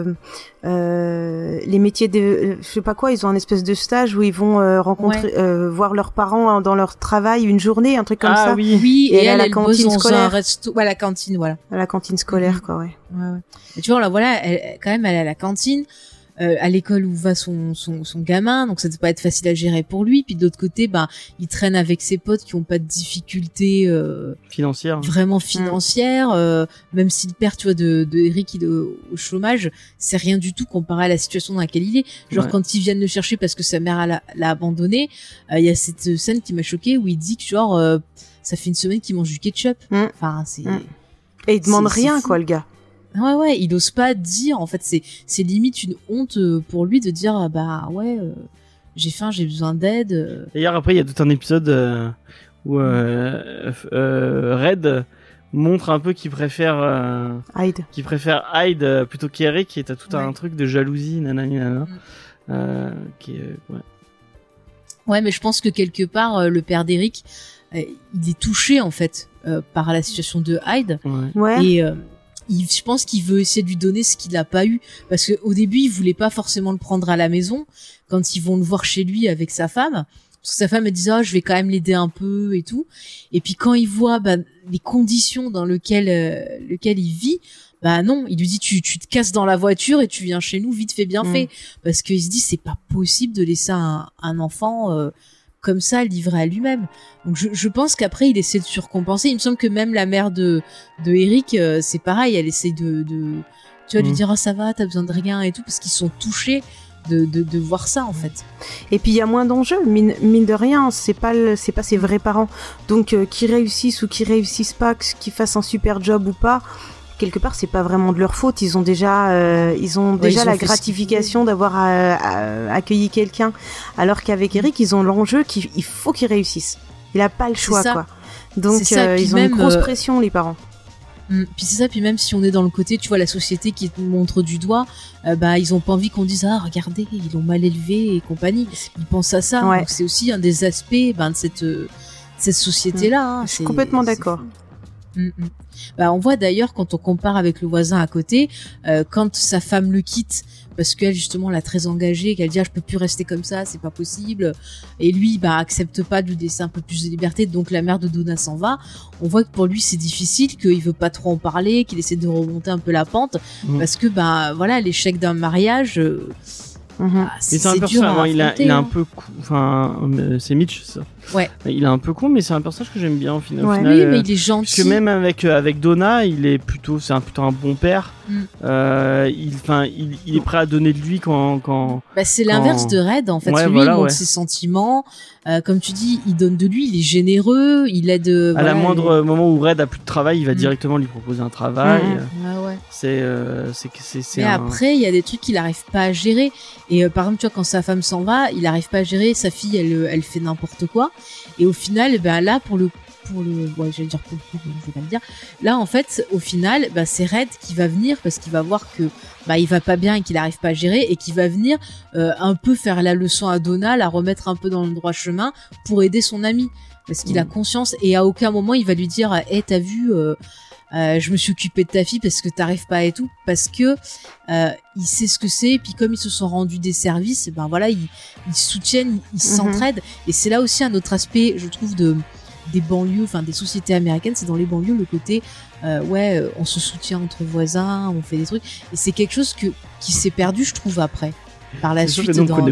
les métiers de, je sais pas quoi, ils ont un espèce de stage où ils vont rencontrer, voir leurs parents dans leur travail une journée, un truc comme ça. Oui, et elle, la cantine scolaire. La cantine, voilà. À la cantine scolaire, quoi, ouais. Et tu vois, là, voilà, elle est à la cantine. À l'école où va son gamin, donc ça ne doit pas être facile à gérer pour lui. Puis de l'autre côté, il traîne avec ses potes qui ont pas de difficultés financières, vraiment financières. Même si le père, tu vois, de Eric, il est au chômage, c'est rien du tout comparé à la situation dans laquelle il est. Genre quand ils viennent le chercher parce que sa mère l'a abandonné, il y a cette scène qui m'a choquée où il dit que genre ça fait une semaine qu'il mange du ketchup. Enfin, c'est et il demande rien, quoi, le gars. Ouais, il ose pas dire, en fait, c'est limite une honte pour lui de dire, j'ai faim, j'ai besoin d'aide. D'ailleurs, après, il y a tout un épisode où Red, montre un peu qu'il préfère Hyde plutôt qu'Eric, et t'as tout un truc de jalousie, nanani, qui est Ouais, mais je pense que quelque part, le père d'Eric, il est touché en fait par la situation de Hyde. Ouais. Et je pense qu'il veut essayer de lui donner ce qu'il n'a pas eu, parce que au début, il voulait pas forcément le prendre à la maison quand ils vont le voir chez lui avec sa femme. Parce que sa femme elle disait je vais quand même l'aider un peu et tout. Et puis quand il voit les conditions dans lequel il vit, non, il lui dit tu te casses dans la voiture et tu viens chez nous vite fait bien fait, parce qu'il se dit c'est pas possible de laisser un enfant comme ça livré à lui-même. Donc je pense qu'après il essaie de surcompenser. Il me semble que même la mère de Eric c'est pareil, elle essaie de tu vois lui dire ça va, t'as besoin de rien et tout, parce qu'ils sont touchés de voir ça en fait. Et puis il y a moins d'enjeux, mine de rien, c'est pas ses vrais parents. Donc qu'ils réussissent ou qu'ils réussissent pas, qu'ils fassent un super job ou pas, quelque part c'est pas vraiment de leur faute. Ils ont déjà la gratification d'avoir accueilli quelqu'un, alors qu'avec Eric ils ont l'enjeu qu'il faut qu'ils réussissent. Il a pas le choix quoi. Donc ils ont une grosse pression les parents. Puis c'est ça, puis même si on est dans le côté, tu vois, la société qui montre du doigt, ils ont pas envie qu'on dise regardez, ils l'ont mal élevé et compagnie. Ils pensent à ça. Donc c'est aussi un des aspects de cette société là. Je suis complètement d'accord. On voit d'ailleurs quand on compare avec le voisin à côté, quand sa femme le quitte parce qu'elle justement l'a très engagée, qu'elle dit je peux plus rester comme ça, c'est pas possible, et lui accepte pas de lui laisser un peu plus de liberté, donc la mère de Donna s'en va. On voit que pour lui c'est difficile, qu'il veut pas trop en parler, qu'il essaie de remonter un peu la pente, parce que l'échec d'un mariage c'est un personnage, il a un peu c'est Mitch ça. Ouais. Il est un peu con, mais c'est un personnage que j'aime bien au final. Oui, mais il est gentil. Parce que même avec Donna, c'est plutôt un bon père. Il est prêt à donner de lui quand c'est l'inverse de Red en fait. Lui il montre ses sentiments. Comme tu dis, il donne de lui, il est généreux, il aide. À la moindre moment où Red a plus de travail, il va directement lui proposer un travail. Mais après, il y a des trucs qu'il arrive pas à gérer. Et par exemple, tu vois, quand sa femme s'en va, il arrive pas à gérer. Sa fille, elle fait n'importe quoi. Et au final, là, j'allais dire pour le coup, je vais pas le dire. Là, en fait, au final, c'est Red qui va venir parce qu'il va voir que, il va pas bien et qu'il arrive pas à gérer, et qui va venir, un peu faire la leçon à Donna, la remettre un peu dans le droit chemin pour aider son ami. Parce qu'il a conscience, et à aucun moment il va lui dire, t'as vu, je me suis occupé de ta fille parce que t'arrives pas et tout, parce que il sait ce que c'est, et puis comme ils se sont rendus des services, ils soutiennent, ils s'entraident. Et c'est là aussi un autre aspect, je trouve, des banlieues, des sociétés américaines, c'est dans les banlieues le côté on se soutient entre voisins, on fait des trucs, et c'est quelque chose qui s'est perdu, je trouve, après. Par la suite,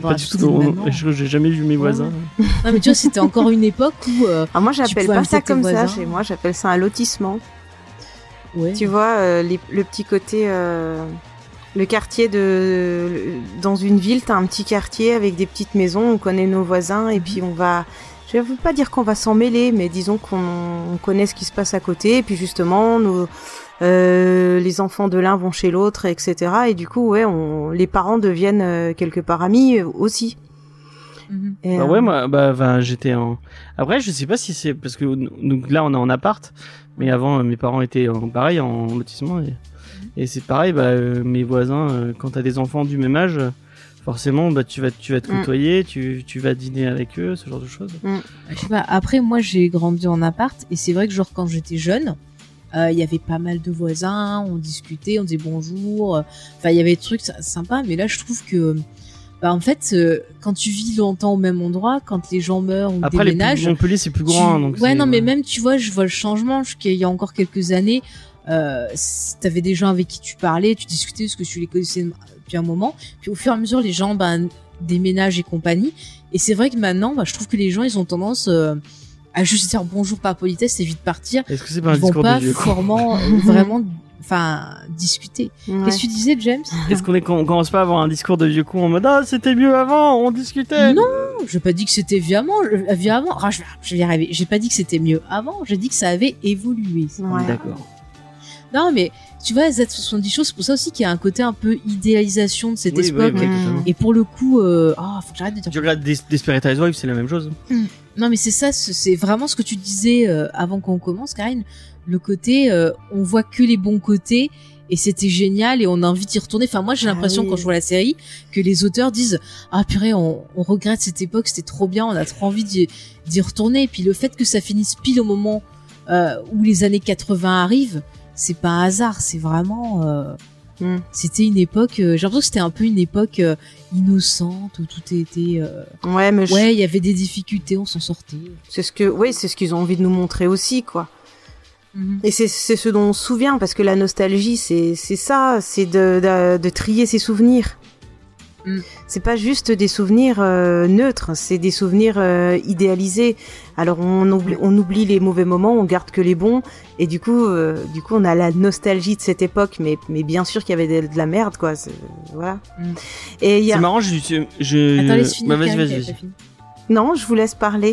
j'ai jamais vu mes voisins. Non, mais tu vois, c'était encore une époque où moi j'appelle pas ça comme ça chez moi, j'appelle ça un lotissement. Ouais. Tu vois, le petit côté, le quartier dans une ville, t'as un petit quartier avec des petites maisons, on connaît nos voisins, et puis je veux pas dire qu'on va s'en mêler, mais disons qu'on connaît ce qui se passe à côté, et puis justement, les enfants de l'un vont chez l'autre, etc. Et du coup, les parents deviennent quelque part amis aussi. Et j'étais en... Après, je sais pas si c'est parce que donc là on est en appart, mais avant mes parents étaient en lotissement, et c'est pareil. Mes voisins, quand t'as des enfants du même âge, forcément, tu vas te côtoyer, tu vas dîner avec eux, ce genre de choses. Je sais pas. Après, moi, j'ai grandi en appart, et c'est vrai que quand j'étais jeune, il y avait pas mal de voisins, on discutait, on disait bonjour. Il y avait des trucs sympas, mais là, je trouve que en fait, quand tu vis longtemps au même endroit, quand les gens meurent ou déménagent, Montpellier c'est plus grand, donc mais même tu vois, je vois le changement. Il y a encore quelques années, t'avais des gens avec qui tu parlais, tu discutais parce que tu les connaissais depuis un moment. Puis au fur et à mesure, les gens déménagent et compagnie. Et c'est vrai que maintenant, je trouve que les gens, ils ont tendance à juste dire bonjour par politesse et vite partir. Est-ce que c'est pas un discours de vieux con ? Ils vont pas vraiment discuter. Ouais. Qu'est-ce que tu disais, James ? Est-ce qu'on commence pas à avoir un discours de vieux con en mode c'était mieux avant, on discutait ? Non, j'ai pas dit que c'était vieux avant. Je vais y arriver. J'ai pas dit que c'était mieux avant. J'ai dit que ça avait évolué. Ouais. D'accord. Non, mais tu vois, Z70 Show, c'est pour ça aussi qu'il y a un côté un peu idéalisation de cette époque. Oui, et pour le coup, faut que j'arrête de dire. Tu regardes Desperate Housewives, c'est la même chose. Non, mais c'est ça, c'est vraiment ce que tu disais avant qu'on commence, Karine. Le côté, on voit que les bons côtés et c'était génial et on a envie d'y retourner. Enfin, moi, j'ai l'impression quand je vois la série que les auteurs disent ah purée, on regrette cette époque, c'était trop bien, on a trop envie d'y retourner. Et puis le fait que ça finisse pile au moment où les années 80 arrivent, c'est pas un hasard, c'est vraiment. C'était une époque, j'ai l'impression que c'était un peu une époque innocente où tout était il y avait des difficultés, on s'en sortait. C'est ce qu'ils ont envie de nous montrer aussi, quoi. Et c'est ce dont on se souvient, parce que la nostalgie, c'est ça, c'est de trier ses souvenirs. C'est pas juste des souvenirs neutres, c'est des souvenirs idéalisés. Alors on oublie les mauvais moments, on garde que les bons, et du coup on a la nostalgie de cette époque, mais bien sûr qu'il y avait de la merde, quoi. Voilà. Et c'est marrant, Attends, laisse finir. Vas-y. Non, je vous laisse parler.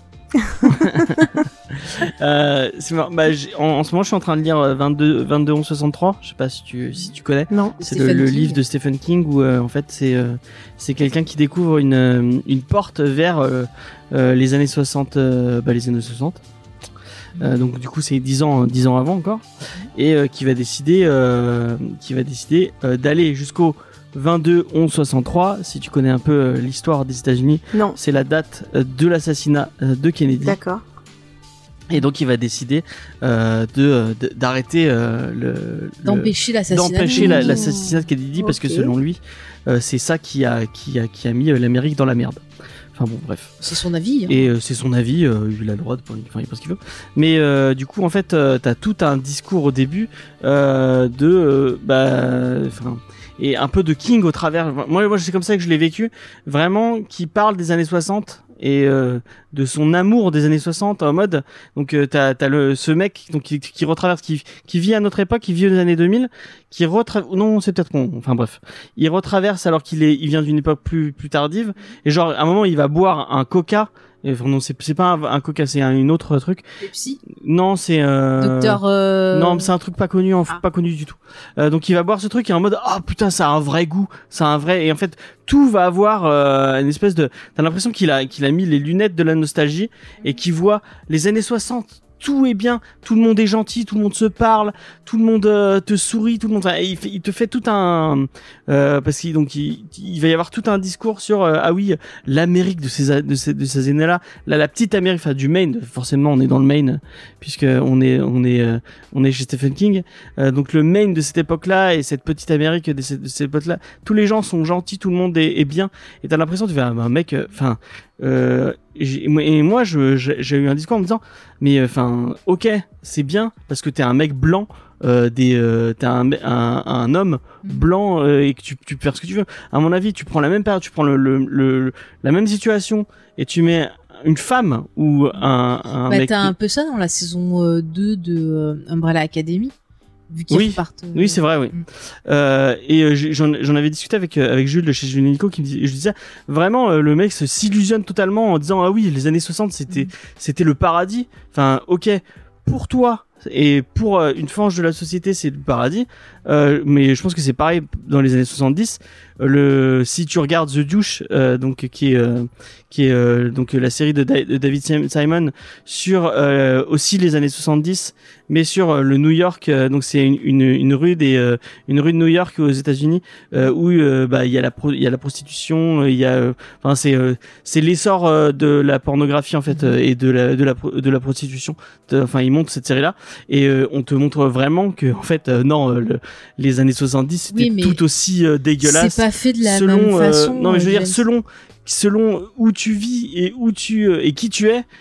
C'est marrant. En ce moment, je suis en train de lire 22 11 63. Je sais pas si tu connais. Non. C'est le livre de Stephen King où en fait c'est quelqu'un qui découvre une porte vers les années 60. Les années 60. Donc du coup c'est 10 ans avant encore, et qui va décider d'aller jusqu'au 22 11 63. Si tu connais un peu l'histoire des États-Unis, non, c'est la date de l'assassinat de Kennedy. D'accord. Et donc il va décider d'arrêter d'empêcher l'assassinat de Kennedy, parce que selon lui c'est ça qui a mis l'Amérique dans la merde. Enfin bon, bref. C'est son avis. Hein. Et c'est son avis, il a le droit il pense ce qu'il veut. Mais du coup, en fait, t'as tout un discours au début et un peu de King au travers. Moi, c'est comme ça que je l'ai vécu, vraiment, qui parle des années 60 et de son amour des années 60 en mode. Donc t'as ce mec donc qui retraverse, qui vit à notre époque, qui vit aux années 2000, non, c'est peut-être con. Enfin bref, il retraverse alors qu'il vient d'une époque plus tardive, et genre à un moment il va boire un Coca. Non, c'est pas un Coca, c'est une autre truc. Pepsi. Non, c'est Docteur. Non, c'est un truc pas connu, pas connu du tout. Donc il va boire ce truc et en mode putain, ça a un vrai goût, et en fait tout va avoir une espèce de. T'as l'impression qu'il a mis les lunettes de la nostalgie et qu'il voit les années 60. Tout est bien, tout le monde est gentil, tout le monde se parle, tout le monde te sourit, tout le monde. Il te fait tout un parce qu'il va y avoir tout un discours sur l'Amérique de ces années-là, la petite Amérique, enfin du Maine. Forcément, on est dans le Maine puisque on est chez Stephen King. Donc le Maine de cette époque-là et cette petite Amérique de cette époque-là, tous les gens sont gentils, tout le monde est bien. Et t'as l'impression tu fais un mec, enfin. Et moi j'ai eu un discours en me disant mais ok, c'est bien parce que t'es un mec blanc, t'es un homme blanc et que tu peux faire ce que tu veux. À mon avis, tu prends la même période, tu prends la même situation et tu mets une femme ou un mec. T'as un peu ça dans la saison 2 de Umbrella Academy. Vu qu'ils repartent, oui, c'est vrai, oui. Et j'en avais discuté avec Jules de chez Jules Nico, je disais vraiment le mec s'illusionne totalement en disant oui, les années 60 c'était le paradis. Enfin, ok, pour toi et pour une frange de la société c'est le paradis, mais je pense que c'est pareil dans les années 70. Si tu regardes The Douche, donc qui est donc la série de David Simon sur aussi les années 70, mais sur le New York, donc c'est une rue de New York aux États-Unis où il y a la prostitution, il y a c'est l'essor de la pornographie en fait et de la prostitution. Enfin, ils montrent cette série là et on te montre vraiment que en fait les années 70 c'était tout aussi dégueulasse. C'est pas fait de la même façon. Non mais je veux dire selon où tu vis et où et qui tu es,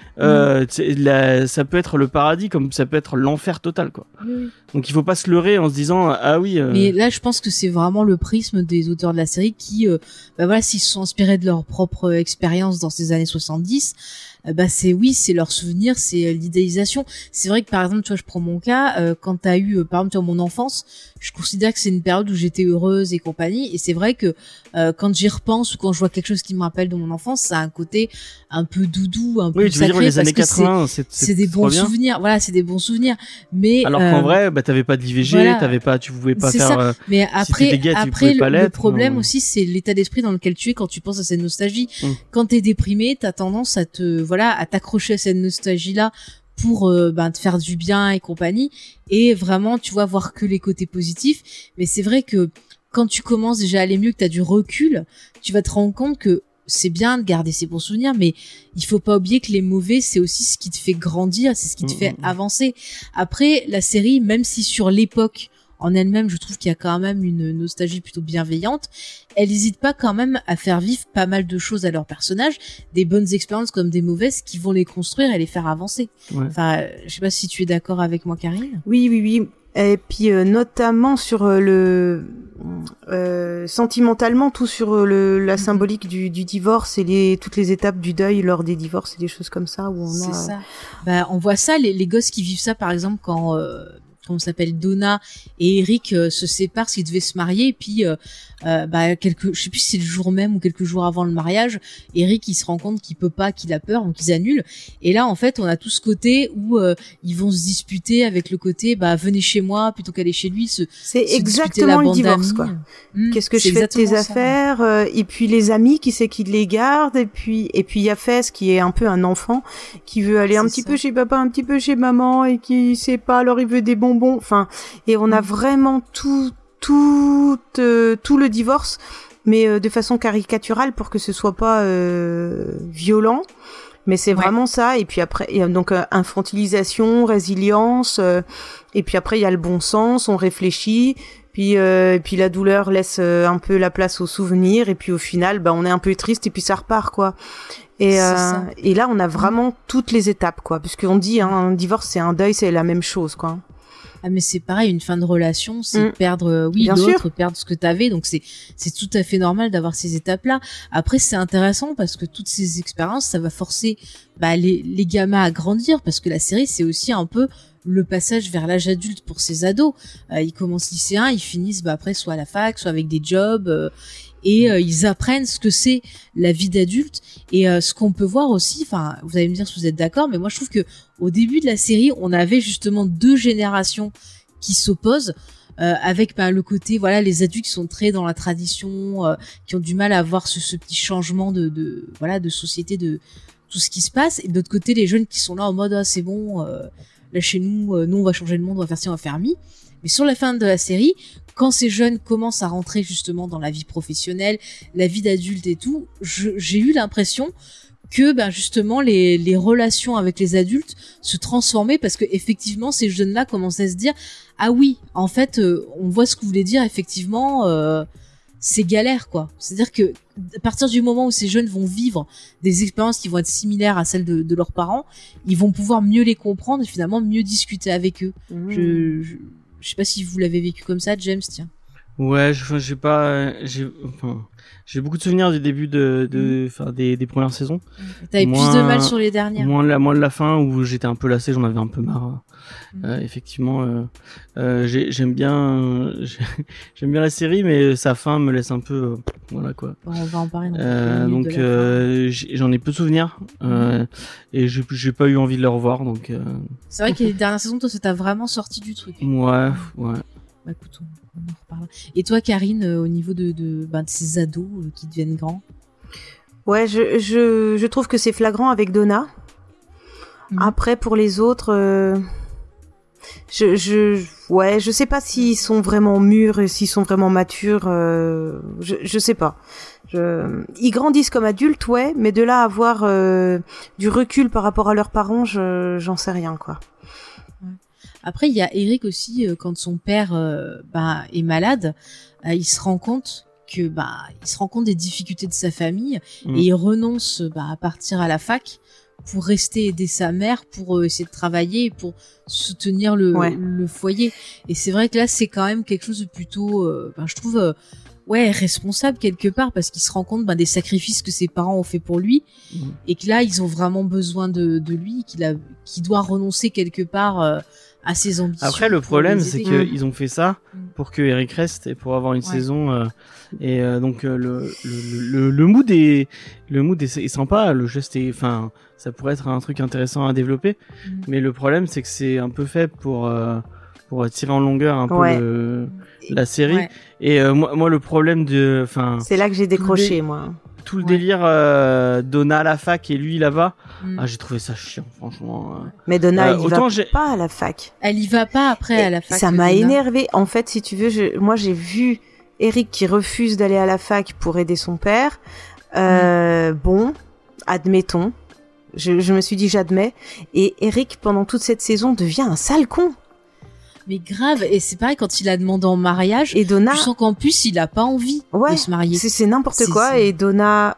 ça peut être le paradis comme ça peut être l'enfer total, quoi. Oui. Donc il faut pas se leurrer en se disant Mais là je pense que c'est vraiment le prisme des auteurs de la série qui s'ils se sont inspirés de leur propre expérience dans ces années 70, c'est leur souvenir, c'est l'idéalisation. C'est vrai que par exemple, tu vois, je prends mon cas, quand t'as eu par exemple mon enfance, je considère que c'est une période où j'étais heureuse et compagnie, et c'est vrai que quand j'y repense ou quand je vois quelque chose qui me rappelle de mon enfance, ça a un côté un peu doudou, un peu sacré, les années 80, c'est des bons souvenirs. Voilà, c'est des bons souvenirs. Mais alors qu'en vrai, t'avais pas d'IVG, tu pouvais pas faire. Ça. Mais après, si t'étais gay, après le problème aussi, c'est l'état d'esprit dans lequel tu es quand tu penses à cette nostalgie. Quand t'es déprimé, t'as tendance à te voilà, à t'accrocher à cette nostalgie-là pour te faire du bien et compagnie, et vraiment, tu vois, voir que les côtés positifs. Mais c'est vrai que quand tu commences déjà à aller mieux, que t'as du recul, tu vas te rendre compte que c'est bien de garder ses bons souvenirs, mais il faut pas oublier que les mauvais, c'est aussi ce qui te fait grandir, c'est ce qui te fait avancer. Après, la série, même si sur l'époque en elle-même, je trouve qu'il y a quand même une nostalgie plutôt bienveillante, elle n'hésite pas quand même à faire vivre pas mal de choses à leurs personnages, des bonnes expériences comme des mauvaises, qui vont les construire et les faire avancer. Ouais. Enfin, je sais pas si tu es d'accord avec moi, Karine. Oui. Et puis notamment sur sentimentalement, tout sur la symbolique du divorce et toutes les étapes du deuil lors des divorces et des choses comme ça où c'est ça. On voit ça, les gosses qui vivent ça, par exemple, quand comment s'appelle, Donna et Eric se séparent, parce qu'ils devaient se marier, et puis je sais plus si c'est le jour même ou quelques jours avant le mariage, Eric il se rend compte qu'il peut pas, qu'il a peur, donc ils annulent. Et là en fait on a tout ce côté où ils vont se disputer avec le côté venez chez moi plutôt qu'aller chez lui. C'est exactement le divorce quoi. Qu'est-ce que je fais de tes affaires et puis les amis, qui c'est qui les garde, et puis il y a Fez qui est un peu un enfant qui veut aller un petit peu chez papa, un petit peu chez maman, et qui sait pas, alors il veut des bonbons, enfin, et on a vraiment tout le divorce, mais de façon caricaturale pour que ce soit pas violent, mais c'est vraiment ça. Et puis après il y a donc infantilisation, résilience, et puis après il y a le bon sens, on réfléchit, puis la douleur laisse un peu la place au souvenir, et puis au final on est un peu triste, et puis ça repart quoi. Et là on a vraiment toutes les étapes quoi, puisqu'on dit un divorce c'est un deuil, c'est la même chose quoi. Ah mais c'est pareil, une fin de relation, c'est perdre l'autre, perdre ce que t'avais, donc c'est tout à fait normal d'avoir ces étapes-là. Après c'est intéressant parce que toutes ces expériences, ça va forcer les gamins à grandir, parce que la série c'est aussi un peu le passage vers l'âge adulte pour ces ados. Ils commencent lycéens, ils finissent après soit à la fac, soit avec des jobs, et ils apprennent ce que c'est la vie d'adulte, et ce qu'on peut voir aussi, enfin vous allez me dire si vous êtes d'accord, mais moi je trouve que au début de la série on avait justement deux générations qui s'opposent, avec le côté les adultes qui sont très dans la tradition, qui ont du mal à voir ce petit changement de société, de tout ce qui se passe, et de l'autre côté les jeunes qui sont là en mode c'est bon, là chez nous on va changer le monde, on va faire ci, on va faire mi. Mais sur la fin de la série, quand ces jeunes commencent à rentrer justement dans la vie professionnelle, la vie d'adulte et tout, j'ai eu l'impression que justement les relations avec les adultes se transformaient, parce que effectivement ces jeunes-là commençaient à se dire ah oui, en fait on voit ce que vous voulez dire, effectivement c'est galère quoi. C'est-à-dire que à partir du moment où ces jeunes vont vivre des expériences qui vont être similaires à celles de leurs parents, ils vont pouvoir mieux les comprendre et finalement mieux discuter avec eux. Je sais pas si vous l'avez vécu comme ça, James, tiens. Ouais, j'ai beaucoup de souvenirs du début des premières saisons. T'avais plus de mal sur les dernières. Moins de la fin où j'étais un peu lassé, j'en avais un peu marre. Effectivement, j'aime bien la série, mais sa fin me laisse un peu, voilà quoi. Bon, on va en parler. Donc j'en ai peu de souvenirs, et j'ai pas eu envie de le revoir, donc. C'est vrai que les dernières saisons, toi, ça t'a vraiment sorti du truc. Ouais. Écoute, on en reparlera. Et toi, Karine, au niveau de ces ados qui deviennent grands? Ouais, je trouve que c'est flagrant avec Donna. Après, pour les autres, je sais pas s'ils sont vraiment mûrs et s'ils sont vraiment matures. Je sais pas. Ils grandissent comme adultes, ouais, mais de là à avoir du recul par rapport à leurs parents, j'en sais rien, quoi. Après, il y a Eric aussi, quand son père est malade, il se rend compte des difficultés de sa famille, et il renonce à partir à la fac pour rester aider sa mère, pour essayer de travailler, pour soutenir le foyer. Et c'est vrai que là, c'est quand même quelque chose de plutôt, je trouve, responsable quelque part, parce qu'il se rend compte des sacrifices que ses parents ont fait pour lui, et que là, ils ont vraiment besoin de lui, qu'il doit renoncer quelque part à ses ambitions. Après, le problème, c'est qu'ils ont fait ça pour que Eric reste et pour avoir une saison. Donc le mood est sympa, le geste est, ça pourrait être un truc intéressant à développer. Mais le problème, c'est que c'est un peu fait pour tirer en longueur un peu la série. Et moi, le problème c'est là que j'ai décroché, moi. tout le délire Donna à la fac et lui là-bas. J'ai trouvé ça chiant, franchement. Mais Donna, elle y va pas à la fac. Elle y va pas après à la fac. Ça m'a énervé. En fait, si tu veux, moi j'ai vu Eric qui refuse d'aller à la fac pour aider son père. Bon, admettons. Je me suis dit j'admets. Et Eric, pendant toute cette saison, devient un sale con. Mais grave, et c'est pareil quand il a demandé en mariage. Et Donna, tu sens qu'en plus il a pas envie de se marier. C'est n'importe quoi. Et Donna,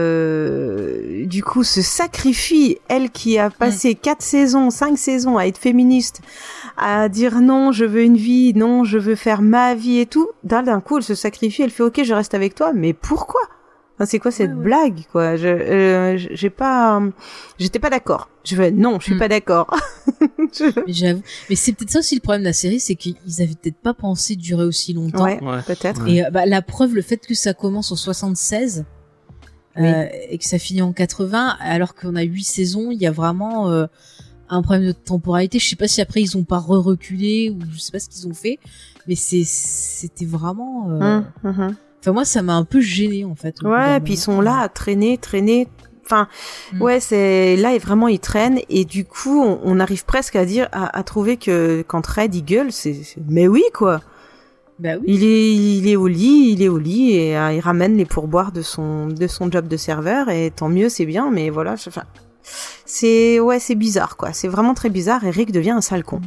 du coup, se sacrifie. Elle qui a passé 5 saisons à être féministe, à dire non, je veux une vie, non, je veux faire ma vie et tout. D'un coup, elle se sacrifie. Elle fait OK, je reste avec toi. Mais pourquoi? Enfin, c'est quoi cette blague, quoi? J'étais pas d'accord. Je suis pas d'accord. Mais j'avoue. Mais c'est peut-être ça aussi le problème de la série, c'est qu'ils avaient peut-être pas pensé durer aussi longtemps. Ouais. Peut-être. Et la preuve, le fait que ça commence en 76 et que ça finit en 80, alors qu'on a 8 saisons, il y a vraiment un problème de temporalité. Je sais pas si après ils ont pas reculé ou je sais pas ce qu'ils ont fait, mais c'était vraiment. Enfin, moi, ça m'a un peu gêné en fait. Ouais, puis ils sont là à traîner. Enfin, c'est là et vraiment ils traînent et du coup on arrive presque à trouver que quand Red il gueule, mais oui quoi. Bah oui. Il est au lit et il ramène les pourboires de son job de serveur et tant mieux, c'est bien, mais voilà. Enfin, c'est bizarre quoi. C'est vraiment très bizarre. Et Rick devient un sale con.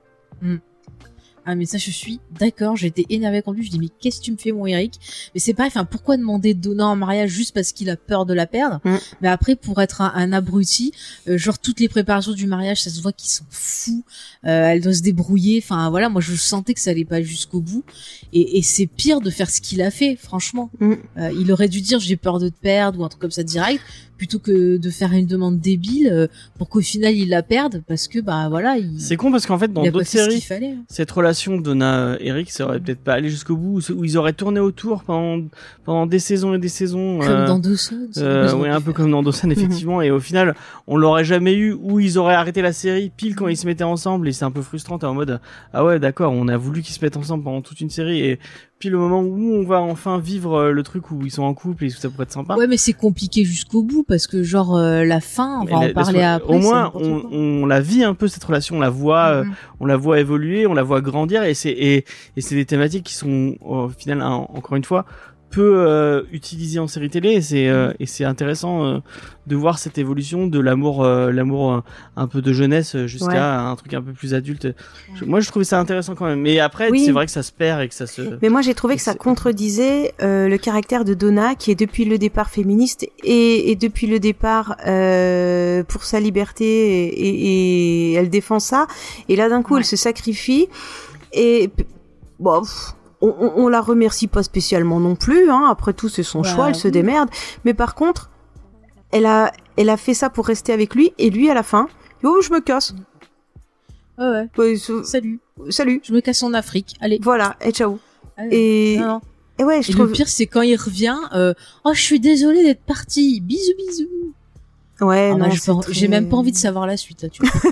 Ah mais ça je suis d'accord, j'ai été énervée contre lui, je dis mais qu'est-ce que tu me fais mon Eric? Mais c'est pareil, enfin pourquoi demander Donna en mariage juste parce qu'il a peur de la perdre? Mais après pour être un abruti, genre toutes les préparations du mariage, ça se voit qu'il s'en fout, elle doit se débrouiller, enfin voilà, moi je sentais que ça allait pas jusqu'au bout et c'est pire de faire ce qu'il a fait, franchement. Il aurait dû dire j'ai peur de te perdre ou un truc comme ça direct, plutôt que de faire une demande débile pour qu'au final il la perde parce que bah voilà c'est con parce qu'en fait dans d'autres séries cette relation Donna Eric ça aurait peut-être pas allé jusqu'au bout où ils auraient tourné autour pendant des saisons et des saisons comme dans Dawson oui un peu comme dans Dawson effectivement et au final on l'aurait jamais eu ou ils auraient arrêté la série pile quand ils se mettaient ensemble et c'est un peu frustrant t'es en mode ah ouais d'accord on a voulu qu'ils se mettent ensemble pendant toute une série et puis le moment où on va enfin vivre le truc où ils sont en couple et ça pourrait être sympa. Ouais mais c'est compliqué jusqu'au bout parce que genre la fin on va en parler après. Au moins on la vit un peu cette relation, on la voit évoluer, on la voit grandir et c'est des thématiques qui sont au final encore une fois peu utilisées en série télé et c'est intéressant de voir cette évolution de l'amour un peu de jeunesse jusqu'à un truc un peu plus adulte. Moi je trouvais ça intéressant quand même mais après c'est vrai que ça se perd et que ça se mais moi j'ai trouvé que ça contredisait le caractère de Donna qui est depuis le départ féministe et depuis le départ pour sa liberté et elle défend ça et là d'un coup elle se sacrifie et bon on la remercie pas spécialement non plus hein. Après tout c'est son choix, elle se démerde mais par contre elle a fait ça pour rester avec lui et lui à la fin je me casse. Ouais. Salut je me casse en Afrique, allez voilà et ciao. Et ouais je trouve le pire c'est quand il revient je suis désolée d'être partie, bisous. Ouais, non, j'ai même pas envie de savoir la suite là, tu vois.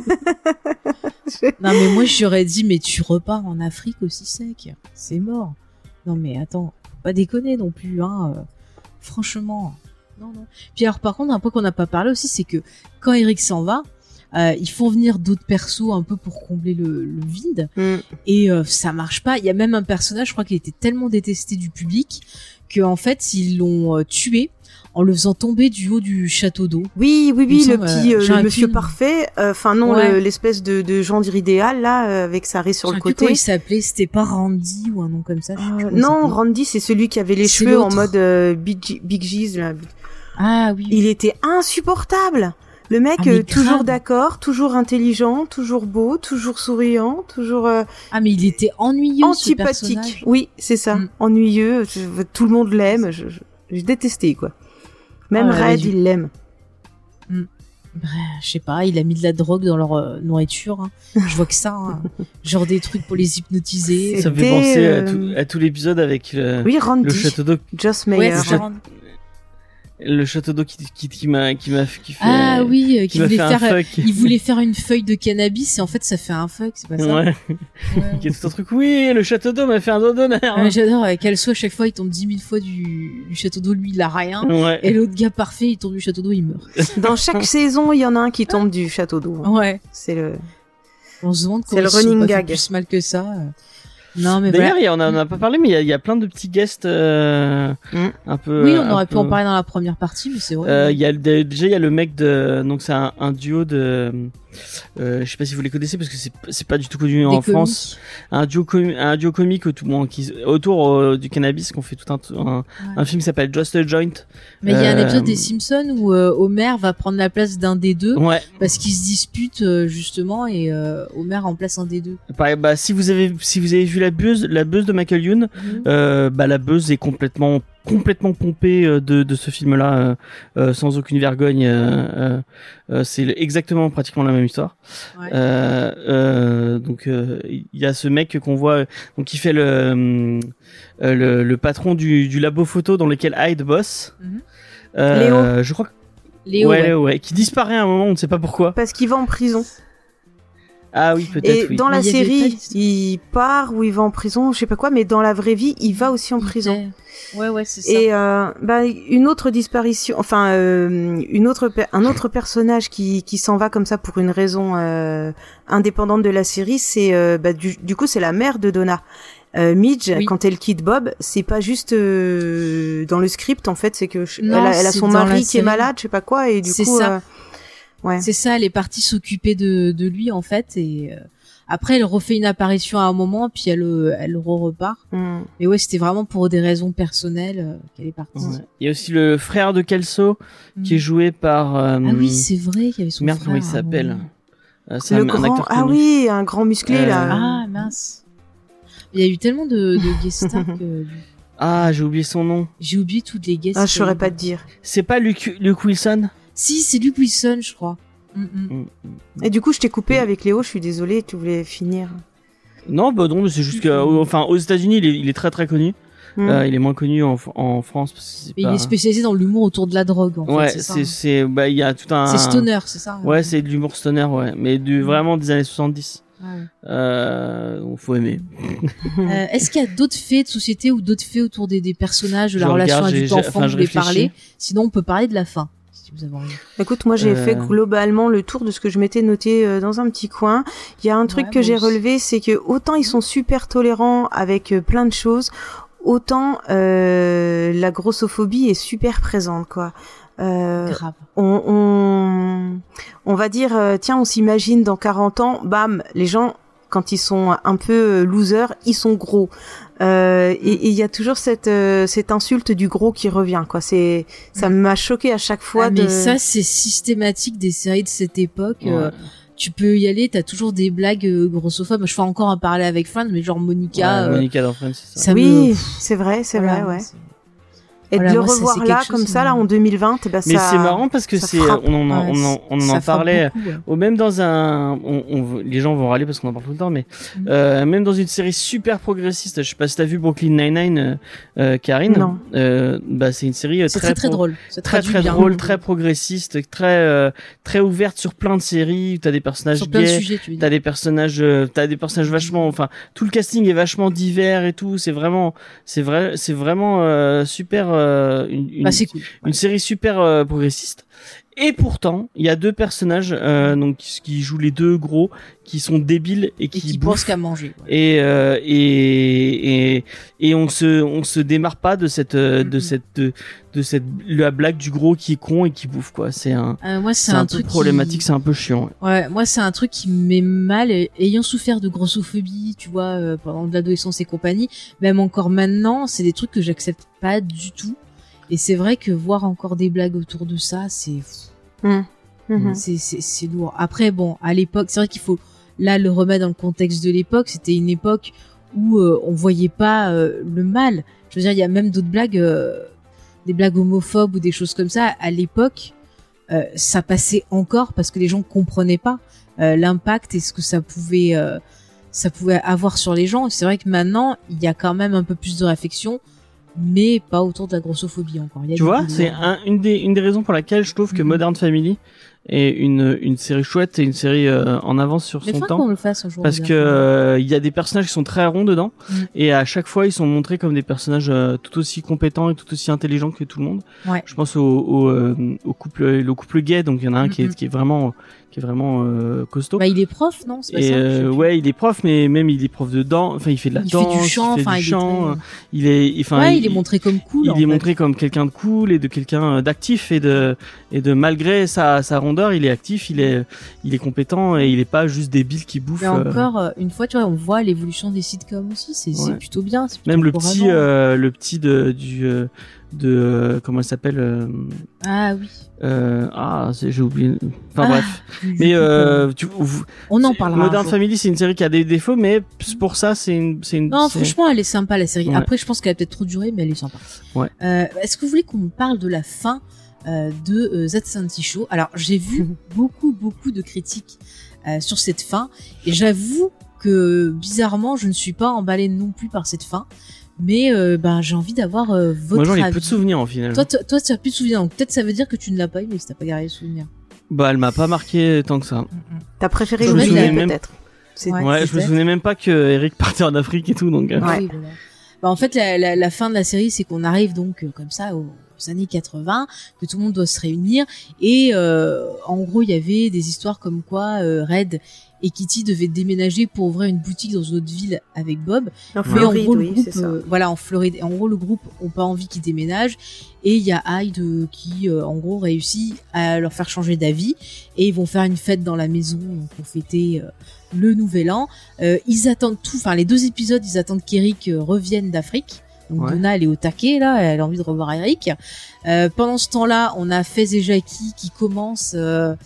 Non mais moi j'aurais dit mais tu repars en Afrique aussi sec, c'est mort. Non mais attends, pas déconner non plus hein. Franchement, non. Puis alors par contre un point qu'on n'a pas parlé aussi c'est que quand Eric s'en va, ils font venir d'autres persos un peu pour combler le vide et ça marche pas. Il y a même un personnage, je crois qu'il était tellement détesté du public que en fait ils l'ont tué en le faisant tomber du haut du château d'eau. Oui, le monsieur parfait. Enfin non, l'espèce de gendre idéal là, avec sa raie sur le côté. Comment il s'appelait? C'était pas Randy ou un nom comme ça? Non, Randy, c'est celui qui avait les cheveux en mode Big G's là. Ah oui. Il était insupportable. Le mec, toujours d'accord, toujours intelligent, toujours beau, toujours souriant, toujours. Ah mais il était ennuyeux. Antipathique. Oui, c'est ça. Ennuyeux. Tout le monde l'aime. J'ai détesté quoi. Même Red, il l'aime. Je sais pas, il a mis de la drogue dans leur nourriture. Hein. Je vois que ça, hein. Genre des trucs pour les hypnotiser. Ça me fait penser à tout l'épisode avec le château d'eau. Joss Meyer. Le château d'eau qui m'a fait. Ah oui, qui voulait faire. Il voulait faire une feuille de cannabis et en fait ça fait un fuck, c'est pas ça. Ouais. Qui est tout un truc. Oui, le château d'eau m'a fait un doigt d'honneur. Ouais, j'adore. Qu'elle soit à chaque fois il tombe 10 000 fois du château d'eau, lui il a rien. Ouais. Et l'autre gars parfait, il tombe du château d'eau, il meurt. Dans chaque saison, il y en a un qui tombe du château d'eau. Ouais. C'est le. On se demande c'est le running gag. Plus mal que ça. Non, mais d'ailleurs, voilà. on en a pas parlé, mais il y a plein de petits guests un peu. Oui, on aurait pu en parler dans la première partie, mais c'est vrai. Il y a déjà il y a le mec de, donc c'est un duo de. Je sais pas si vous les connaissez parce que c'est pas du tout connu en France. Un duo comique autour du cannabis qu'on fait tout un film qui s'appelle Just a Joint. Mais il y a un épisode des Simpsons où Homer va prendre la place d'un des deux parce qu'ils se disputent justement et Homer remplace un des deux. Bah si vous avez vu la buzz de Michael Youn, bah la buzz est complètement pompée de ce film-là sans aucune vergogne. C'est exactement pratiquement la même histoire. Ouais. Donc il y a ce mec qu'on voit donc qui fait le patron du labo photo dans lequel Hyde bosse. Léo. Je crois que Léo, ouais, qui disparaît à un moment, on ne sait pas pourquoi. Parce qu'il va en prison. Ah oui, peut-être. Et dans la série, il part ou il va en prison, je sais pas quoi, mais dans la vraie vie, il va aussi en prison. Ouais, c'est ça. Et une autre disparition, enfin un autre personnage qui s'en va comme ça pour une raison indépendante de la série, c'est du coup c'est la mère de Donna. Midge, quand elle quitte Bob, c'est pas juste dans le script en fait, c'est que elle a son mari qui est malade, je sais pas quoi, et du coup ouais. C'est ça, elle est partie s'occuper de lui en fait, et après elle refait une apparition à un moment, puis elle repart. Mais ouais, c'était vraiment pour des raisons personnelles qu'elle est partie. Ouais. Il y a aussi le frère de Kelso qui est joué par. Ah oui, c'est vrai qu'il y avait son frère. Merde, comment il s'appelle c'est un acteur connu. Ah oui, un grand musclé là. Ah mince. Il y a eu tellement de guest stars que. Ah, j'ai oublié son nom. J'ai oublié toutes les guests. Ah, je saurais pas te dire. C'est pas Luke Wilson? Si, c'est Luke Wilson, je crois. Et du coup, je t'ai coupé avec Léo, je suis désolée, tu voulais finir. Non, bah non, mais c'est juste aux États-Unis, il est très très connu. Il est moins connu en France parce que il est spécialisé dans l'humour autour de la drogue en fait. C'est bah il y a tout un. C'est stoner, c'est ça. Ouais, c'est de l'humour stoner, ouais, mais vraiment des années 70. Faut aimer. Est-ce qu'il y a d'autres faits de société ou d'autres faits autour des personnages, de la relation adulte-enfant que vous voulez parler? Sinon, on peut parler de la fin. Si vous avez envie. Écoute, moi j'ai fait globalement le tour de ce que je m'étais noté dans un petit coin. Il y a un truc que j'ai relevé, c'est que autant ils sont super tolérants avec plein de choses, autant la grossophobie est super présente, quoi. Grave. On va dire tiens, on s'imagine dans 40 ans, bam, les gens quand ils sont un peu losers, ils sont gros. Et il y a toujours cette insulte du gros qui revient, quoi. Ça m'a choqué à chaque fois. Mais ça c'est systématique des séries de cette époque. Ouais. Tu peux y aller, t'as toujours des blagues grossophobes. Je fais encore un parallèle avec Friends, mais genre Monica. Monica dans Friends, c'est ça. Oui, c'est vrai, ouais. Et de le revoir là, comme ça, là, en 2020, bah, mais c'est marrant parce que on en parlait, beaucoup, même dans les gens vont râler parce qu'on en parle tout le temps, mais, même dans une série super progressiste, je sais pas si t'as vu Brooklyn Nine-Nine, Karine. Non. Bah, c'est une série très drôle. Très drôle, très progressiste, très ouverte sur plein de séries, où t'as des personnages sur plein de sujets, tu veux dire. T'as des personnages vachement, enfin, tout le casting est vachement divers et tout, c'est vraiment super, c'est cool. Une série super progressiste. Et pourtant, il y a deux personnages donc qui jouent les deux gros, qui sont débiles et qui pensent qu'à manger. Ouais. Et on se démarre pas de la blague du gros qui est con et qui bouffe, quoi. C'est un truc problématique, c'est un peu chiant. Ouais, moi c'est un truc qui me met mal, ayant souffert de grossophobie, tu vois, pendant l'adolescence et compagnie, même encore maintenant, c'est des trucs que j'accepte pas du tout. Et c'est vrai que voir encore des blagues autour de ça, c'est c'est lourd. Après, bon, à l'époque, c'est vrai qu'il faut là le remettre dans le contexte de l'époque. C'était une époque où on voyait pas le mal. Je veux dire, il y a même d'autres blagues, des blagues homophobes ou des choses comme ça. À l'époque, ça passait encore parce que les gens comprenaient pas l'impact et ce que ça pouvait avoir sur les gens. C'est vrai que maintenant, il y a quand même un peu plus de réflexion. mais pas autour de la grossophobie encore. Tu vois, c'est une des raisons pour laquelle je trouve que Modern Family est une série chouette et une série en avance sur son temps. Qu'on le fasse un jour. Parce que il y a des personnages qui sont très ronds dedans et à chaque fois ils sont montrés comme des personnages tout aussi compétents et tout aussi intelligents que tout le monde. Ouais. Je pense au couple gay, donc il y en a un qui est vraiment costaud. Bah il est prof, non? C'est pas ça, ouais, il est prof, mais même il est prof de danse. Enfin, il fait de la danse, fait du chant, il est montré comme cool. Il est montré comme quelqu'un de cool et de quelqu'un d'actif et de malgré sa rondeur, il est actif, il est compétent et il est pas juste débile qui bouffe. Mais encore une fois, tu vois, on voit l'évolution des sitcoms aussi. C'est plutôt bien. C'est plutôt même le petit de comment elle s'appelle Ah oui. J'ai oublié. Enfin bref. Mais on en parlera. Modern Family, c'est une série qui a des défauts, mais pour ça, c'est une. Non, franchement, elle est sympa la série. Ouais. Après, je pense qu'elle a peut-être trop duré, mais elle est sympa. Ouais. Est-ce que vous voulez qu'on parle de la fin de That 70 Show? Alors, j'ai vu beaucoup de critiques sur cette fin, et j'avoue que bizarrement, je ne suis pas emballée non plus par cette fin. Mais j'ai envie d'avoir votre avis. Moi j'en ai peu de souvenirs en final. Toi tu as plus de souvenirs, donc peut-être ça veut dire que tu ne l'as pas aimé si t'as pas gardé les souvenirs. Bah elle m'a pas marqué tant que ça. T'as préféré le peut-être. Ouais, je me souvenais même pas que Eric partait en Afrique et tout, donc. Oui, voilà. Bah en fait la fin de la série, c'est qu'on arrive donc comme ça aux années 80, que tout le monde doit se réunir, et en gros il y avait des histoires comme quoi Red et Kitty devaient déménager pour ouvrir une boutique dans une autre ville avec Bob. En Floride, en gros, le groupe, c'est ça. Voilà, en Floride. Et en gros, le groupe ont pas envie qu'ils déménagent. Et il y a Hyde qui, en gros, réussit à leur faire changer d'avis. Et ils vont faire une fête dans la maison pour fêter le Nouvel An. Ils attendent tout. Enfin, les 2 épisodes, ils attendent qu'Eric revienne d'Afrique. Donc Donna, elle est au taquet, là. Elle a envie de revoir Eric. Pendant ce temps-là, on a Fez et Jackie qui commencent...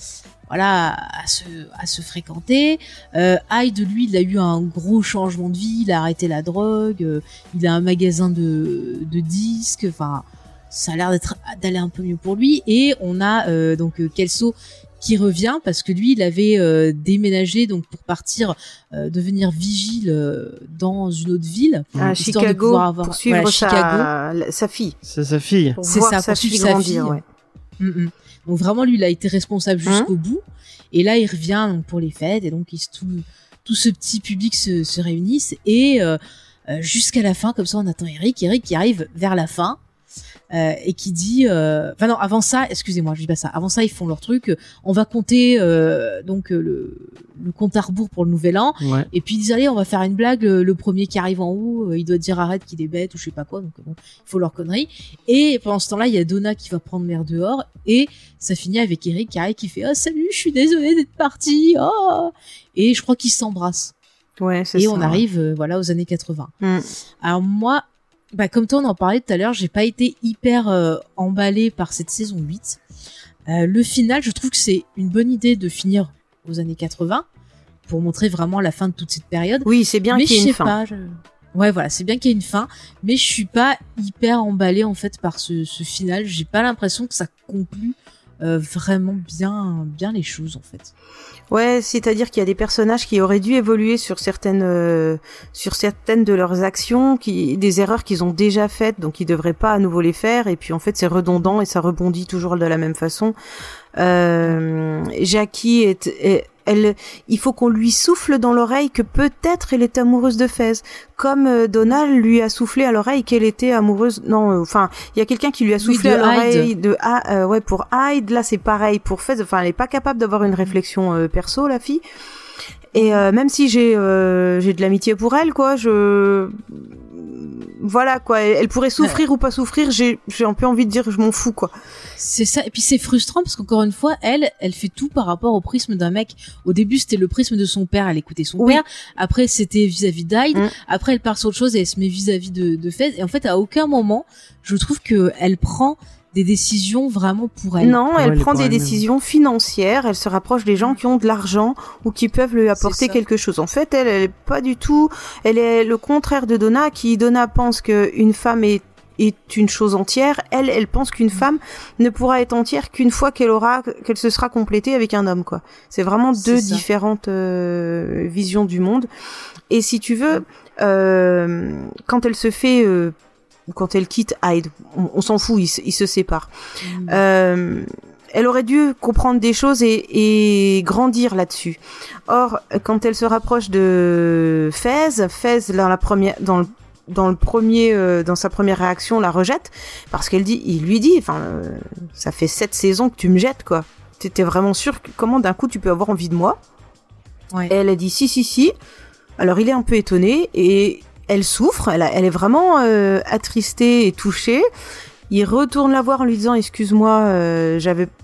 à se fréquenter. Hyde, lui, il a eu un gros changement de vie, il a arrêté la drogue, il a un magasin de disques, enfin, ça a l'air d'aller un peu mieux pour lui. Et on a donc Kelso qui revient parce que lui, il avait déménagé donc pour partir devenir vigile dans une autre ville à Chicago pour suivre sa fille. C'est sa fille. C'est ça, pour suivre sa fille. Ouais. Donc vraiment, lui, il a été responsable jusqu'au bout. Et là, il revient donc pour les fêtes. Et donc, tout ce petit public se réunissent. Et jusqu'à la fin, comme ça, on attend Eric qui arrive vers la fin. Et qui dit... Enfin non, avant ça, excusez-moi, je dis pas ça. Avant ça, ils font leur truc. On va compter donc le compte à rebours pour le Nouvel An. Ouais. Et puis ils disent, allez, on va faire une blague. Le premier qui arrive en haut, il doit dire arrête qu'il est bête ou je sais pas quoi. Donc bon, il faut leur connerie. Et pendant ce temps-là, il y a Donna qui va prendre l'air dehors. Et ça finit avec Eric qui arrive, qui fait « Oh, salut, je suis désolée d'être partie. Oh !» Et je crois qu'ils s'embrassent. Ouais, c'est ça. Et on arrive aux années 80. Alors moi... comme toi, on en parlait tout à l'heure, j'ai pas été hyper emballée par cette saison 8. Le final, je trouve que c'est une bonne idée de finir aux années 80 pour montrer vraiment la fin de toute cette période. Oui, c'est bien qu'il y ait une fin. Ouais, voilà, c'est bien qu'il y ait une fin, mais je suis pas hyper emballée en fait par ce final. J'ai pas l'impression que ça conclut vraiment bien les choses en fait. Ouais, c'est-à-dire qu'il y a des personnages qui auraient dû évoluer sur certaines de leurs actions, des erreurs qu'ils ont déjà faites, donc ils devraient pas à nouveau les faire. Et puis en fait, c'est redondant et ça rebondit toujours de la même façon. Jackie il faut qu'on lui souffle dans l'oreille que peut-être elle est amoureuse de Fez, comme Donald lui a soufflé à l'oreille qu'elle était amoureuse. Non, enfin, il y a quelqu'un qui lui a soufflé à l'oreille pour Hyde. Là, c'est pareil pour Fez. Enfin, elle est pas capable d'avoir une réflexion perso, la fille. Et même si j'ai de l'amitié pour elle, quoi, voilà, quoi, elle pourrait souffrir ou pas souffrir, j'ai un peu envie de dire je m'en fous, quoi. C'est ça, et puis c'est frustrant parce qu'encore une fois, elle fait tout par rapport au prisme d'un mec. Au début, c'était le prisme de son père, elle écoutait son père. Après, c'était vis-à-vis d'Hyde. Après, elle part sur autre chose et elle se met vis-à-vis de Fez. Et en fait, à aucun moment, je trouve que elle prend des décisions vraiment pour elle. Non, elle prend des décisions financières, elle se rapproche des gens qui ont de l'argent ou qui peuvent lui apporter quelque chose. En fait, elle est pas du tout, elle est le contraire de Donna, Donna pense qu'une femme est une chose entière. Elle pense qu'une femme ne pourra être entière qu'une fois qu'elle se sera complétée avec un homme, quoi. C'est vraiment deux différentes visions du monde. Et si tu veux, quand elle se fait quand elle quitte Hyde. On s'en fout, ils se séparent. Elle aurait dû comprendre des choses et grandir là-dessus. Or, quand elle se rapproche de Fez dans sa première réaction, la rejette parce il lui dit, ça fait 7 saisons que tu me jettes, quoi. T'étais vraiment sûr comment d'un coup tu peux avoir envie de moi? Ouais. Et elle a dit si. Alors il est un peu étonné et elle souffre. Elle est vraiment attristée et touchée. Il retourne la voir en lui disant excuse-moi,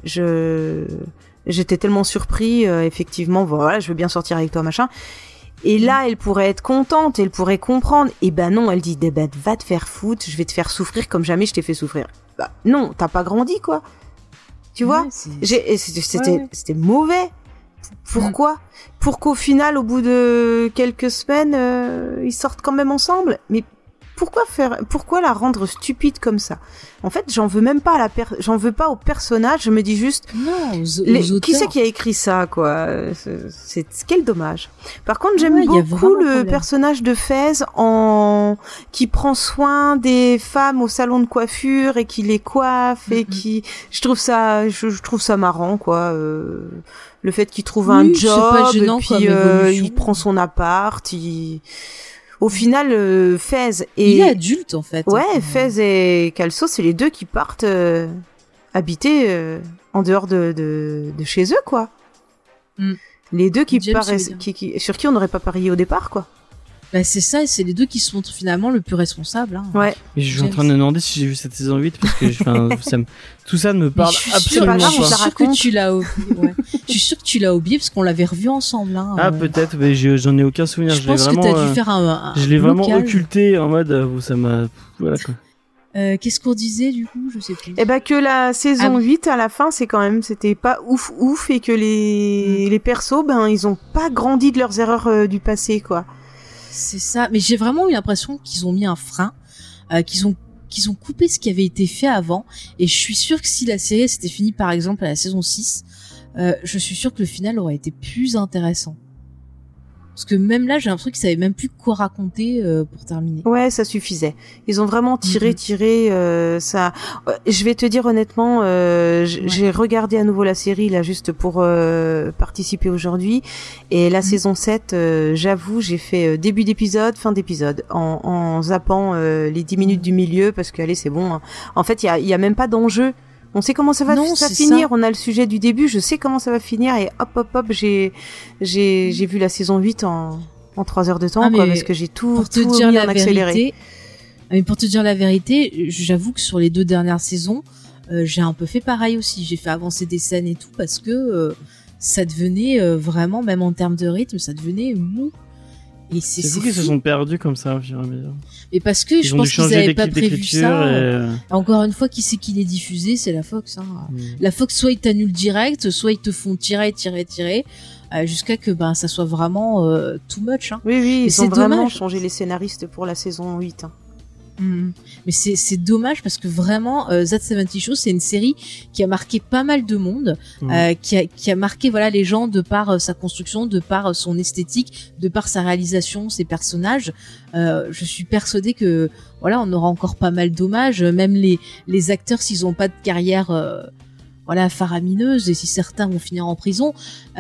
j'étais tellement surpris, effectivement, voilà, je veux bien sortir avec toi, machin. Et là, elle pourrait être contente, elle pourrait comprendre. Et ben non, elle dit va te faire foutre, je vais te faire souffrir comme jamais je t'ai fait souffrir. Bah non, t'as pas grandi, quoi. Tu vois, c'était mauvais. Pourquoi? Pour qu'au final, au bout de quelques semaines, ils sortent quand même ensemble. Mais pourquoi la rendre stupide comme ça? En fait, j'en veux même pas j'en veux pas au personnage, je me dis juste qui c'est qui a écrit ça, quoi. C'est quel dommage. Par contre, j'aime beaucoup le personnage de Fez qui prend soin des femmes au salon de coiffure et qui les coiffe et je trouve ça marrant, quoi. Le fait qu'il trouve un job gênant, et puis il prend son appart, au final, Fez et... Il est adulte, en fait. Ouais, Fez et Kelso, c'est les deux qui partent habiter en dehors de chez eux, quoi. Les deux qui paraissent... sur qui on n'aurait pas parié au départ, quoi. Bah c'est ça, et c'est les deux qui se montrent finalement le plus responsables. Hein. Ouais. Mais je suis en train de me demander si j'ai vu cette saison 8, parce que tout ça ne me parle absolument pas. Je suis sûr que tu l'as oublié. Ouais. Je suis sûr que tu l'as oublié parce qu'on l'avait revu ensemble. Hein, peut-être, mais j'en ai aucun souvenir. Je pense que t'as dû faire un je l'ai vraiment occulté en mode, ça m'a... Voilà, quoi. Qu'est-ce qu'on disait du coup? Je sais plus. Eh ben que la saison 8 à la fin, c'était pas ouf et que les persos, ils ont pas grandi de leurs erreurs du passé, quoi. C'est ça, mais j'ai vraiment eu l'impression qu'ils ont mis un frein, qu'ils ont coupé ce qui avait été fait avant, et je suis sûre que si la série s'était finie par exemple à la saison 6, je suis sûre que le final aurait été plus intéressant. Parce que même là, j'ai l'impression qu'ils savaient même plus quoi raconter pour terminer. Ouais, ça suffisait. Ils ont vraiment tiré ça. Je vais te dire honnêtement, j'ai regardé à nouveau la série là juste pour participer aujourd'hui. Et la saison 7, j'avoue, j'ai fait début d'épisode, fin d'épisode, en zappant les 10 minutes du milieu parce que allez, c'est bon. Hein. En fait, il y a même pas d'enjeu. On sait comment ça va finir. On a le sujet du début. Je sais comment ça va finir et hop, j'ai vu la saison 8 en 3 heures de temps, quoi, parce que j'ai tout mis en accéléré. Mais pour te dire la vérité, j'avoue que sur les 2 dernières saisons, j'ai un peu fait pareil aussi. J'ai fait avancer des scènes et tout parce que ça devenait vraiment, même en termes de rythme, ça devenait mou. Et c'est fou qu'ils se sont perdus comme ça au fur et à mesure. Et parce que je pense qu'ils n'avaient pas prévu ça. Encore une fois, qui c'est qui les diffusait? C'est la Fox. Hein. La Fox, soit ils t'annulent direct, soit ils te font tirer, jusqu'à que ça soit vraiment too much. Hein. Oui, ils ont vraiment changé les scénaristes pour la saison 8. Hein. Mais c'est dommage parce que vraiment That 70 Show, c'est une série qui a marqué pas mal de monde, qui a marqué les gens de par sa construction, de par son esthétique, de par sa réalisation, ses personnages. Je suis persuadée que on aura encore pas mal d'hommages, même les acteurs s'ils ont pas de carrière faramineuse, et si certains vont finir en prison,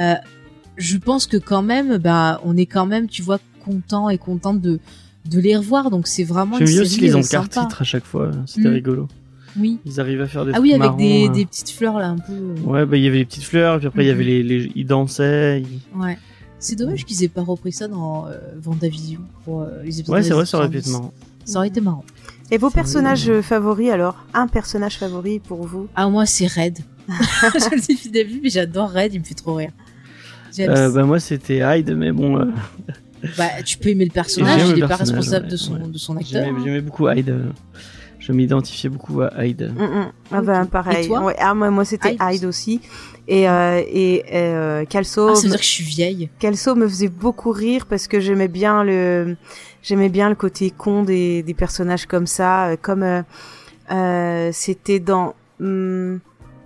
je pense que quand même on est quand même, tu vois, content et contente de les revoir, donc c'est vraiment une série sympa. J'aime bien aussi les encarts titres à chaque fois, c'était rigolo. Oui. Ils arrivent à faire des trucs marrants. Avec des petites fleurs là un peu. Ouais, il y avait les petites fleurs, puis après il y avait ils dansaient. Ouais. C'est dommage qu'ils aient pas repris ça dans Vendavision pour les épisodes. Ouais, c'est vrai, ça aurait pu être marrant. Ça aurait été marrant. Et vos personnages favoris alors? Un personnage favori pour vous? Ah, moi c'est Red. Je le dis depuis le début, mais j'adore Red, il me fait trop rire. Moi c'était Hyde, mais bon. Tu peux aimer le personnage, il est pas responsable de son acteur. J'aimais beaucoup Hyde. Je m'identifiais beaucoup à Hyde. Pareil. Et toi? Ouais, moi c'était Hyde aussi. Et Kelso. Ça veut dire que je suis vieille. Kelso me faisait beaucoup rire parce que j'aimais bien le côté con des personnages comme ça, comme c'était dans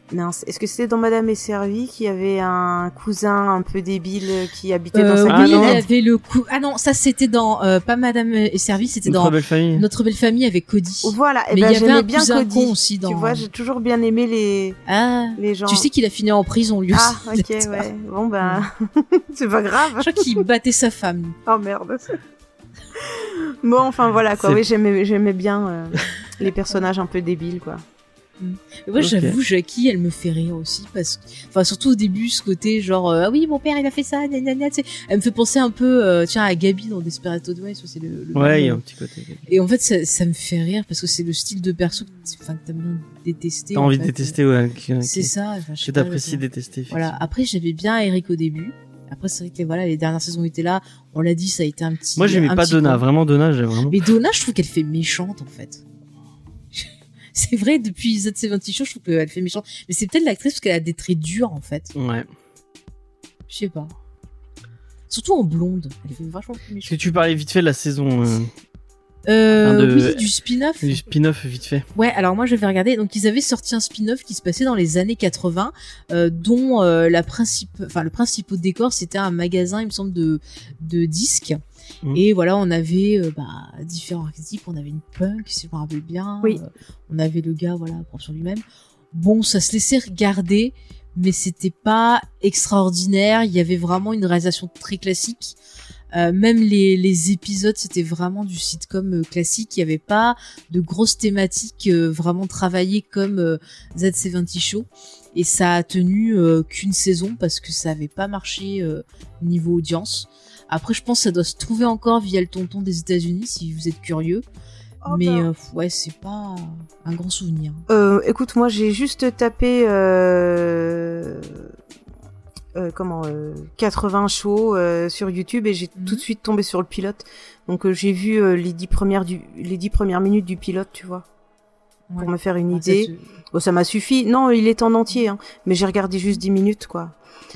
Mince, est-ce que c'était dans Madame est servie qu'il y avait un cousin un peu débile qui habitait dans sa oui, camionnette? il y avait le coup. Ah non, ça c'était dans pas Madame est servie, c'était dans Notre belle famille avec Cody. Voilà, et mais ben il y avait j'aimais un bien cousin Cody. con aussi dans. Tu vois, j'ai toujours bien aimé les gens. Tu sais qu'il a fini en prison lui aussi. Ah, ok, ouais. Bon ben, c'est pas grave. Je crois qu'il battait sa femme. Oh merde. Bon, enfin voilà quoi. Oui, j'aimais bien les personnages un peu débiles quoi. Moi, j'avoue, Jackie, elle me fait rire aussi parce que, enfin, surtout au début, ce côté genre, ah oui, mon père, il a fait ça, gna, gna, gna, tu sais. Elle me fait penser un peu, tiens, à Gabi dans Desperate Housewives, c'est le ouais, il y a un petit côté. Gabi. Et en fait, ça me fait rire parce que c'est le style de perso que t'aimes bien détester. T'as envie de détester, ouais. C'est ça. Je t'apprécie détester. Voilà. Après, j'aimais bien Eric au début. Après, c'est vrai que les dernières saisons étaient là. On l'a dit, ça a été un petit. Moi, j'aimais pas Donna. Vraiment, Donna, j'ai vraiment. Mais Donna, je trouve qu'elle fait méchante, en fait. C'est vrai, depuis Z70 Show, je trouve qu'elle fait méchante. Mais c'est peut-être l'actrice parce qu'elle a des traits durs, en fait. Ouais. Je sais pas. Surtout en blonde. Elle fait vachement plus méchante. Est-ce que tu parlais vite fait de la saison oui, du spin-off. Du spin-off, vite fait. Ouais, alors moi, je vais regarder. Donc, ils avaient sorti un spin-off qui se passait dans les années 80, dont le principal décor, c'était un magasin, il me semble, de disques. Et voilà, on avait différents archétypes. On avait une punk, si je me rappelle bien. Oui. On avait le gars, propre sur lui-même. Bon, ça se laissait regarder, mais c'était pas extraordinaire. Il y avait vraiment une réalisation très classique. Même les épisodes, c'était vraiment du sitcom classique. Il y avait pas de grosses thématiques vraiment travaillées comme Z70 Show. Et ça a tenu qu'une saison parce que ça avait pas marché niveau audience. Après, je pense que ça doit se trouver encore via le tonton des États-Unis si vous êtes curieux. Oh mais ouais, c'est pas un grand souvenir. Écoute, moi j'ai juste tapé 80 shows sur YouTube et j'ai tout de suite tombé sur le pilote. Donc j'ai vu les 10 premières minutes du pilote, tu vois, pour me faire une idée. Bon, ça m'a suffi. Non, il est en entier, hein, mais j'ai regardé juste 10 minutes, quoi.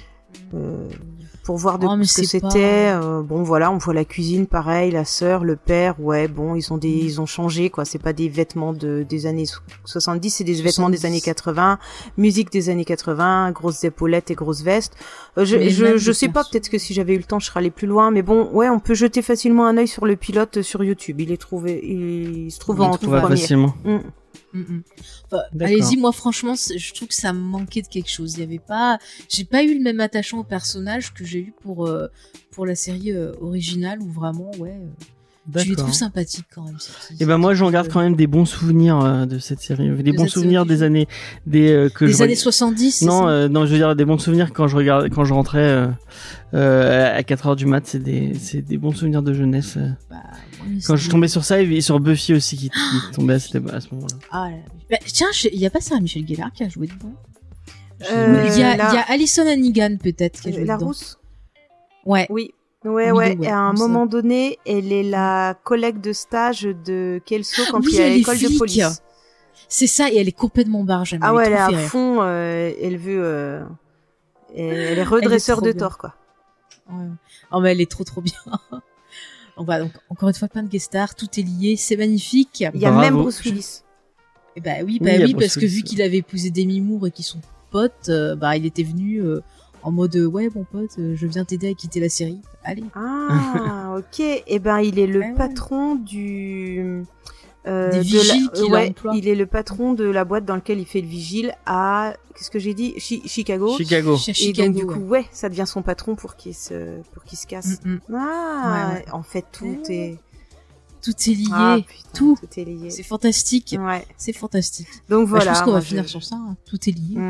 Pour voir ce que c'était. Bon, voilà, on voit la cuisine, pareil, la sœur, le père, ouais, bon, ils ont changé, quoi. C'est pas des vêtements des années 70, c'est des vêtements des années 80, musique des années 80, grosses épaulettes et grosses vestes. Je sais pas, peut-être que si j'avais eu le temps, je serais allée plus loin, mais bon, ouais, on peut jeter facilement un œil sur le pilote sur YouTube. Il se trouve en tout premier. Facilement. Enfin, allez-y, moi franchement, je trouve que ça me manquait de quelque chose. J'ai pas eu le même attachement au personnage que j'ai eu pour la série originale où vraiment, je les trouve sympathiques quand même. Et ben moi, j'en garde quand même des bons souvenirs de cette série, des bons souvenirs des années, années 70. Non, je veux dire des bons souvenirs quand je rentrais à 4h du mat. C'est des bons souvenirs de jeunesse. Quand je tombais sur ça et sur Buffy aussi qui tombait à ce moment-là. Ah, tiens, il y a pas Sarah Michelle Gellar qui a joué dedans. Il y a Alison Hannigan peut-être qui a joué dedans. La rousse. Ouais. Oui. Ouais. Et à un moment donné, elle est la collègue de stage de Kelso quand il est à l'école de police. C'est ça, et elle est complètement barge. Ah ouais, elle est à fond. Elle veut. Elle est redresseur de tort, quoi. Ouais. Oh mais elle est trop bien. Voilà, donc encore une fois plein de guest stars, tout est lié, c'est magnifique. Il y a même Bruce Willis. Et oui, parce que vu qu'il avait épousé Demi Moore et qu'ils sont potes, il était venu en mode ouais bon pote, je viens t'aider à quitter la série. Allez. Ah ok. Et il est le patron du des vigiles qu'il emploie. Il est le patron de la boîte dans laquelle il fait le vigile à qu'est-ce que j'ai dit Chicago. Et donc du coup ça devient son patron pour qu'il se casse. En fait tout est lié. Ah, putain, tout est lié. C'est fantastique. Ouais. C'est fantastique. Donc voilà. Je pense qu'on va finir sur ça. Hein. Tout est lié.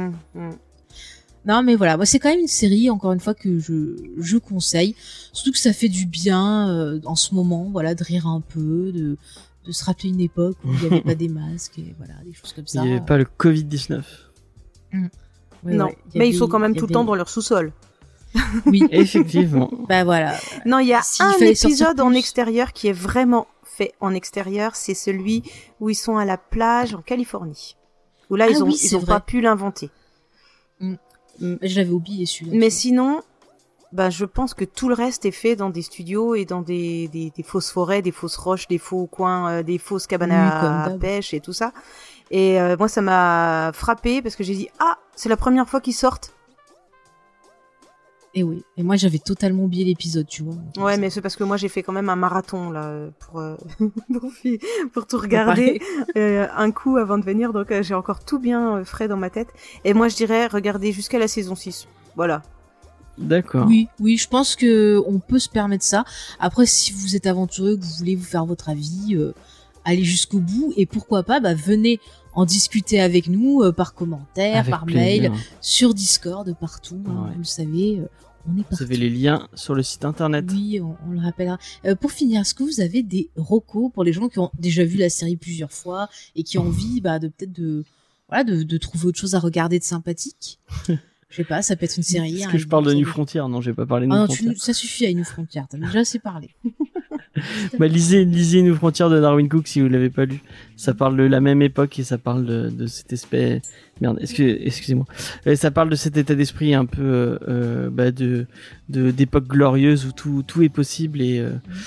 Non mais voilà, moi c'est quand même une série encore une fois que je conseille. Surtout que ça fait du bien en ce moment, voilà, de rire un peu, de se rappeler une époque où il n'y avait pas des masques et voilà, des choses comme ça. Il n'y avait pas le Covid-19. Non, mais ils sont quand même tout le temps dans leur sous-sol. Oui, effectivement. Voilà. Non, il y a un épisode en extérieur qui est vraiment fait en extérieur, c'est celui où ils sont à la plage en Californie. Où là, ils ont pas pu l'inventer. J'avais oublié celui-là. Mais sinon, je pense que tout le reste est fait dans des studios et dans des fausses forêts, des fausses roches, des faux coins, des fausses cabanes à pêche et tout ça. Et moi, ça m'a frappé parce que j'ai dit C'est la première fois qu'ils sortent. Et oui. Et moi, j'avais totalement oublié l'épisode, tu vois. Ouais, mais c'est parce que moi, j'ai fait quand même un marathon, là, pour tout regarder un coup avant de venir. Donc, j'ai encore tout bien frais dans ma tête. Et moi, je dirais, regardez jusqu'à la saison 6. Voilà. D'accord. Oui, je pense que on peut se permettre ça. Après, si vous êtes aventureux, que vous voulez vous faire votre avis, allez jusqu'au bout. Et pourquoi pas, venez en discuter avec nous par commentaire, avec par plaisir. mail, sur Discord, partout. Hein, vous le savez, on est partout. Vous avez les liens sur le site internet. Oui, on le rappellera. Pour finir, est-ce que vous avez des recos pour les gens qui ont déjà vu la série plusieurs fois et qui ont envie de trouver autre chose à regarder de sympathique? Je sais pas, ça peut être une série. Est-ce que je parle de New Frontier? Non, j'ai pas parlé de New Frontier. Ça suffit à New Frontier, t'as déjà assez parlé. Lisez New Frontier de Darwin Cook si vous l'avez pas lu. Ça parle de la même époque et ça parle de cette espèce... Merde, excusez-moi. Ça parle de cet état d'esprit un peu d'époque glorieuse où tout est possible et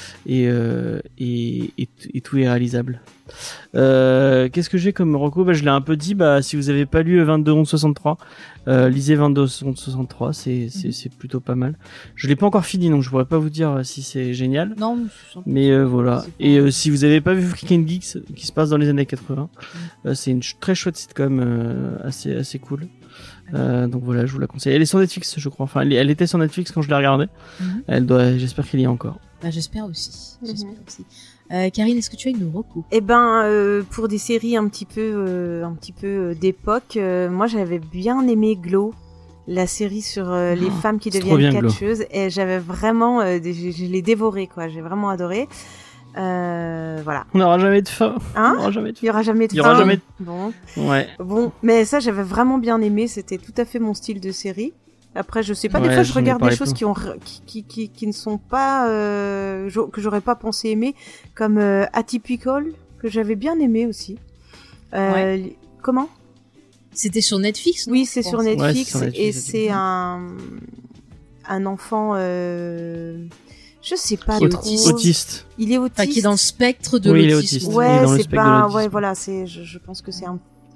tout est réalisable. Qu'est-ce que j'ai comme reco? Je l'ai un peu dit. Si vous avez pas lu 22-11-63, lisez 22-11-63, c'est plutôt pas mal. Je l'ai pas encore fini, donc je pourrais pas vous dire si c'est génial. Non, mais voilà. Et si vous avez pas vu Freak and Geeks, qui se passe dans les années 80, c'est une très chouette sitcom assez cool. Donc voilà, je vous la conseille. Elle est sur Netflix, je crois. Enfin, elle était sur Netflix quand je l'ai regardée. J'espère qu'il y est encore. J'espère aussi. Karine, est-ce que tu as une reco? Pour des séries un petit peu d'époque, moi j'avais bien aimé Glow, la série sur les femmes qui deviennent catcheuses, et j'avais vraiment, je l'ai dévoré quoi. J'ai vraiment adoré. Voilà. On n'aura jamais de fin. Hein? Il y aura jamais de fin. Bon. Ouais. Bon, mais ça j'avais vraiment bien aimé. C'était tout à fait mon style de série. Après, je sais pas, des fois je regarde des choses qui ne sont pas que j'aurais pas pensé aimer, comme Atypical, que j'avais bien aimé aussi. Comment? C'était sur Netflix, non? Oui, c'est sur Netflix, et c'est un enfant je sais pas trop. Autiste. Il est autiste. Enfin, qui est dans le spectre de l'autisme. Il est autiste. Ouais, c'est pas voilà, je pense que c'est un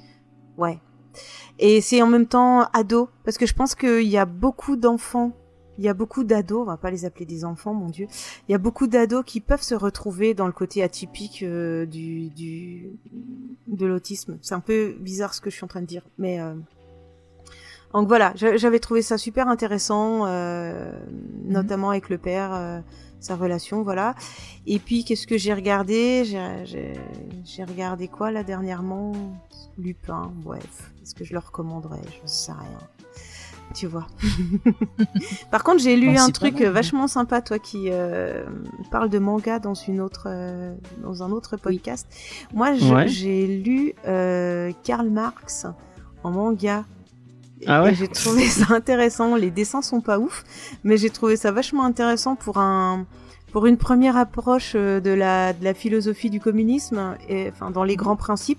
Et c'est en même temps ado, parce que je pense qu'il y a beaucoup d'enfants, il y a beaucoup d'ados, on va pas les appeler des enfants, mon Dieu, il y a beaucoup d'ados qui peuvent se retrouver dans le côté atypique de l'autisme. C'est un peu bizarre ce que je suis en train de dire, mais donc voilà, j'avais trouvé ça super intéressant, notamment avec le père, sa relation, voilà. Et puis qu'est-ce que j'ai regardé? J'ai regardé quoi là dernièrement? Lupin, bref. Est-ce que je le recommanderais? Je sais rien. Tu vois. Par contre, j'ai lu un truc vachement sympa, toi qui parle de manga dans un autre podcast. Oui. Moi, j'ai lu Karl Marx en manga. Ah ouais. Et j'ai trouvé ça intéressant. Les dessins sont pas ouf, mais j'ai trouvé ça vachement intéressant pour une première approche de la philosophie du communisme, et enfin dans les grands principes.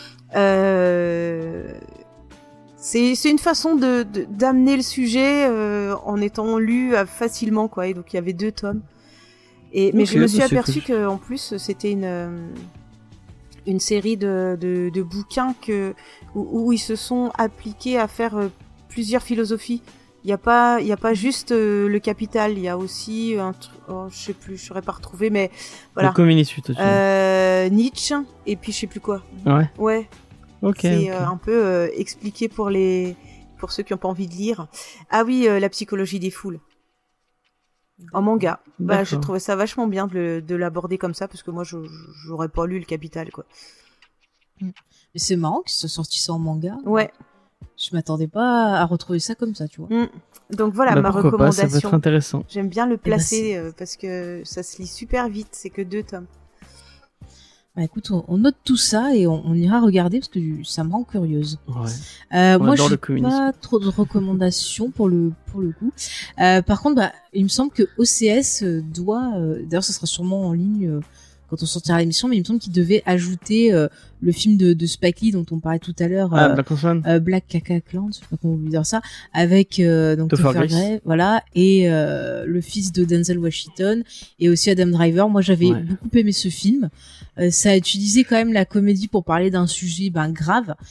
C'est une façon d'amener le sujet en étant lu facilement quoi. Et donc il y avait 2 tomes. Mais je me suis aperçue que en plus c'était une série de bouquins où ils se sont appliqués à faire plusieurs philosophies. Il y a pas juste le Capital, il y a aussi un truc, je sais plus, je saurais pas retrouver, mais voilà. Le communiste aussi. Nietzsche et puis je sais plus quoi. Ouais. Ouais. Ok. C'est un peu expliqué pour ceux qui ont pas envie de lire. Ah oui, la psychologie des foules. En manga. J'ai trouvé ça vachement bien de l'aborder comme ça, parce que moi j'aurais pas lu le Capital quoi. Mais c'est marrant qu'ils soient sortis ça en manga. Ouais. Je m'attendais pas à retrouver ça comme ça, tu vois. Donc voilà ma recommandation. Ça peut être intéressant. J'aime bien le placer parce que ça se lit super vite, c'est que 2 tomes. Écoute, on note tout ça et on ira regarder parce que ça me rend curieuse. Ouais. Moi, j'ai pas trop de recommandations pour le coup. Par contre, il me semble que OCS doit, d'ailleurs, ça sera sûrement en ligne quand on sortira l'émission, mais il me semble qu'il devait ajouter le film de Spike Lee dont on parlait tout à l'heure, Black Caca Clan, je sais pas comment vous dire ça, avec donc Topher Grace, voilà, et le fils de Denzel Washington et aussi Adam Driver. Moi, j'avais beaucoup aimé ce film. Ça a utilisé quand même la comédie pour parler d'un sujet grave.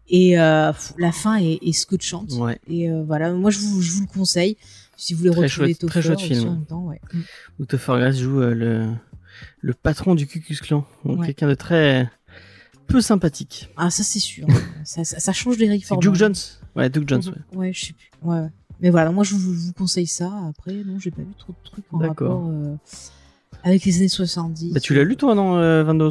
Et la fin est scotchante. Ouais. Et voilà, moi je vous le conseille si vous voulez retrouver Topher. Très chouette film. En même temps, ouais. Où Topher Grace joue le patron du Ku Klux Klan. Donc quelqu'un de très peu sympathique. Ah, ça c'est sûr. ça change d'Eric Forman. Duke Jones. Ouais, Duke Jones. Ouais, je sais plus. Ouais. Mais voilà, moi je vous conseille ça. Après, non, j'ai pas vu trop de trucs en rapport avec les années 70. Bah, tu l'as lu toi, non, 22-133 ?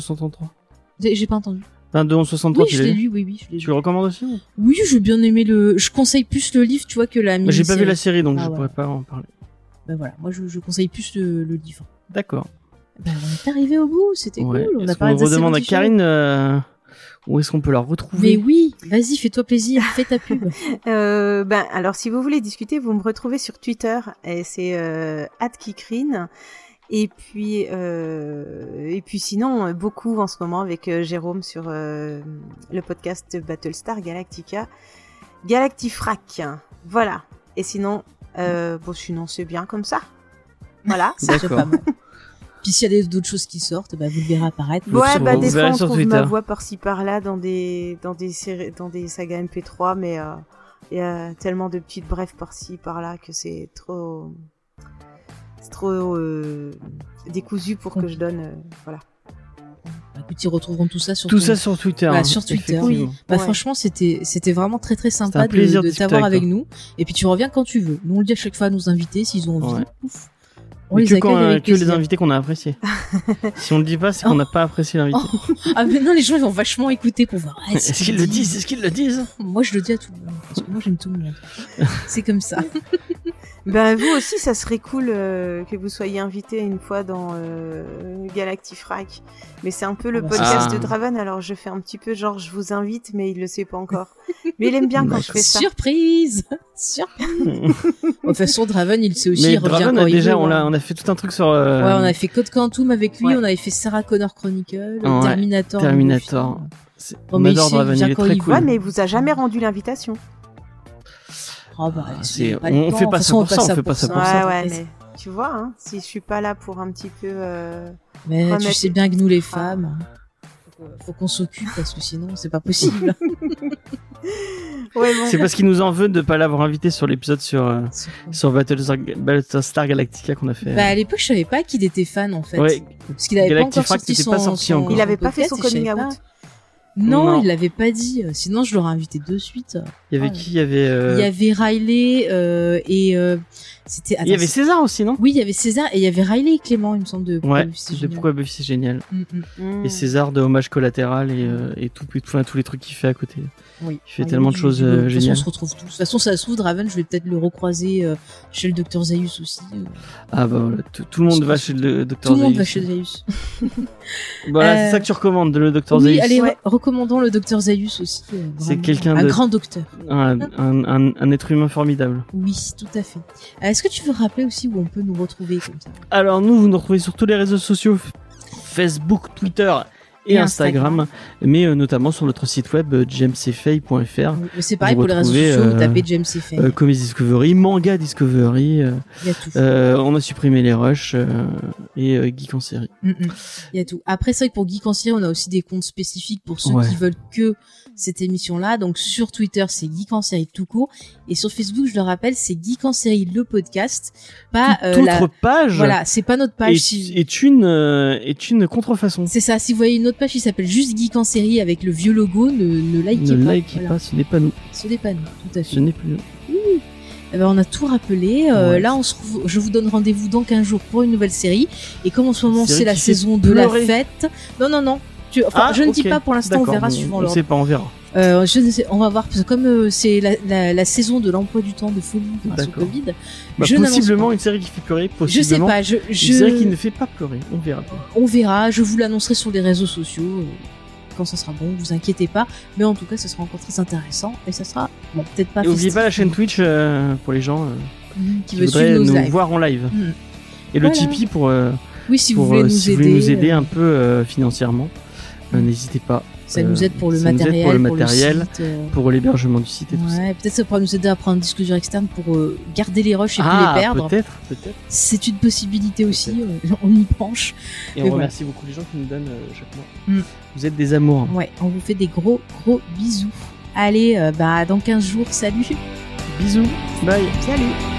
J'ai pas entendu. 22-163, oui, je l'ai lu, oui, je l'ai lu. Tu le recommandes aussi ? Oui, j'ai bien aimé je conseille plus le livre, tu vois, que la mini-série. J'ai pas vu la série, donc je pourrais pas en parler. Ben voilà, moi je conseille plus le livre. D'accord. Ben, on est arrivé au bout, c'était cool. On a parlé de redemande à Karine où est-ce qu'on peut la retrouver. Mais oui, vas-y, fais-toi plaisir, fais ta pub. Alors si vous voulez discuter, vous me retrouvez sur Twitter et c'est @kikrine. Et puis sinon beaucoup en ce moment avec Jérôme sur le podcast Battlestar Galactica, Galactifrac. Voilà. Et sinon sinon c'est bien comme ça. Voilà. C'est déjà pas mal. Puis s'il y a d'autres choses qui sortent, vous le verrez apparaître. Ouais, des fois on trouve ma voix par-ci par-là dans des séries, dans des sagas MP3, mais il y a tellement de petites brèves par-ci par-là que c'est trop décousu pour que je donne voilà. Écoute, ils retrouveront tout ça sur Twitter. Voilà, sur Twitter. Oui. Franchement, c'était vraiment très très sympa de t'avoir avec nous. Et puis tu reviens quand tu veux. Nous on le dit à chaque fois à nos invités s'ils ont envie. Ouf. On les accueille avec les invités qu'on a appréciés. Si on le dit pas, c'est qu'on n'a pas apprécié l'invité. Ah mais non, les gens ils vont vachement écouter pour voir. Est-ce qu'ils le disent ? Est-ce qu'ils le disent ? Moi je le dis à tout le monde parce que moi j'aime tout le monde. C'est comme ça. Vous aussi, ça serait cool que vous soyez invité une fois dans Galactifrac. Mais c'est un peu le podcast de Draven, alors je fais un petit peu genre je vous invite, mais il le sait pas encore. Mais il aime bien quand je fais ça. Surprise. De toute façon, Draven, il sait aussi, il revient Draven, quand il veut. on a fait tout un truc sur... Ouais, on a fait Code Quantum avec lui, on avait fait Sarah Connor Chronicle, Terminator. On adore Draven, il est très cool. Ouais, mais il vous a jamais rendu l'invitation. On fait pas ça pour ça, on fait pas ça pour ça. Ouais, mais tu vois, hein, si je suis pas là pour un petit peu... Mais tu sais bien que nous, les femmes, faut qu'on s'occupe parce que sinon, c'est pas possible. C'est parce qu'il nous en veut de pas l'avoir invité sur l'épisode sur Battlestar Galactica qu'on a fait. À l'époque, je savais pas qu'il était fan, en fait. Ouais. Parce qu'il avait pas encore sorti son... Il avait pas fait son coming out. Non, il l'avait pas dit. Sinon, je l'aurais invité de suite. Il y avait qui ? Il y avait Riley c'était. Il y avait César aussi, non ? Oui, il y avait César et il y avait Riley et Clément, il me semble, de Pourquoi Buffy c'est génial. Et César de Hommage Collatéral et tous les trucs qu'il fait à côté. Oui. Il fait tellement de choses géniales. De toute façon, on se retrouve tous. De toute façon, ça se trouve, Draven, je vais peut-être le recroiser chez le Dr Zaius aussi. Ah bah voilà, tout le monde va chez le Dr Zaius. Tout le monde va chez Zaius. Voilà, c'est ça que tu recommandes, le Dr Zaius. Oui, allez, recommandons le Dr Zaius aussi. C'est quelqu'un un grand docteur. Un être humain formidable. Oui, tout à fait. Est-ce que tu veux rappeler aussi où on peut nous retrouver comme ça ? Alors vous nous retrouvez sur tous les réseaux sociaux, Facebook, Twitter et Instagram, mais notamment sur notre site web jamesfay.fr. C'est pareil pour les réseaux sociaux, vous tapez James Fay. Comics Discovery, Manga Discovery, il y a tout. on a supprimé les rushs et Geek en série. Il y a tout. Après, c'est vrai que pour Geek en série, on a aussi des comptes spécifiques pour ceux qui veulent que cette émission-là. Donc sur Twitter, c'est Geek en série tout court, et sur Facebook, je le rappelle, c'est Geek en série le podcast. Pas notre page. Voilà, c'est pas notre page. Est une contrefaçon. C'est ça. Si vous voyez une autre page qui s'appelle juste Geek en série avec le vieux logo, ne likez pas. Ce n'est pas nous. Ce n'est pas nous, tout à fait. Ce n'est plus nous. On a tout rappelé. Là, je vous donne rendez-vous dans 15 jours pour une nouvelle série. Et comme en ce moment, c'est la saison de la fête. Non. Je ne dis pas pour l'instant, on verra suivant l'ordre. On ne sait pas, on verra. On va voir, parce que comme c'est la saison de l'emploi du temps de folie grâce au Covid, possiblement une série qui fait pleurer, possiblement je sais pas, une série qui ne fait pas pleurer, on verra. On verra, je vous l'annoncerai sur les réseaux sociaux quand ça sera bon, vous inquiétez pas, mais en tout cas ça sera encore très intéressant et ça sera peut-être pas. Et n'oubliez pas la chaîne Twitch pour les gens qui voudraient nous voir en live. Et le Tipeee pour si vous voulez nous aider un peu financièrement, n'hésitez pas. Ça nous aide pour le matériel, pour l'hébergement du site et tout ça. Peut-être ça pourra nous aider à prendre une discussion externe pour garder les rushs et puis les perdre. Peut-être. C'est une possibilité aussi, on y penche. Et on remercie beaucoup les gens qui nous donnent chaque mois. Vous êtes des amours. Ouais, on vous fait des gros bisous. Allez, dans 15 jours, salut. Bisous, bye. Salut.